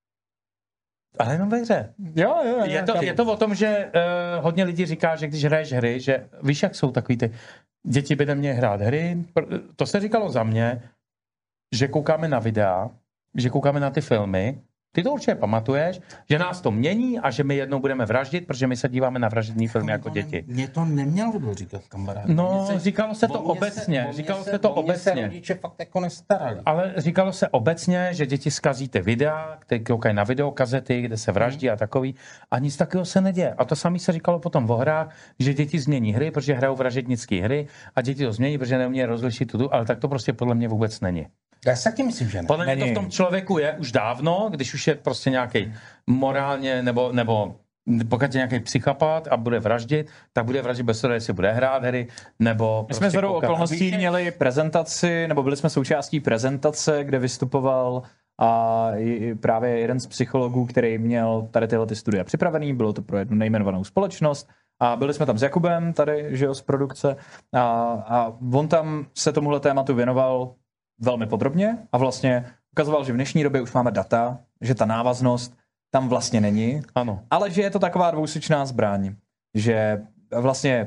Ale jenom ve hře. Jo, jo, jo. Je to, je to o tom, že uh, hodně lidí říká, že když hraješ hry, že víš, jak jsou takový ty děti by neměly hrát hry, to se říkalo za mě, že koukáme na videa, že koukáme na ty filmy, ty to určitě pamatuješ, že nás to mění a že my jednou budeme vraždit, protože my se díváme na vražední filmy jako děti. Mě to nemělo kdo říkat, kamarád. No, se, říkalo se to obecně, se, říkalo se, se to obecně. obecně. Se rodiče fakt jako nestarali. Ale říkalo se obecně, že děti zkazí ty videa, které koukají na videokazety, kde se vraždí a takový, a nic takového se neděje. A to samé se říkalo potom o hrách, že děti změní hry, protože hrajou vražednické hry a děti to změní, protože neumějí rozlišit tu, ale tak to prostě podle mě vůbec není. Já si taky myslím, že ne. Podle mě to v tom člověku je už dávno, když už je prostě nějaký morálně, nebo, nebo pokud je nějaký psychopat a bude vraždit, tak bude vraždit bez toho, jestli bude hrát hry, nebo My prostě jsme zhodou koukat. okolností měli prezentaci, nebo byli jsme součástí prezentace, kde vystupoval a právě jeden z psychologů, který měl tady tyhle ty studie připravený, bylo to pro jednu nejmenovanou společnost. A byli jsme tam s Jakubem, tady, že jo, z produkce. A, a on tam se tomuhle tématu věnoval velmi podrobně a vlastně ukazoval, že v dnešní době už máme data, že ta návaznost tam vlastně není, Ano. ale že je to taková dvoustyčná zbraň, že vlastně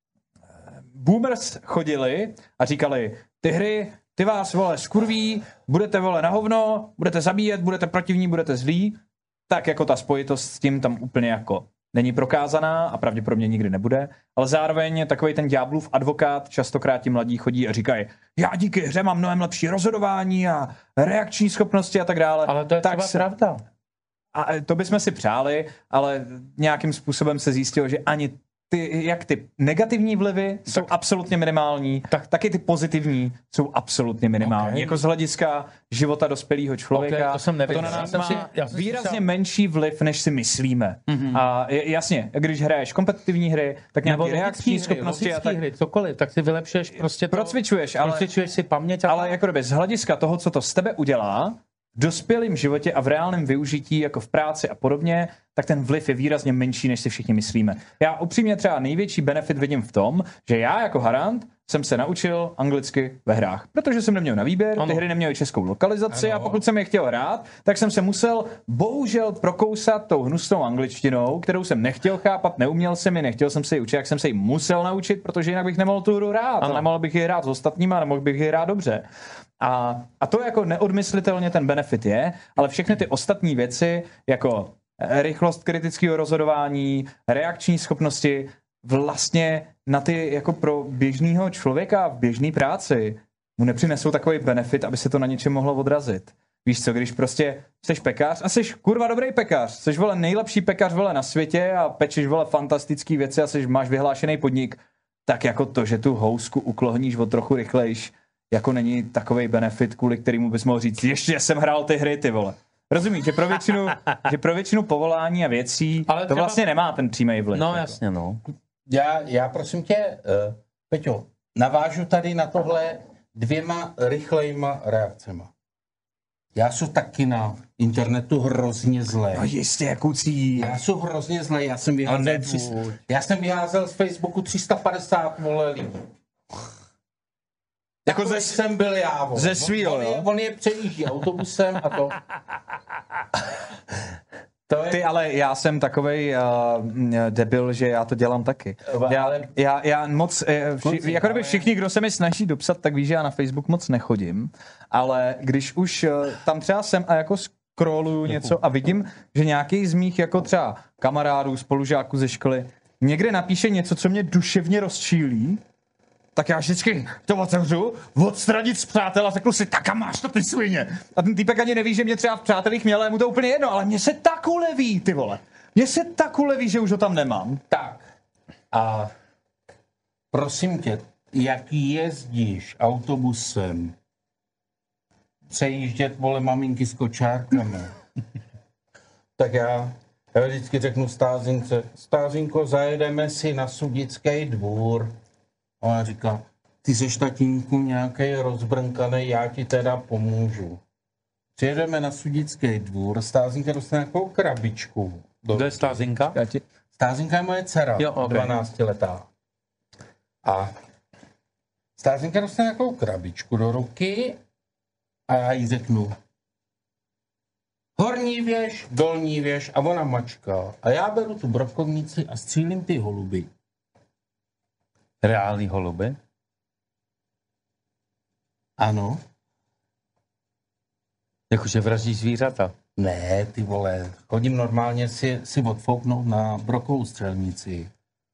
boomers chodili a říkali, ty hry, ty vás, vole, skurví, budete, vole, na hovno, budete zabíjet, budete protivní, budete zlí, tak jako ta spojitost s tím tam úplně jako není prokázaná a pravděpodobně nikdy nebude, ale zároveň takový ten ďáblův advokát, častokrát ti mladí chodí a říkají, já díky hře mám mnohem lepší rozhodování a reakční schopnosti a tak dále. Ale to je tak třeba se, pravda. A to bychom si přáli, ale nějakým způsobem se zjistilo, že ani ty, jak ty negativní vlivy tak, jsou absolutně minimální, tak, taky ty pozitivní jsou absolutně minimální. Okay. Jako z hlediska života dospělého člověka. Okay, to jsem nevěděl. To na nás já má si, já výrazně si menší vliv, než si myslíme. Mm-hmm. A jasně, když hraješ kompetitivní hry, tak nějaké reakční schopnosti a tak... hry, cokoliv, tak si vylepšuješ prostě to... Procvičuješ, ale... Procvičuješ si paměť. A... Ale jako doby, z hlediska toho, co to z tebe udělá, v dospělém životě a v reálném využití, jako v práci a podobně, tak ten vliv je výrazně menší, než si všichni myslíme. Já upřímně třeba největší benefit vidím v tom, že já jako Harant jsem se naučil anglicky ve hrách, protože jsem neměl na výběr, ano. Ty hry neměly českou lokalizaci ano. A pokud jsem je chtěl hrát, tak jsem se musel bohužel prokousat tou hnusnou angličtinou, kterou jsem nechtěl chápat, neuměl jsem ji, nechtěl jsem se ji učit, jak jsem se ji musel naučit, protože jinak bych nemohl tu hru hrát ano. A nemohl bych ji hrát s ostatníma, a nemohl bych ji hrát dobře. A, a to jako neodmyslitelně ten benefit je, ale všechny ty ostatní věci, jako rychlost kritického rozhodování, reakční schopnosti, vlastně na ty jako pro běžného člověka v běžné práci mu nepřinesou takový benefit, aby se to na něčem mohlo odrazit. Víš co, když prostě jsi pekař a jsi kurva dobrý pekař, jsi vole nejlepší pekař vole na světě a pečeš vole fantastický věci a jsi, máš vyhlášený podnik, tak jako to, že tu housku uklohníš o trochu rychlejš, jako není takovej benefit, kvůli kterému bys mohl říct, ještě jsem hrál ty hry, ty vole. Rozumíš, že pro většinu, že pro většinu povolání a věcí ale to třeba... vlastně nemá ten přímý vliv. No jako. Jasně, no. Já, já prosím tě, uh, Peťo, navážu tady na tohle dvěma rychlejma reakcema. Já jsem taky na internetu hrozně zlej. No jistě, jakoucí. Já jsem hrozně zlej, já jsem vyházel, tři, já jsem vyházel z Facebooku tři sta padesát vole lidí. Jako ze, jsem byl já, vole. Ze svýho, on, on, je, on je přejíždí autobusem a to. to je... Ty, ale já jsem takovej uh, debil, že já to dělám taky. Já, já, já moc, vši, jako kdyby všichni, kdo se mi snaží dopsat, tak ví, že já na Facebook moc nechodím, ale když už uh, tam třeba jsem a jako scrolluju něco a vidím, že nějaký z mých jako třeba kamarádů, spolužáků ze školy někde napíše něco, co mě duševně rozčílí, tak já vždycky to otevřu, odstranit z přátel a řeknu si, tak a máš to ty svině. A ten týpek ani neví, že mě třeba v přátelích měl, je mu to úplně jedno, ale mně se tak uleví, ty vole. Mně se tak uleví, že už ho tam nemám. Tak. A prosím tě, jak jezdíš autobusem přejíždět, vole, maminky s kočárkami, tak já, já vždycky řeknu Stázince, Stázinko, zajedeme si na Sudický dvůr. A ona říká, ty seš tatínku nějaký rozbrnkaný, já ti teda pomůžu. Přijedeme na Sudický dvůr, Stázinka dostane nějakou krabičku. Kdo je Stázinka? Ti... Stázinka je moje dcera, jo, okay. dvanáctiletá. A Stázinka dostane nějakou krabičku do ruky a já jí řeknu horní věž, dolní věž a ona mačká. A já beru tu brokovnici a střílím ty holuby. Reální holuby? Ano. Jakože vraždí zvířata? Ne, ty vole. Chodím normálně si, si odfouknout na brokovou střelnici.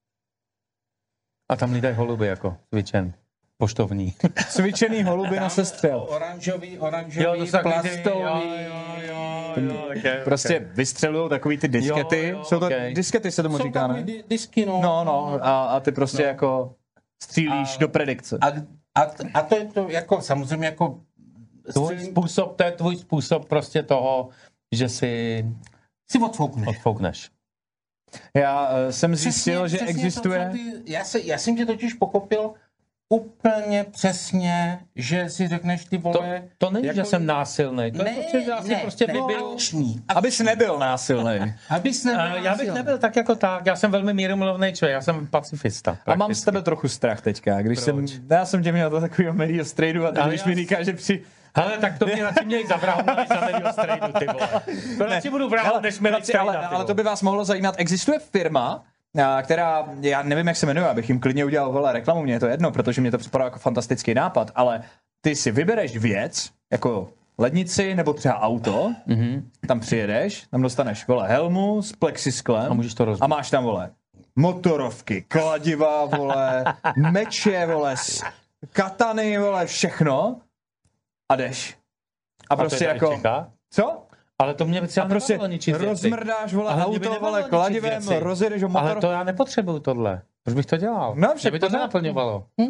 A tam lítají holuby jako cvičen. Poštovní. Cvičený holuby na sestřel. Oranžový, oranžový, jo, plastový. Jo, jo, jo, jo, okay, prostě okay. Vystřelujou takový ty diskety. Jo, jo, jsou to okay. Diskety se tomu jsou říká, ne? Di- disky, no. No, no. A, a ty prostě no. jako střílíš a, do predikce. A, a, a to je to jako samozřejmě jako... Tvůj způsob, to je tvůj způsob prostě toho, že si... Si odfoukneš. Odfoukneš. Já uh, jsem zjistil, přesně, že přesně existuje... To, ty, já, se, já jsem tě totiž pochopil úplně přesně, že si řekneš ty vole... To, to není, jako... že jsem násilný. To ne, je to, že já ne, prostě ne, nebyl... akční. Abys nebyl násilný. Abys nebyl uh, já bych nebyl tak jako tak. Já jsem velmi mírumilovný člověk. Já jsem pacifista. Prakticky. A mám z tebe trochu strach teďka. Když jsem, já jsem tě měl to takovýho Medio Straidu a teď když já... mi říká, že při... Hele, tak to mě radši měli zavrahnout, než za Medio Straidu, ty vole. To radši budu vrahnout, než Medio Straidu. Ale, ale to by vás mohlo zajímat. Existuje firma, která, já nevím, jak se jmenuje, abych jim klidně udělal vole reklamu, mně je to jedno, protože mě to připadá jako fantastický nápad, ale ty si vybereš věc, jako lednici nebo třeba auto, Mm-hmm. tam přijedeš, tam dostaneš, vole, helmu s plexisklem A můžeš to rozbít. a máš tam, vole, motorovky, kladiva, vole, meče, vole, katany, vole, všechno a jdeš. A, A prostě to je jako, Čeká? co? Ale to mě by třeba A prostě nebavilo ničit věci. rozmrdáš, vole, Ale mě by auto, nebavilo vole, ničit kladivem, věci. rozjedeš ho motor. Ale to já nepotřebuju tohle. Proč bych to dělal? No, Mě však by to pořád. nenaplňovalo. Hm?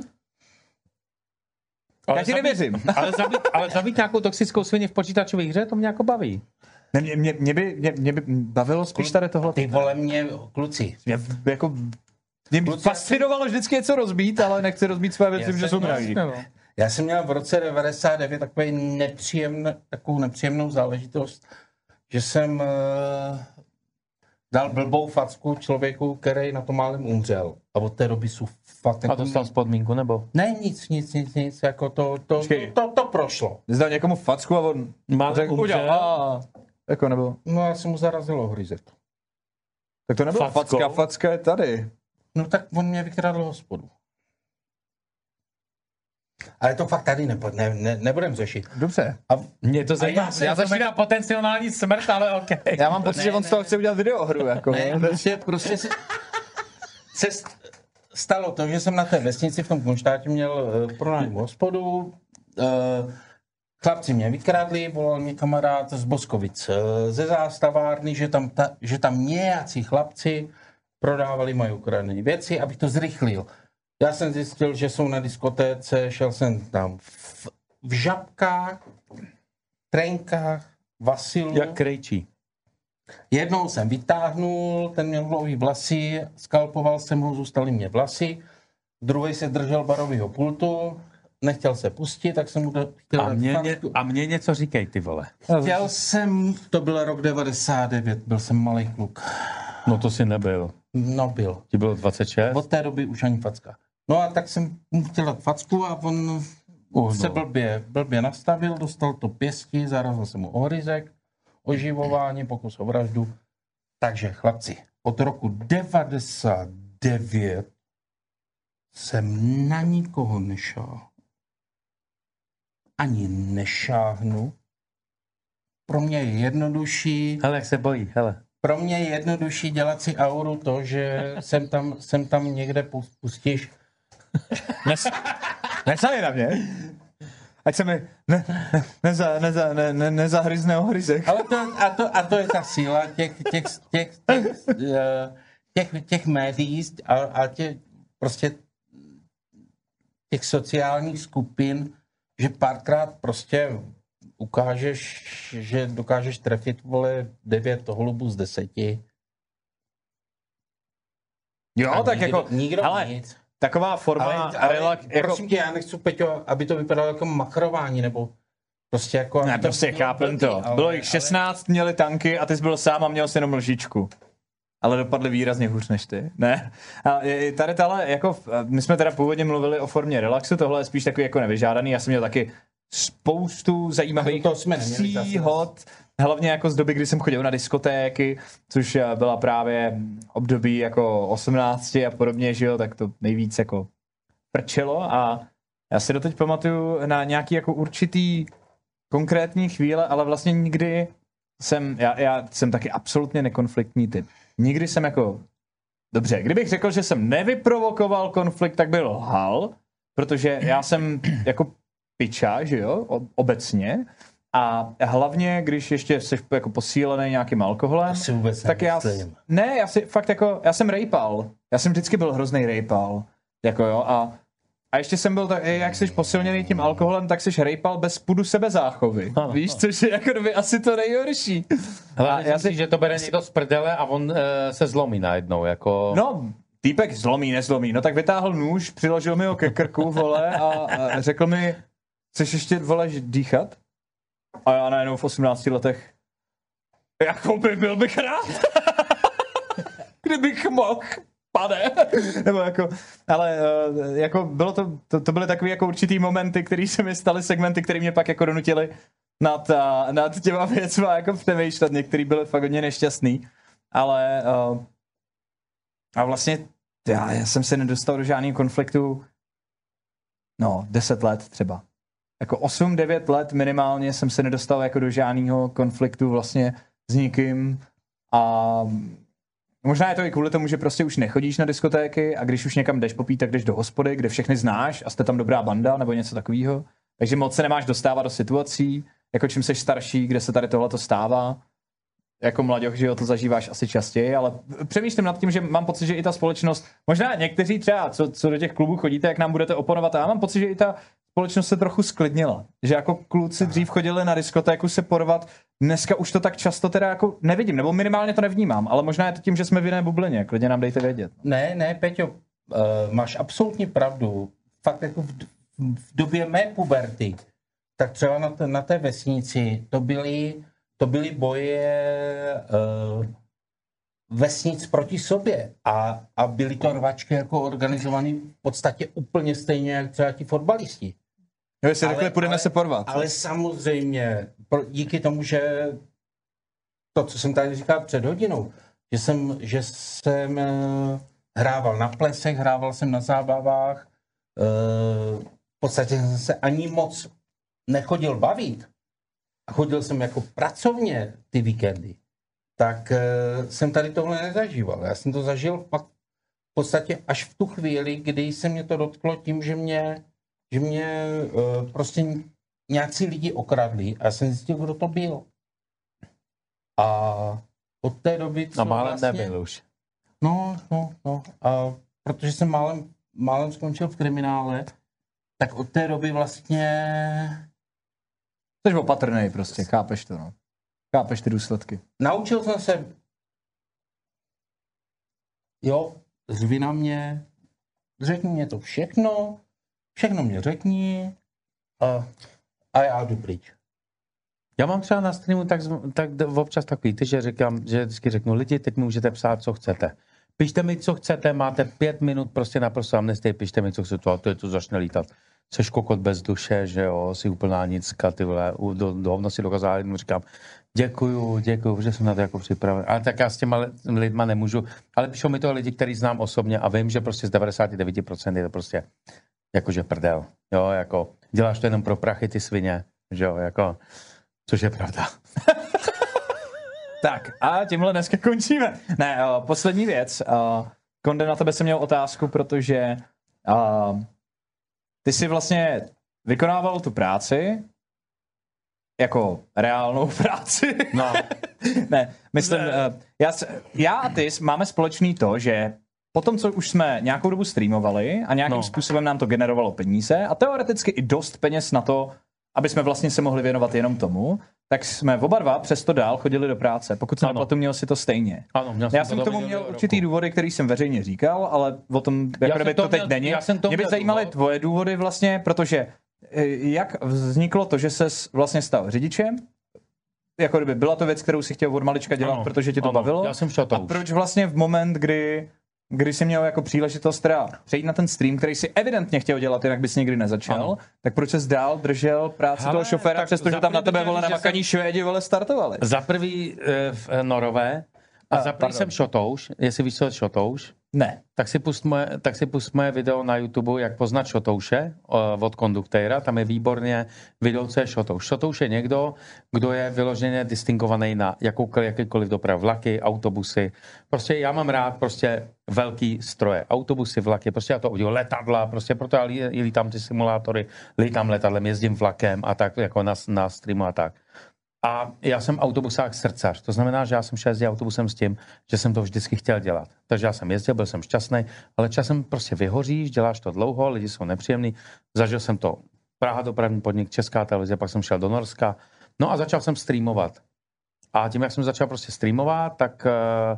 Ale Já ti zabít- nevěřím. Ale zabít, ale zabít nějakou toxickou svině v počítačové hře, to mě jako baví. Ne, mě, mě, mě, by, mě, mě by bavilo spíš tady tohle. Ty vole mě, kluci. Mě, jako, mě Kluci, fascinovalo vždycky něco rozbít, ale nechci rozbít své věci, Já že jsem jsou drahý. Vlastně, no. Já jsem měl v roce devadesát devět takový nepříjemný, takovou nepříjemnou záležitost, že jsem uh, dal blbou facku člověku, který na tom málem umřel. A od té doby jsou fakt... A dostal z podmínku, nebo? Ne, nic, nic, nic, nic, jako to, to, to, to, to prošlo. Zdal někomu facku a on Málem řekl, umřel? udělal, a, jako nebylo. No já jsem mu zarazil ohryzek. Tak to nebylo Fackou? facka, facka je tady. No tak on mě vykradl hospodu. Ale to fakt tady nepo, ne, ne, nebudem řešit. Dobře. A Mě to zajímá. já Já, jsem- já začínám potenciální smrt, ale OK. Já mám pocit, Ne, že on ne, z toho ne. chce udělat videohru, jako. ne, prostě, prostě se, se st- stalo to, že jsem na té vesnici v tom Kunštátě měl uh, pronájmu hospodu. Uh, chlapci mě vykradli, volal mě kamarád z Boskovic uh, ze zástavárny, že tam, ta, že tam nějací chlapci prodávali moje ukradené věci, abych to zrychlil. Já jsem zjistil, že jsou na diskotéce, šel jsem tam v, v žabkách, trenkách, Vasilu. Jak krejčí. Jednou jsem vytáhnul, ten měl dlouhý vlasy, skalpoval jsem ho, zůstaly mě vlasy. Druhý se držel barového pultu, nechtěl se pustit, tak jsem mu do, chtěl A dát mě, ně, facku. a mě něco říkej, ty vole. Chtěl jsem, to byl rok devadesát devět, byl jsem malý kluk. No to si nebyl. No byl. Ti bylo dvacet šest? Od té doby už ani facka. No a tak jsem mu chtěl dát facku a on Uh, se no. blbě, blbě nastavil, dostal to pěstí, zarazil jsem mu ohryzek, oživování, pokus o vraždu. Takže chlapci, od roku devadesát devět jsem na nikoho nešáhl. Ani nešáhnu. Pro mě je jednodušší, Hele, jak se bojí, hele. pro mě je jednodušší dělat si auru to, že jsem tam, jsem tam někde pu- pustíš. Nes, nesali na mě. Ať se mi ne, ne, neza, neza, ne, ne, nezahryzne ohryzek. Ale to, a, to, a to je ta síla těch, těch, těch, těch, eh, těch, těch médií a, a těch, prostě těch sociálních skupin, že párkrát prostě ukážeš, že dokážeš trefit, vole, devět holubů z deseti. Jo, A tak nikdo, jako, nikdo ale nic. taková forma, Ale, ale relax, jako, prosím tě, já nechci, Peťo, aby to vypadalo jako makrování, nebo prostě jako... aby ne, to prostě bylo chápem blbý, to. ale- Bylo jich ale- šestnáct, měli tanky a ty jsi byl sám a měl jsi jenom lžičku. Ale dopadly výrazně hůř než ty. Ne. A je- tady tahle, jako, my jsme teda původně mluvili o formě relaxu, tohle je spíš takový jako nevyžádaný. Já jsem měl taky spoustu zajímavých To jsme neměli zase. příhod, hlavně jako z doby, kdy jsem chodil na diskotéky, což eh, byla právě období jako osmnácti a podobně, že jo, tak to nejvíc jako prčelo a já si doteď pamatuju na nějaký jako určitý konkrétní chvíle, ale vlastně nikdy jsem, já, já jsem taky absolutně nekonfliktní typ. Nikdy jsem jako, dobře, kdybych řekl, že jsem nevyprovokoval konflikt, tak by lhal, protože já jsem jako piča, že jo, o- obecně, a hlavně, když ještě jsi jako posílený nějakým alkoholem, To si vůbec tak já, nemyslím. ne, já si fakt jako, já jsem rejpal, já jsem vždycky byl hrozný rejpal, jako jo, a a ještě jsem byl tak, jak jsi posilněný tím alkoholem, tak jsi rejpal bez pudu sebezáchovy. Ano. Víš, což je jako doby asi to nejhorší. Hele, A a já já si- si, že to bere někdo z prdele a on uh, se zlomí najednou, jako... No, týpek zlomí, nezlomí. No tak vytáhl nůž, přiložil mi ho ke krku, vole, a, a řekl mi, chceš ještě, vole, dýchat? A já najednou v osmnácti letech, jako by byl bych rád. Kdybych mohl, pane. Nebo jako, ale uh, jako bylo to, to, to byly takové jako určitý momenty, které se mi staly, segmenty, které mě pak jako donutily nad, uh, nad těma věcma jako přemýšlet. Některý byly fakt hodně nešťastný, ale uh, a vlastně já, já jsem se nedostal do žádného konfliktu no, deset let třeba. jako osm devět let minimálně jsem se nedostal jako do žádného konfliktu vlastně s nikým a možná je to i kvůli tomu, že prostě už nechodíš na diskotéky a když už někam jdeš popít, tak jdeš do hospody, kde všechny znáš a jste tam dobrá banda nebo něco takového. Takže moc se nemáš dostávat do situací, jako čím seš starší, kde se tady tohleto stává. Jako mladěch, že jo, to zažíváš asi častěji, ale přemýšlím nad tím, že mám pocit, že i ta společnost, možná někteří třeba, co, co do těch klubů chodíte, jak nám budete oponovat, a já mám pocit, že i ta společnost se trochu sklidnila. Že jako kluci dřív chodili na diskotéku se porvat, dneska už to tak často teda jako nevidím, nebo minimálně to nevnímám, ale možná je to tím, že jsme v jiné bublině, klidně nám dejte vědět. Ne, ne, Peťo, uh, máš absolutní pravdu. Fakt jako v, v době mé puberty, tak třeba na, t- na té vesnici to byly, to byly boje uh, vesnic proti sobě a, a byly to rvačky jako organizované v podstatě úplně stejně jak třeba ti fotbalisti. Jo, jestli řekli, půjdeme se porvat. Ale samozřejmě, pro, díky tomu, že to, co jsem tady říkal před hodinou, že jsem, že jsem uh, hrával na plesech, hrával jsem na zábavách, uh, v podstatě jsem se ani moc nechodil bavit a chodil jsem jako pracovně ty víkendy, tak uh, jsem tady tohle nezažíval. Já jsem to zažil pak v podstatě až v tu chvíli, kdy se mě to dotklo tím, že mě, že mě uh, prostě nějací lidi okradli a já jsem zjistil, kdo to byl. A od té doby... No málem vlastně, nebyl už. No, no, no. A protože jsem málem, málem skončil v kriminále, tak od té doby vlastně... Jsi opatrnej prostě, chápeš to, no. Chápeš ty důsledky. Naučil jsem se... Jo, zvi na mě, řekni mě to všechno, všechno mě řekni a, a já jdu pryč. Já mám třeba na streamu tak, tak občas takový, ty, že říkám, že vždycky řeknu, lidi, teď můžete psát, co chcete. Pište mi, co chcete, máte pět minut prostě naprosto amnestii, pište mi, co chcete, a to je to začne lítat. Seš kokot bez duše, že jo, si úplná nicka, ty vole, do, do hovna si dokázal, jenom říkám, děkuju, děkuju, že jsem na to jako připraven. Ale tak já s těma lidma nemůžu, ale píšou mi to lidi, který znám osobně a vím, že prostě z devadesát devět procent je to prostě jakože prdel, jo, jako děláš to jenom pro prachy, ty svině, že jo, jako, což je pravda. Tak a tímhle dneska končíme. Ne, uh, poslední věc. Uh, Konde, na tebe jsem měl otázku, protože uh, ty jsi vlastně vykonával tu práci jako reálnou práci. No. ne, myslím, ne. Uh, já, já a ty máme společný to, že potom, co už jsme nějakou dobu streamovali a nějakým no. způsobem nám to generovalo peníze a teoreticky i dost peněz na to, aby jsme vlastně se mohli věnovat jenom tomu, tak jsme oba dva přesto dál chodili do práce. Pokud jsem potom měl si to stejně. Ano, měl já jsem k tomu měl určitý důvody, který jsem veřejně říkal, ale o tom, jako kdyby to, to teď měl, není. Mě by zajímaly tvoje důvody vlastně, protože jak vzniklo to, že ses vlastně stal řidičem? Jako kdyby byla to věc, kterou si chtěl od malička dělat, ano, protože tě to ano, bavilo? Já jsem šel a proč vlastně v moment, kdy Kdy jsi měl jako příležitost teda přejít na ten stream, který si evidentně chtěl dělat, jinak bys nikdy nezačal, ano. tak proč jsi dál držel práci Hele, toho šoféra, přestože tam na tebe vole namakaní jsem... Švédi vole startovali? Za prvý e, v Norové a, a za prvý jsem šotouš, jestli víš, co je šotouš. Ne. Tak si, pust moje, tak si pust moje video na YouTube, jak poznat šotouše od konduktéra. Tam je výborně video, co je šotouš. Šotouš je někdo, kdo je vyloženě distingovaný na jakoukoliv, jakýkoliv dopravu, vlaky, autobusy. Prostě já mám rád prostě velký stroje. Autobusy, vlaky, prostě já to udělám, letadla, prostě proto já lítám ty simulátory, lítám letadlem, jezdím vlakem a tak jako na, na streamu a tak. A já jsem autobusák srdcař, to znamená, že já jsem šel jezdit autobusem s tím, že jsem to vždycky chtěl dělat. Takže já jsem jezdil, byl jsem šťastný, ale časem prostě vyhoříš, děláš to dlouho, lidi jsou nepříjemní. Zažil jsem to Praha dopravní podnik, Česká televize, pak jsem šel do Norska. No a začal jsem streamovat. A tím, jak jsem začal prostě streamovat, tak uh,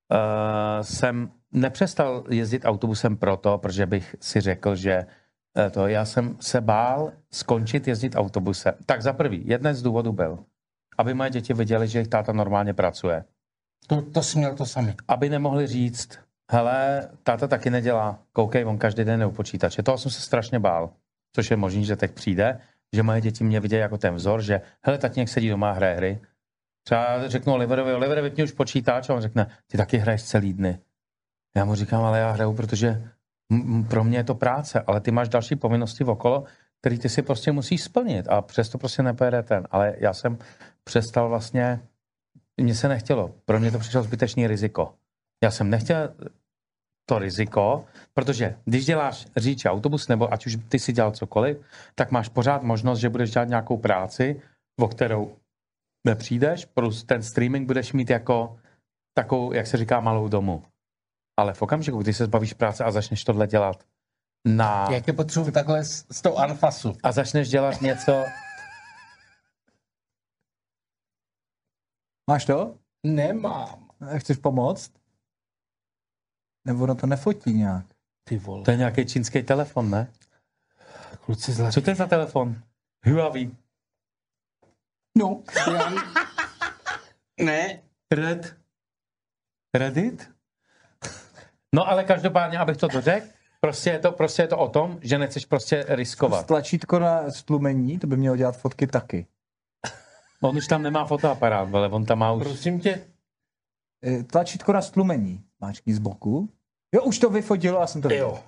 uh, jsem nepřestal jezdit autobusem proto, protože bych si řekl, že uh, to já jsem se bál skončit jezdit autobusem. Tak za prvý, jeden z důvodů byl, aby moje děti viděly, že jejich táta normálně pracuje. To, to jsi měl to sami. Aby nemohli říct, hele, táta taky nedělá, koukej, on každý den je u počítače. Toho jsem se strašně bál, což je možný, že teď přijde, že moje děti mě vidějí jako ten vzor, že hele, tatínek sedí doma a hraje hry. Třeba řeknu Oliverovi, Oliver, vypni už počítač a on řekne, ty taky hraješ celý dny. Já mu říkám, ale já hraju, protože m- pro mě je to práce, ale ty máš další povinnosti okolo, který ty si prostě musíš splnit a přesto prostě nepojede ten. Ale já jsem přestal vlastně, mně se nechtělo, pro mě to přišlo zbytečný riziko. Já jsem nechtěl to riziko, protože když děláš řidiče autobus, nebo ať už ty si dělal cokoliv, tak máš pořád možnost, že budeš dělat nějakou práci, o kterou nepřijdeš, plus ten streaming budeš mít jako takovou, jak se říká, malou domu. Ale v okamžiku, kdy se zbavíš práce a začneš tohle dělat na... Jak je potřebuji takhle s, s tou anfasu. A začneš dělat něco... Máš to? Nemám. Chceš pomoct? Nebo ono to nefotí nějak? Ty vole. To je nějaký čínský telefon, ne? Kluci zle. Co to je za telefon? Huawei. No. Já... ne. Red. Reddit? No ale každopádně, abych to dořekl, prostě je to, prostě je to o tom, že nechceš prostě riskovat. Tlačítko na stlumení, to by mělo dělat fotky taky. On už tam nemá fotoaparát, ale on tam má už... Prosím tě. Tlačítko na stlumení. Máčkni z boku. Jo, už to vyfotilo, já jsem to viděl. Jo.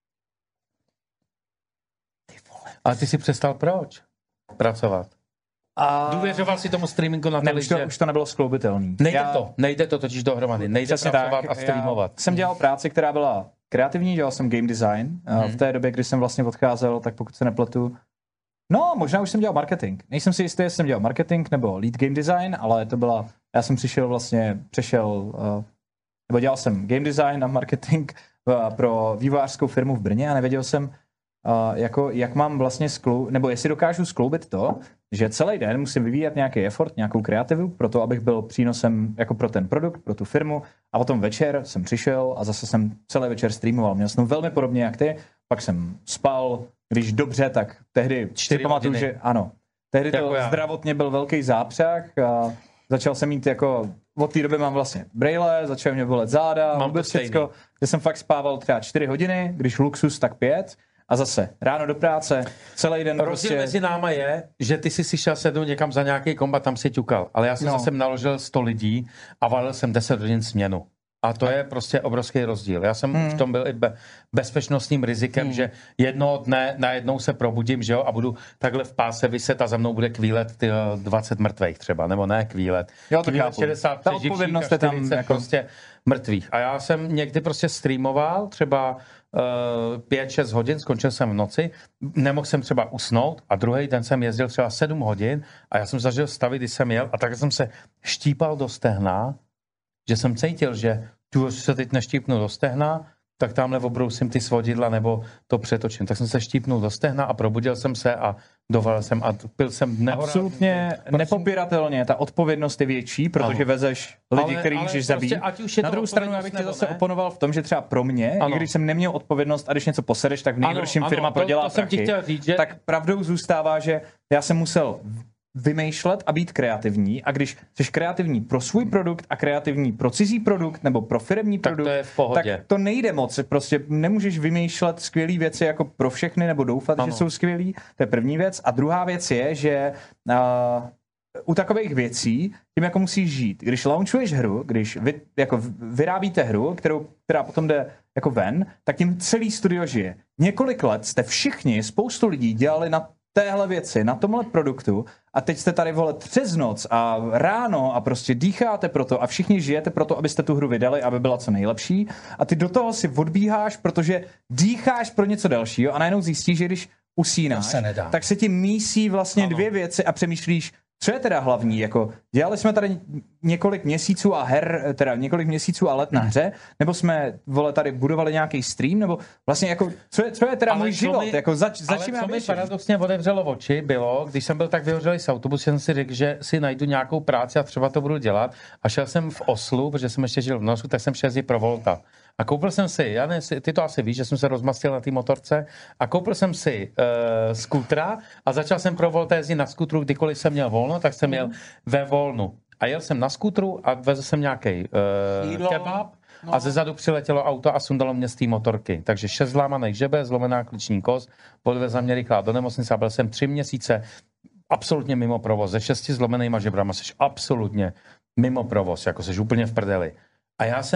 Ale ty si přestal proč pracovat? A... Důvěřoval si tomu streamingu na Ne, už to, že... už to nebylo skloubitelný. Nejde Já... to, nejde to totiž dohromady. Nejde Přesně pracovat tak. a streamovat. Já jsem dělal práci, která byla kreativní, dělal jsem game design. Hmm. V té době, kdy jsem vlastně odcházel, tak pokud se nepletu, no, možná už jsem dělal marketing. Nejsem si jistý, jestli jsem dělal marketing nebo lead game design, ale to byla, já jsem přišel vlastně, přešel, uh, nebo dělal jsem game design a marketing uh, pro vývojářskou firmu v Brně a nevěděl jsem, uh, jako, jak mám vlastně sklou, nebo jestli dokážu skloubit to, že celý den musím vyvíjet nějaký effort, nějakou kreativu pro to, abych byl přínosem jako pro ten produkt, pro tu firmu a potom večer jsem přišel a zase jsem celý večer streamoval. Měl jsem velmi podobně jak ty, pak jsem spal, když dobře, tak tehdy si pamatuju, že ano. Tehdy to jako zdravotně byl velký zápřah a začal jsem mít jako, od té doby mám vlastně brejle, začaly mě bolet záda, mám vůbec všecko, že jsem fakt spával třeba čtyři hodiny, když luxus, tak pět. A zase, ráno do práce, celý den Rozdíl prostě... mezi náma je, že ty jsi si šel sednout někam za nějaký kombat, tam si ťukal. Ale já jsem no. zase naložil sto lidí a valil jsem deset hodin směnu. A to je prostě obrovský rozdíl. Já jsem hmm. v tom byl i be- bezpečnostním rizikem, hmm. že jednoho dne najednou se probudím, že jo, a budu takhle v páse vyset a za mnou bude kvílet ty dvacet mrtvých třeba, nebo ne kvílet. Jo, to kvílet šedesát Ta odpovědnost je tam jako... prostě mrtvých. A já jsem někdy prostě streamoval třeba uh, pět šest hodin, skončil jsem v noci, nemohl jsem třeba usnout a druhý den jsem jezdil třeba sedm hodin a já jsem zažil stavy, kdy jsem jel a tak jsem se štípal do stehna, že jsem cítil, že tu se teď neštípnu do stehna, tak tamhle obrousím ty svodidla nebo to přetočím. Tak jsem se štípnul do stehna a probudil jsem se a dovalil jsem a pil jsem nehorázný. Absolutně nepopiratelně, ta odpovědnost je větší, protože ano. vezeš lidi, který můžeš prostě zabít. Na druhou stranu, já bych tě zase ne? oponoval v tom, že třeba pro mě, i když jsem neměl odpovědnost a když něco posereš, tak v nejhorším firma to, prodělá to prachy, říct, že... tak pravdou zůstává, že já jsem musel vymýšlet a být kreativní a když jsi kreativní pro svůj produkt a kreativní pro cizí produkt nebo pro firemní tak produkt, to je v pohodě. tak to nejde moc. Prostě nemůžeš vymýšlet skvělé věci jako pro všechny nebo doufat, ano. že jsou skvělý. To je první věc. A druhá věc je, že uh, u takových věcí tím jako musíš žít. Když launchuješ hru, když vy, jako vyrábíte hru, kterou, která potom jde jako ven, tak tím celý studio žije. Několik let jste všichni, spoustu lidí dělali na téhle věci, na tomhle produktu a teď jste tady, vole, přes noc a ráno a prostě dýcháte pro to a všichni žijete pro to, abyste tu hru vydali, aby byla co nejlepší a ty do toho si odbíháš, protože dýcháš pro něco dalšího a najednou zjistíš, že když usínáš, se tak se ti mísí vlastně ano. dvě věci a přemýšlíš, co je teda hlavní, jako dělali jsme tady několik měsíců a her, teda několik měsíců a let na hře, nebo jsme, vole, tady budovali nějaký stream, nebo vlastně jako, co je, co je teda ale můj život, mi, jako zač, začíme Ale co mi paradoxně odevřelo oči, bylo, když jsem byl tak vyhořelý z autobusu, jsem si řekl, že si najdu nějakou práci a třeba to budu dělat a šel jsem v Oslu, protože jsem ještě žil v Norsku, tak jsem šel jezdit pro Volta. A koupil jsem si, já ne, ty to asi víš, že jsem se rozmastil na té motorce, a koupil jsem si uh, skútra a začal jsem pro Volta jezdit na skútru, kdykoliv jsem měl volno, tak jsem jel ve volnu. A jel jsem na skútru a vezl jsem nějaký uh, kebab no. a ze zadu přiletělo auto a sundalo mě z té motorky. Takže šest zlámaných žebe, zlomená klíční kost, podvezla mě rychlá do nemocnice a byl jsem tři měsíce absolutně mimo provoz. Ze šesti zlomenýma žebrama jsi absolutně mimo provoz, jako jsi úplně v prdeli. A já jsem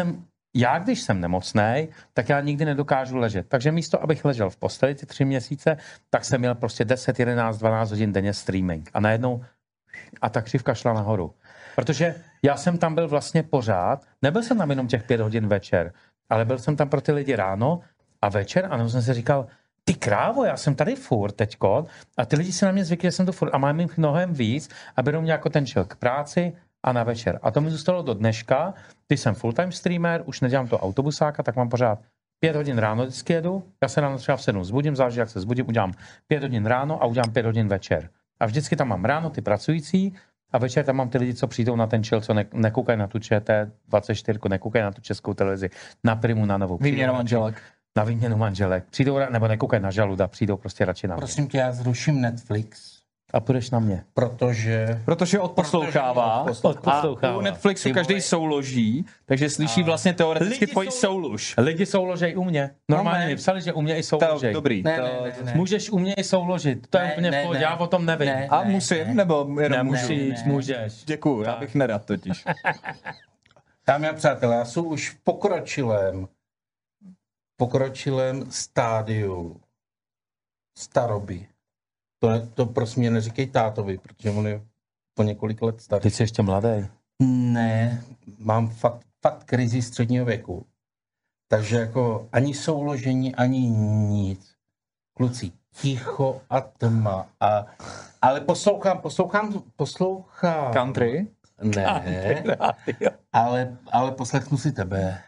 já, když jsem nemocnej, tak já nikdy nedokážu ležet. Takže místo, abych ležel v posteli ty tři měsíce, tak jsem měl prostě deset, jedenáct, dvanáct hodin denně streaming. A najednou a ta křivka šla nahoru. Protože já jsem tam byl vlastně pořád, nebyl jsem tam jenom těch pět hodin večer, ale byl jsem tam pro ty lidi ráno a večer a jsem si říkal, ty krávo, já jsem tady furt teďko a ty lidi se na mě zvykli, že jsem to furt a mám jich mnohem víc a berou mě jako ten čel k práci a na večer. A to mi zůstalo do dneška, když jsem full-time streamer, už nedělám to autobusáka, tak mám pořád pět hodin ráno vždycky jedu, já se ráno třeba v sedm zbudím, záleží, jak se zbudím, udělám pět hodin ráno a udělám pět hodin večer. A vždycky tam mám ráno ty pracující a večer tam mám ty lidi, co přijdou na ten chill, co ne, nekoukají na tu Č T dvacet čtyři, nekoukají na tu českou televizi, na Primu, na Novou. Výměna manželek. Na výměnu manželek. Přijdou, nebo nekoukají na Žaluda, přijdou prostě radši na mě. Prosím tě, já zruším Netflix. A půjdeš na mě. Protože... Protože odposlouchává. Protože odposlouchává. A u Netflixu každý souloží, takže slyší vlastně teoreticky tvoji soulož. Lidi souložej u mě. Normálně No, mi psali, že u mě i souložej. Dobrý. Ne, to... ne, ne, ne. Můžeš u mě i souložit. To je Ne, úplně ne, v pohodě, ne. já o tom nevím. Ne. A musím, nebo jenom můžu? Nemusíš, ne. můžeš. Děkuju, já bych nerad totiž. Dámy a přátelé, já jsem už v pokročilém, pokročilém stádiu staroby. To, ne, to prosím mě neříkej tátovi, protože on je po několik let starý. Ty jsi ještě mladý. Ne, mám fakt, fakt krizi středního věku. Takže jako ani souložení, ani nic. Kluci, ticho a tma. A, ale poslouchám, poslouchám, poslouchám. Country? Ne, ale, ale poslechnu si tebe.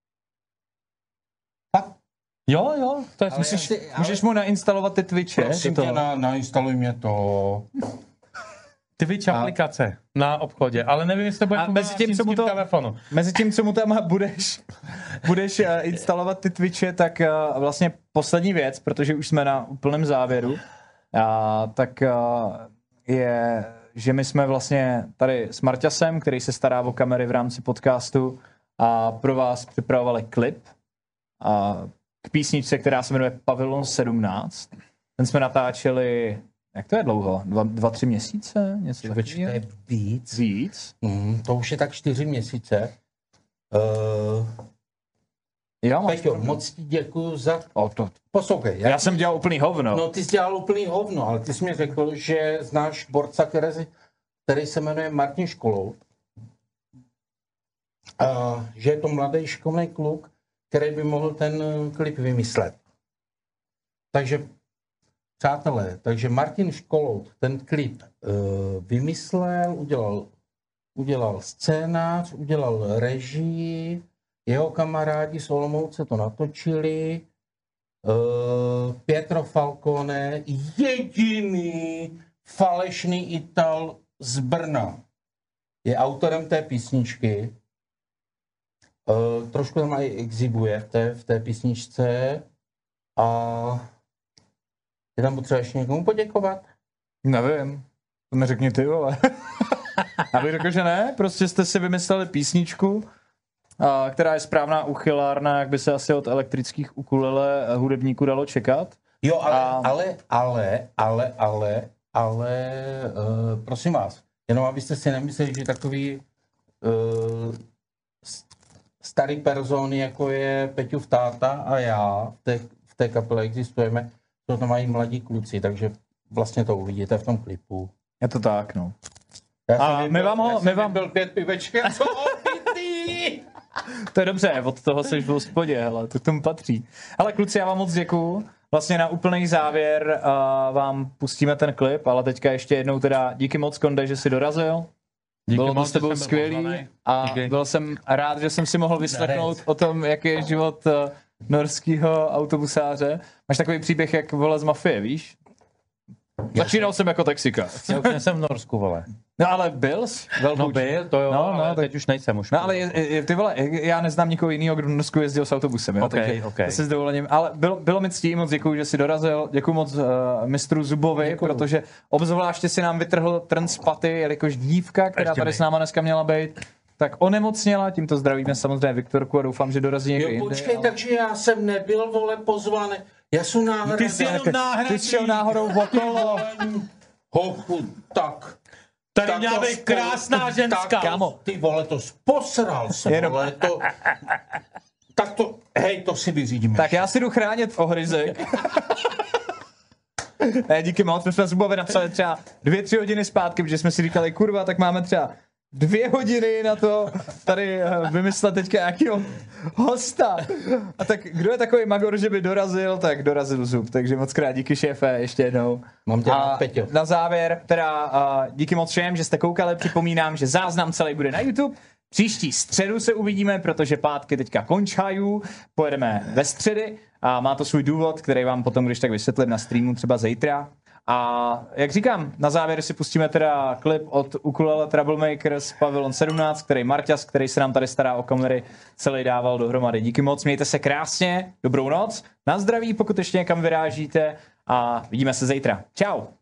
Fakt? Jo, jo, to je Ale musíš, já si- ale- Můžeš mu nainstalovat ty Twitche? Prosím to... tě, na, nainstaluj mě to. Twitch aplikace na obchodě, ale nevím, jestli to bude A fungovat mezi tím, na co mu čínském to- telefonu. Mezi tím, co mu tam budeš, budeš uh, instalovat ty Twitche, tak uh, vlastně poslední věc, protože už jsme na úplném závěru, uh, tak uh, je, že my jsme vlastně tady s Marťasem, který se stará o kamery v rámci podcastu, a pro vás připravovali klip uh, k písničce, která se jmenuje Pavilon sedmnáct. Ten jsme natáčeli, jak to je dlouho? Dva, dva tři měsíce? Něco To takového? je víc. Víc? Mm, to už je tak čtyři měsíce. Uh, Jo, máš Peťo, pravdu. moc ti děkuju za... O, to, Poslouchej. já jsem dělal úplný hovno. No, ty jsi dělal úplný hovno, ale ty jsi mi řekl, že znáš borca, který, který se jmenuje Martin Školou. A že je to mladý šikovný kluk, který by mohl ten klip vymyslet. Takže, přátelé, takže Martin Školou ten klip uh, vymyslel, udělal, udělal scénář, udělal režii, jeho kamarádi z Olomouce to natočili, uh, Pietro Falcone, jediný falešný Ital z Brna, je autorem té písničky. Uh, trošku tam i exhibuje v té, v té písničce a je tam potřeba ještě někomu poděkovat. Nevím. To neřekni ty, vole. Já bych řekl, že ne. Prostě jste si vymysleli písničku, a, která je správná uchylárna, jak by se asi od elektrických ukulele hudebníků dalo čekat. Jo, ale, A- ale, ale, ale, ale, ale, uh, prosím vás, jenom abyste si nemysleli, že takový uh, starý persony, jako je Peťův táta a já v té, v té kapele existujeme, to tam mají mladí kluci, takže vlastně to uvidíte v tom klipu. Je to tak, no. Já A jsem my vypil- vám ho- já jsem my vám- vypil pět piveček, co opitý! To je dobře, od toho jsi v hospodě, hele, to k tomu patří. Ale kluci, já vám moc děkuju. Vlastně na úplný závěr uh, vám pustíme ten klip, ale teďka ještě jednou teda díky moc, Konde, že jsi dorazil. Díky Bylo to moc, s že tebou jsem byl skvělý pozvaný. a Díky. byl jsem rád, že jsem si mohl vyslechnout Darec. o tom, jaký je život uh, norského autobusáře. Máš takový příběh, jak vole z mafie, víš? Začínal jsem jako taxika. Já už nejsem v Norsku, vole. No ale byl jsi velkou... No byl, to jo, No, no, no, ale tak- teď už nejsem už. No ale je, je, ty vole, já neznám nikoho jiného, kdo v Norsku jezdil s autobusem, jo? Ok, takže ok. to si s dovolením. Ale bylo, bylo mi ctí, moc děkuju, že jsi dorazil. Děkuju moc uh, mistru Zubovi, Děkuju. protože obzvláště si nám vytrhl trn z paty, jelikož dívka, která Ještě tady mi. s náma dneska měla být, tak onemocněla. Tímto zdravíme samozřejmě Viktorku a doufám, že dorazí někdy Jo, jindy, počkej, ale- takže já jsem nebyl, vole, pozvaný. Já jsem náhradil. Ty jsi šel náhodou okolo. Hochu, tak. Tady Tak měla to být spolu- krásná ženská. Tak, Kámo. ty vole, to posral se, Jenom- vole, to... Tak to, hej, to si vyřídíme. Tak já si jdu chránit ohryzek. Ne, díky moc, my jsme Zubovi napsali třeba dvě, tři hodiny zpátky, protože jsme si říkali, kurva, tak máme třeba dvě hodiny na to tady eh, vymyslet teďka nějakýho hosta. A tak kdo je takový magor, že by dorazil, tak dorazil Zub. Takže moc krát díky, šéfe, ještě jednou. Mám tě A rád, Peťo. na závěr, teda uh, díky moc všem, že jste koukali, připomínám, že záznam celý bude na YouTube. Příští středu se uvidíme, protože pátky teďka končají, pojedeme ve středy a má to svůj důvod, který vám potom, když tak vysvětlím na streamu třeba zítra. A jak říkám, na závěr si pustíme teda klip od Ukulele Troublemakers Pavilion sedmnáct, který Marťas, který se nám tady stará o kamery, celý dával dohromady. Díky moc, mějte se krásně, dobrou noc, na zdraví, pokud ještě někam vyrážíte a vidíme se zítra. Čau.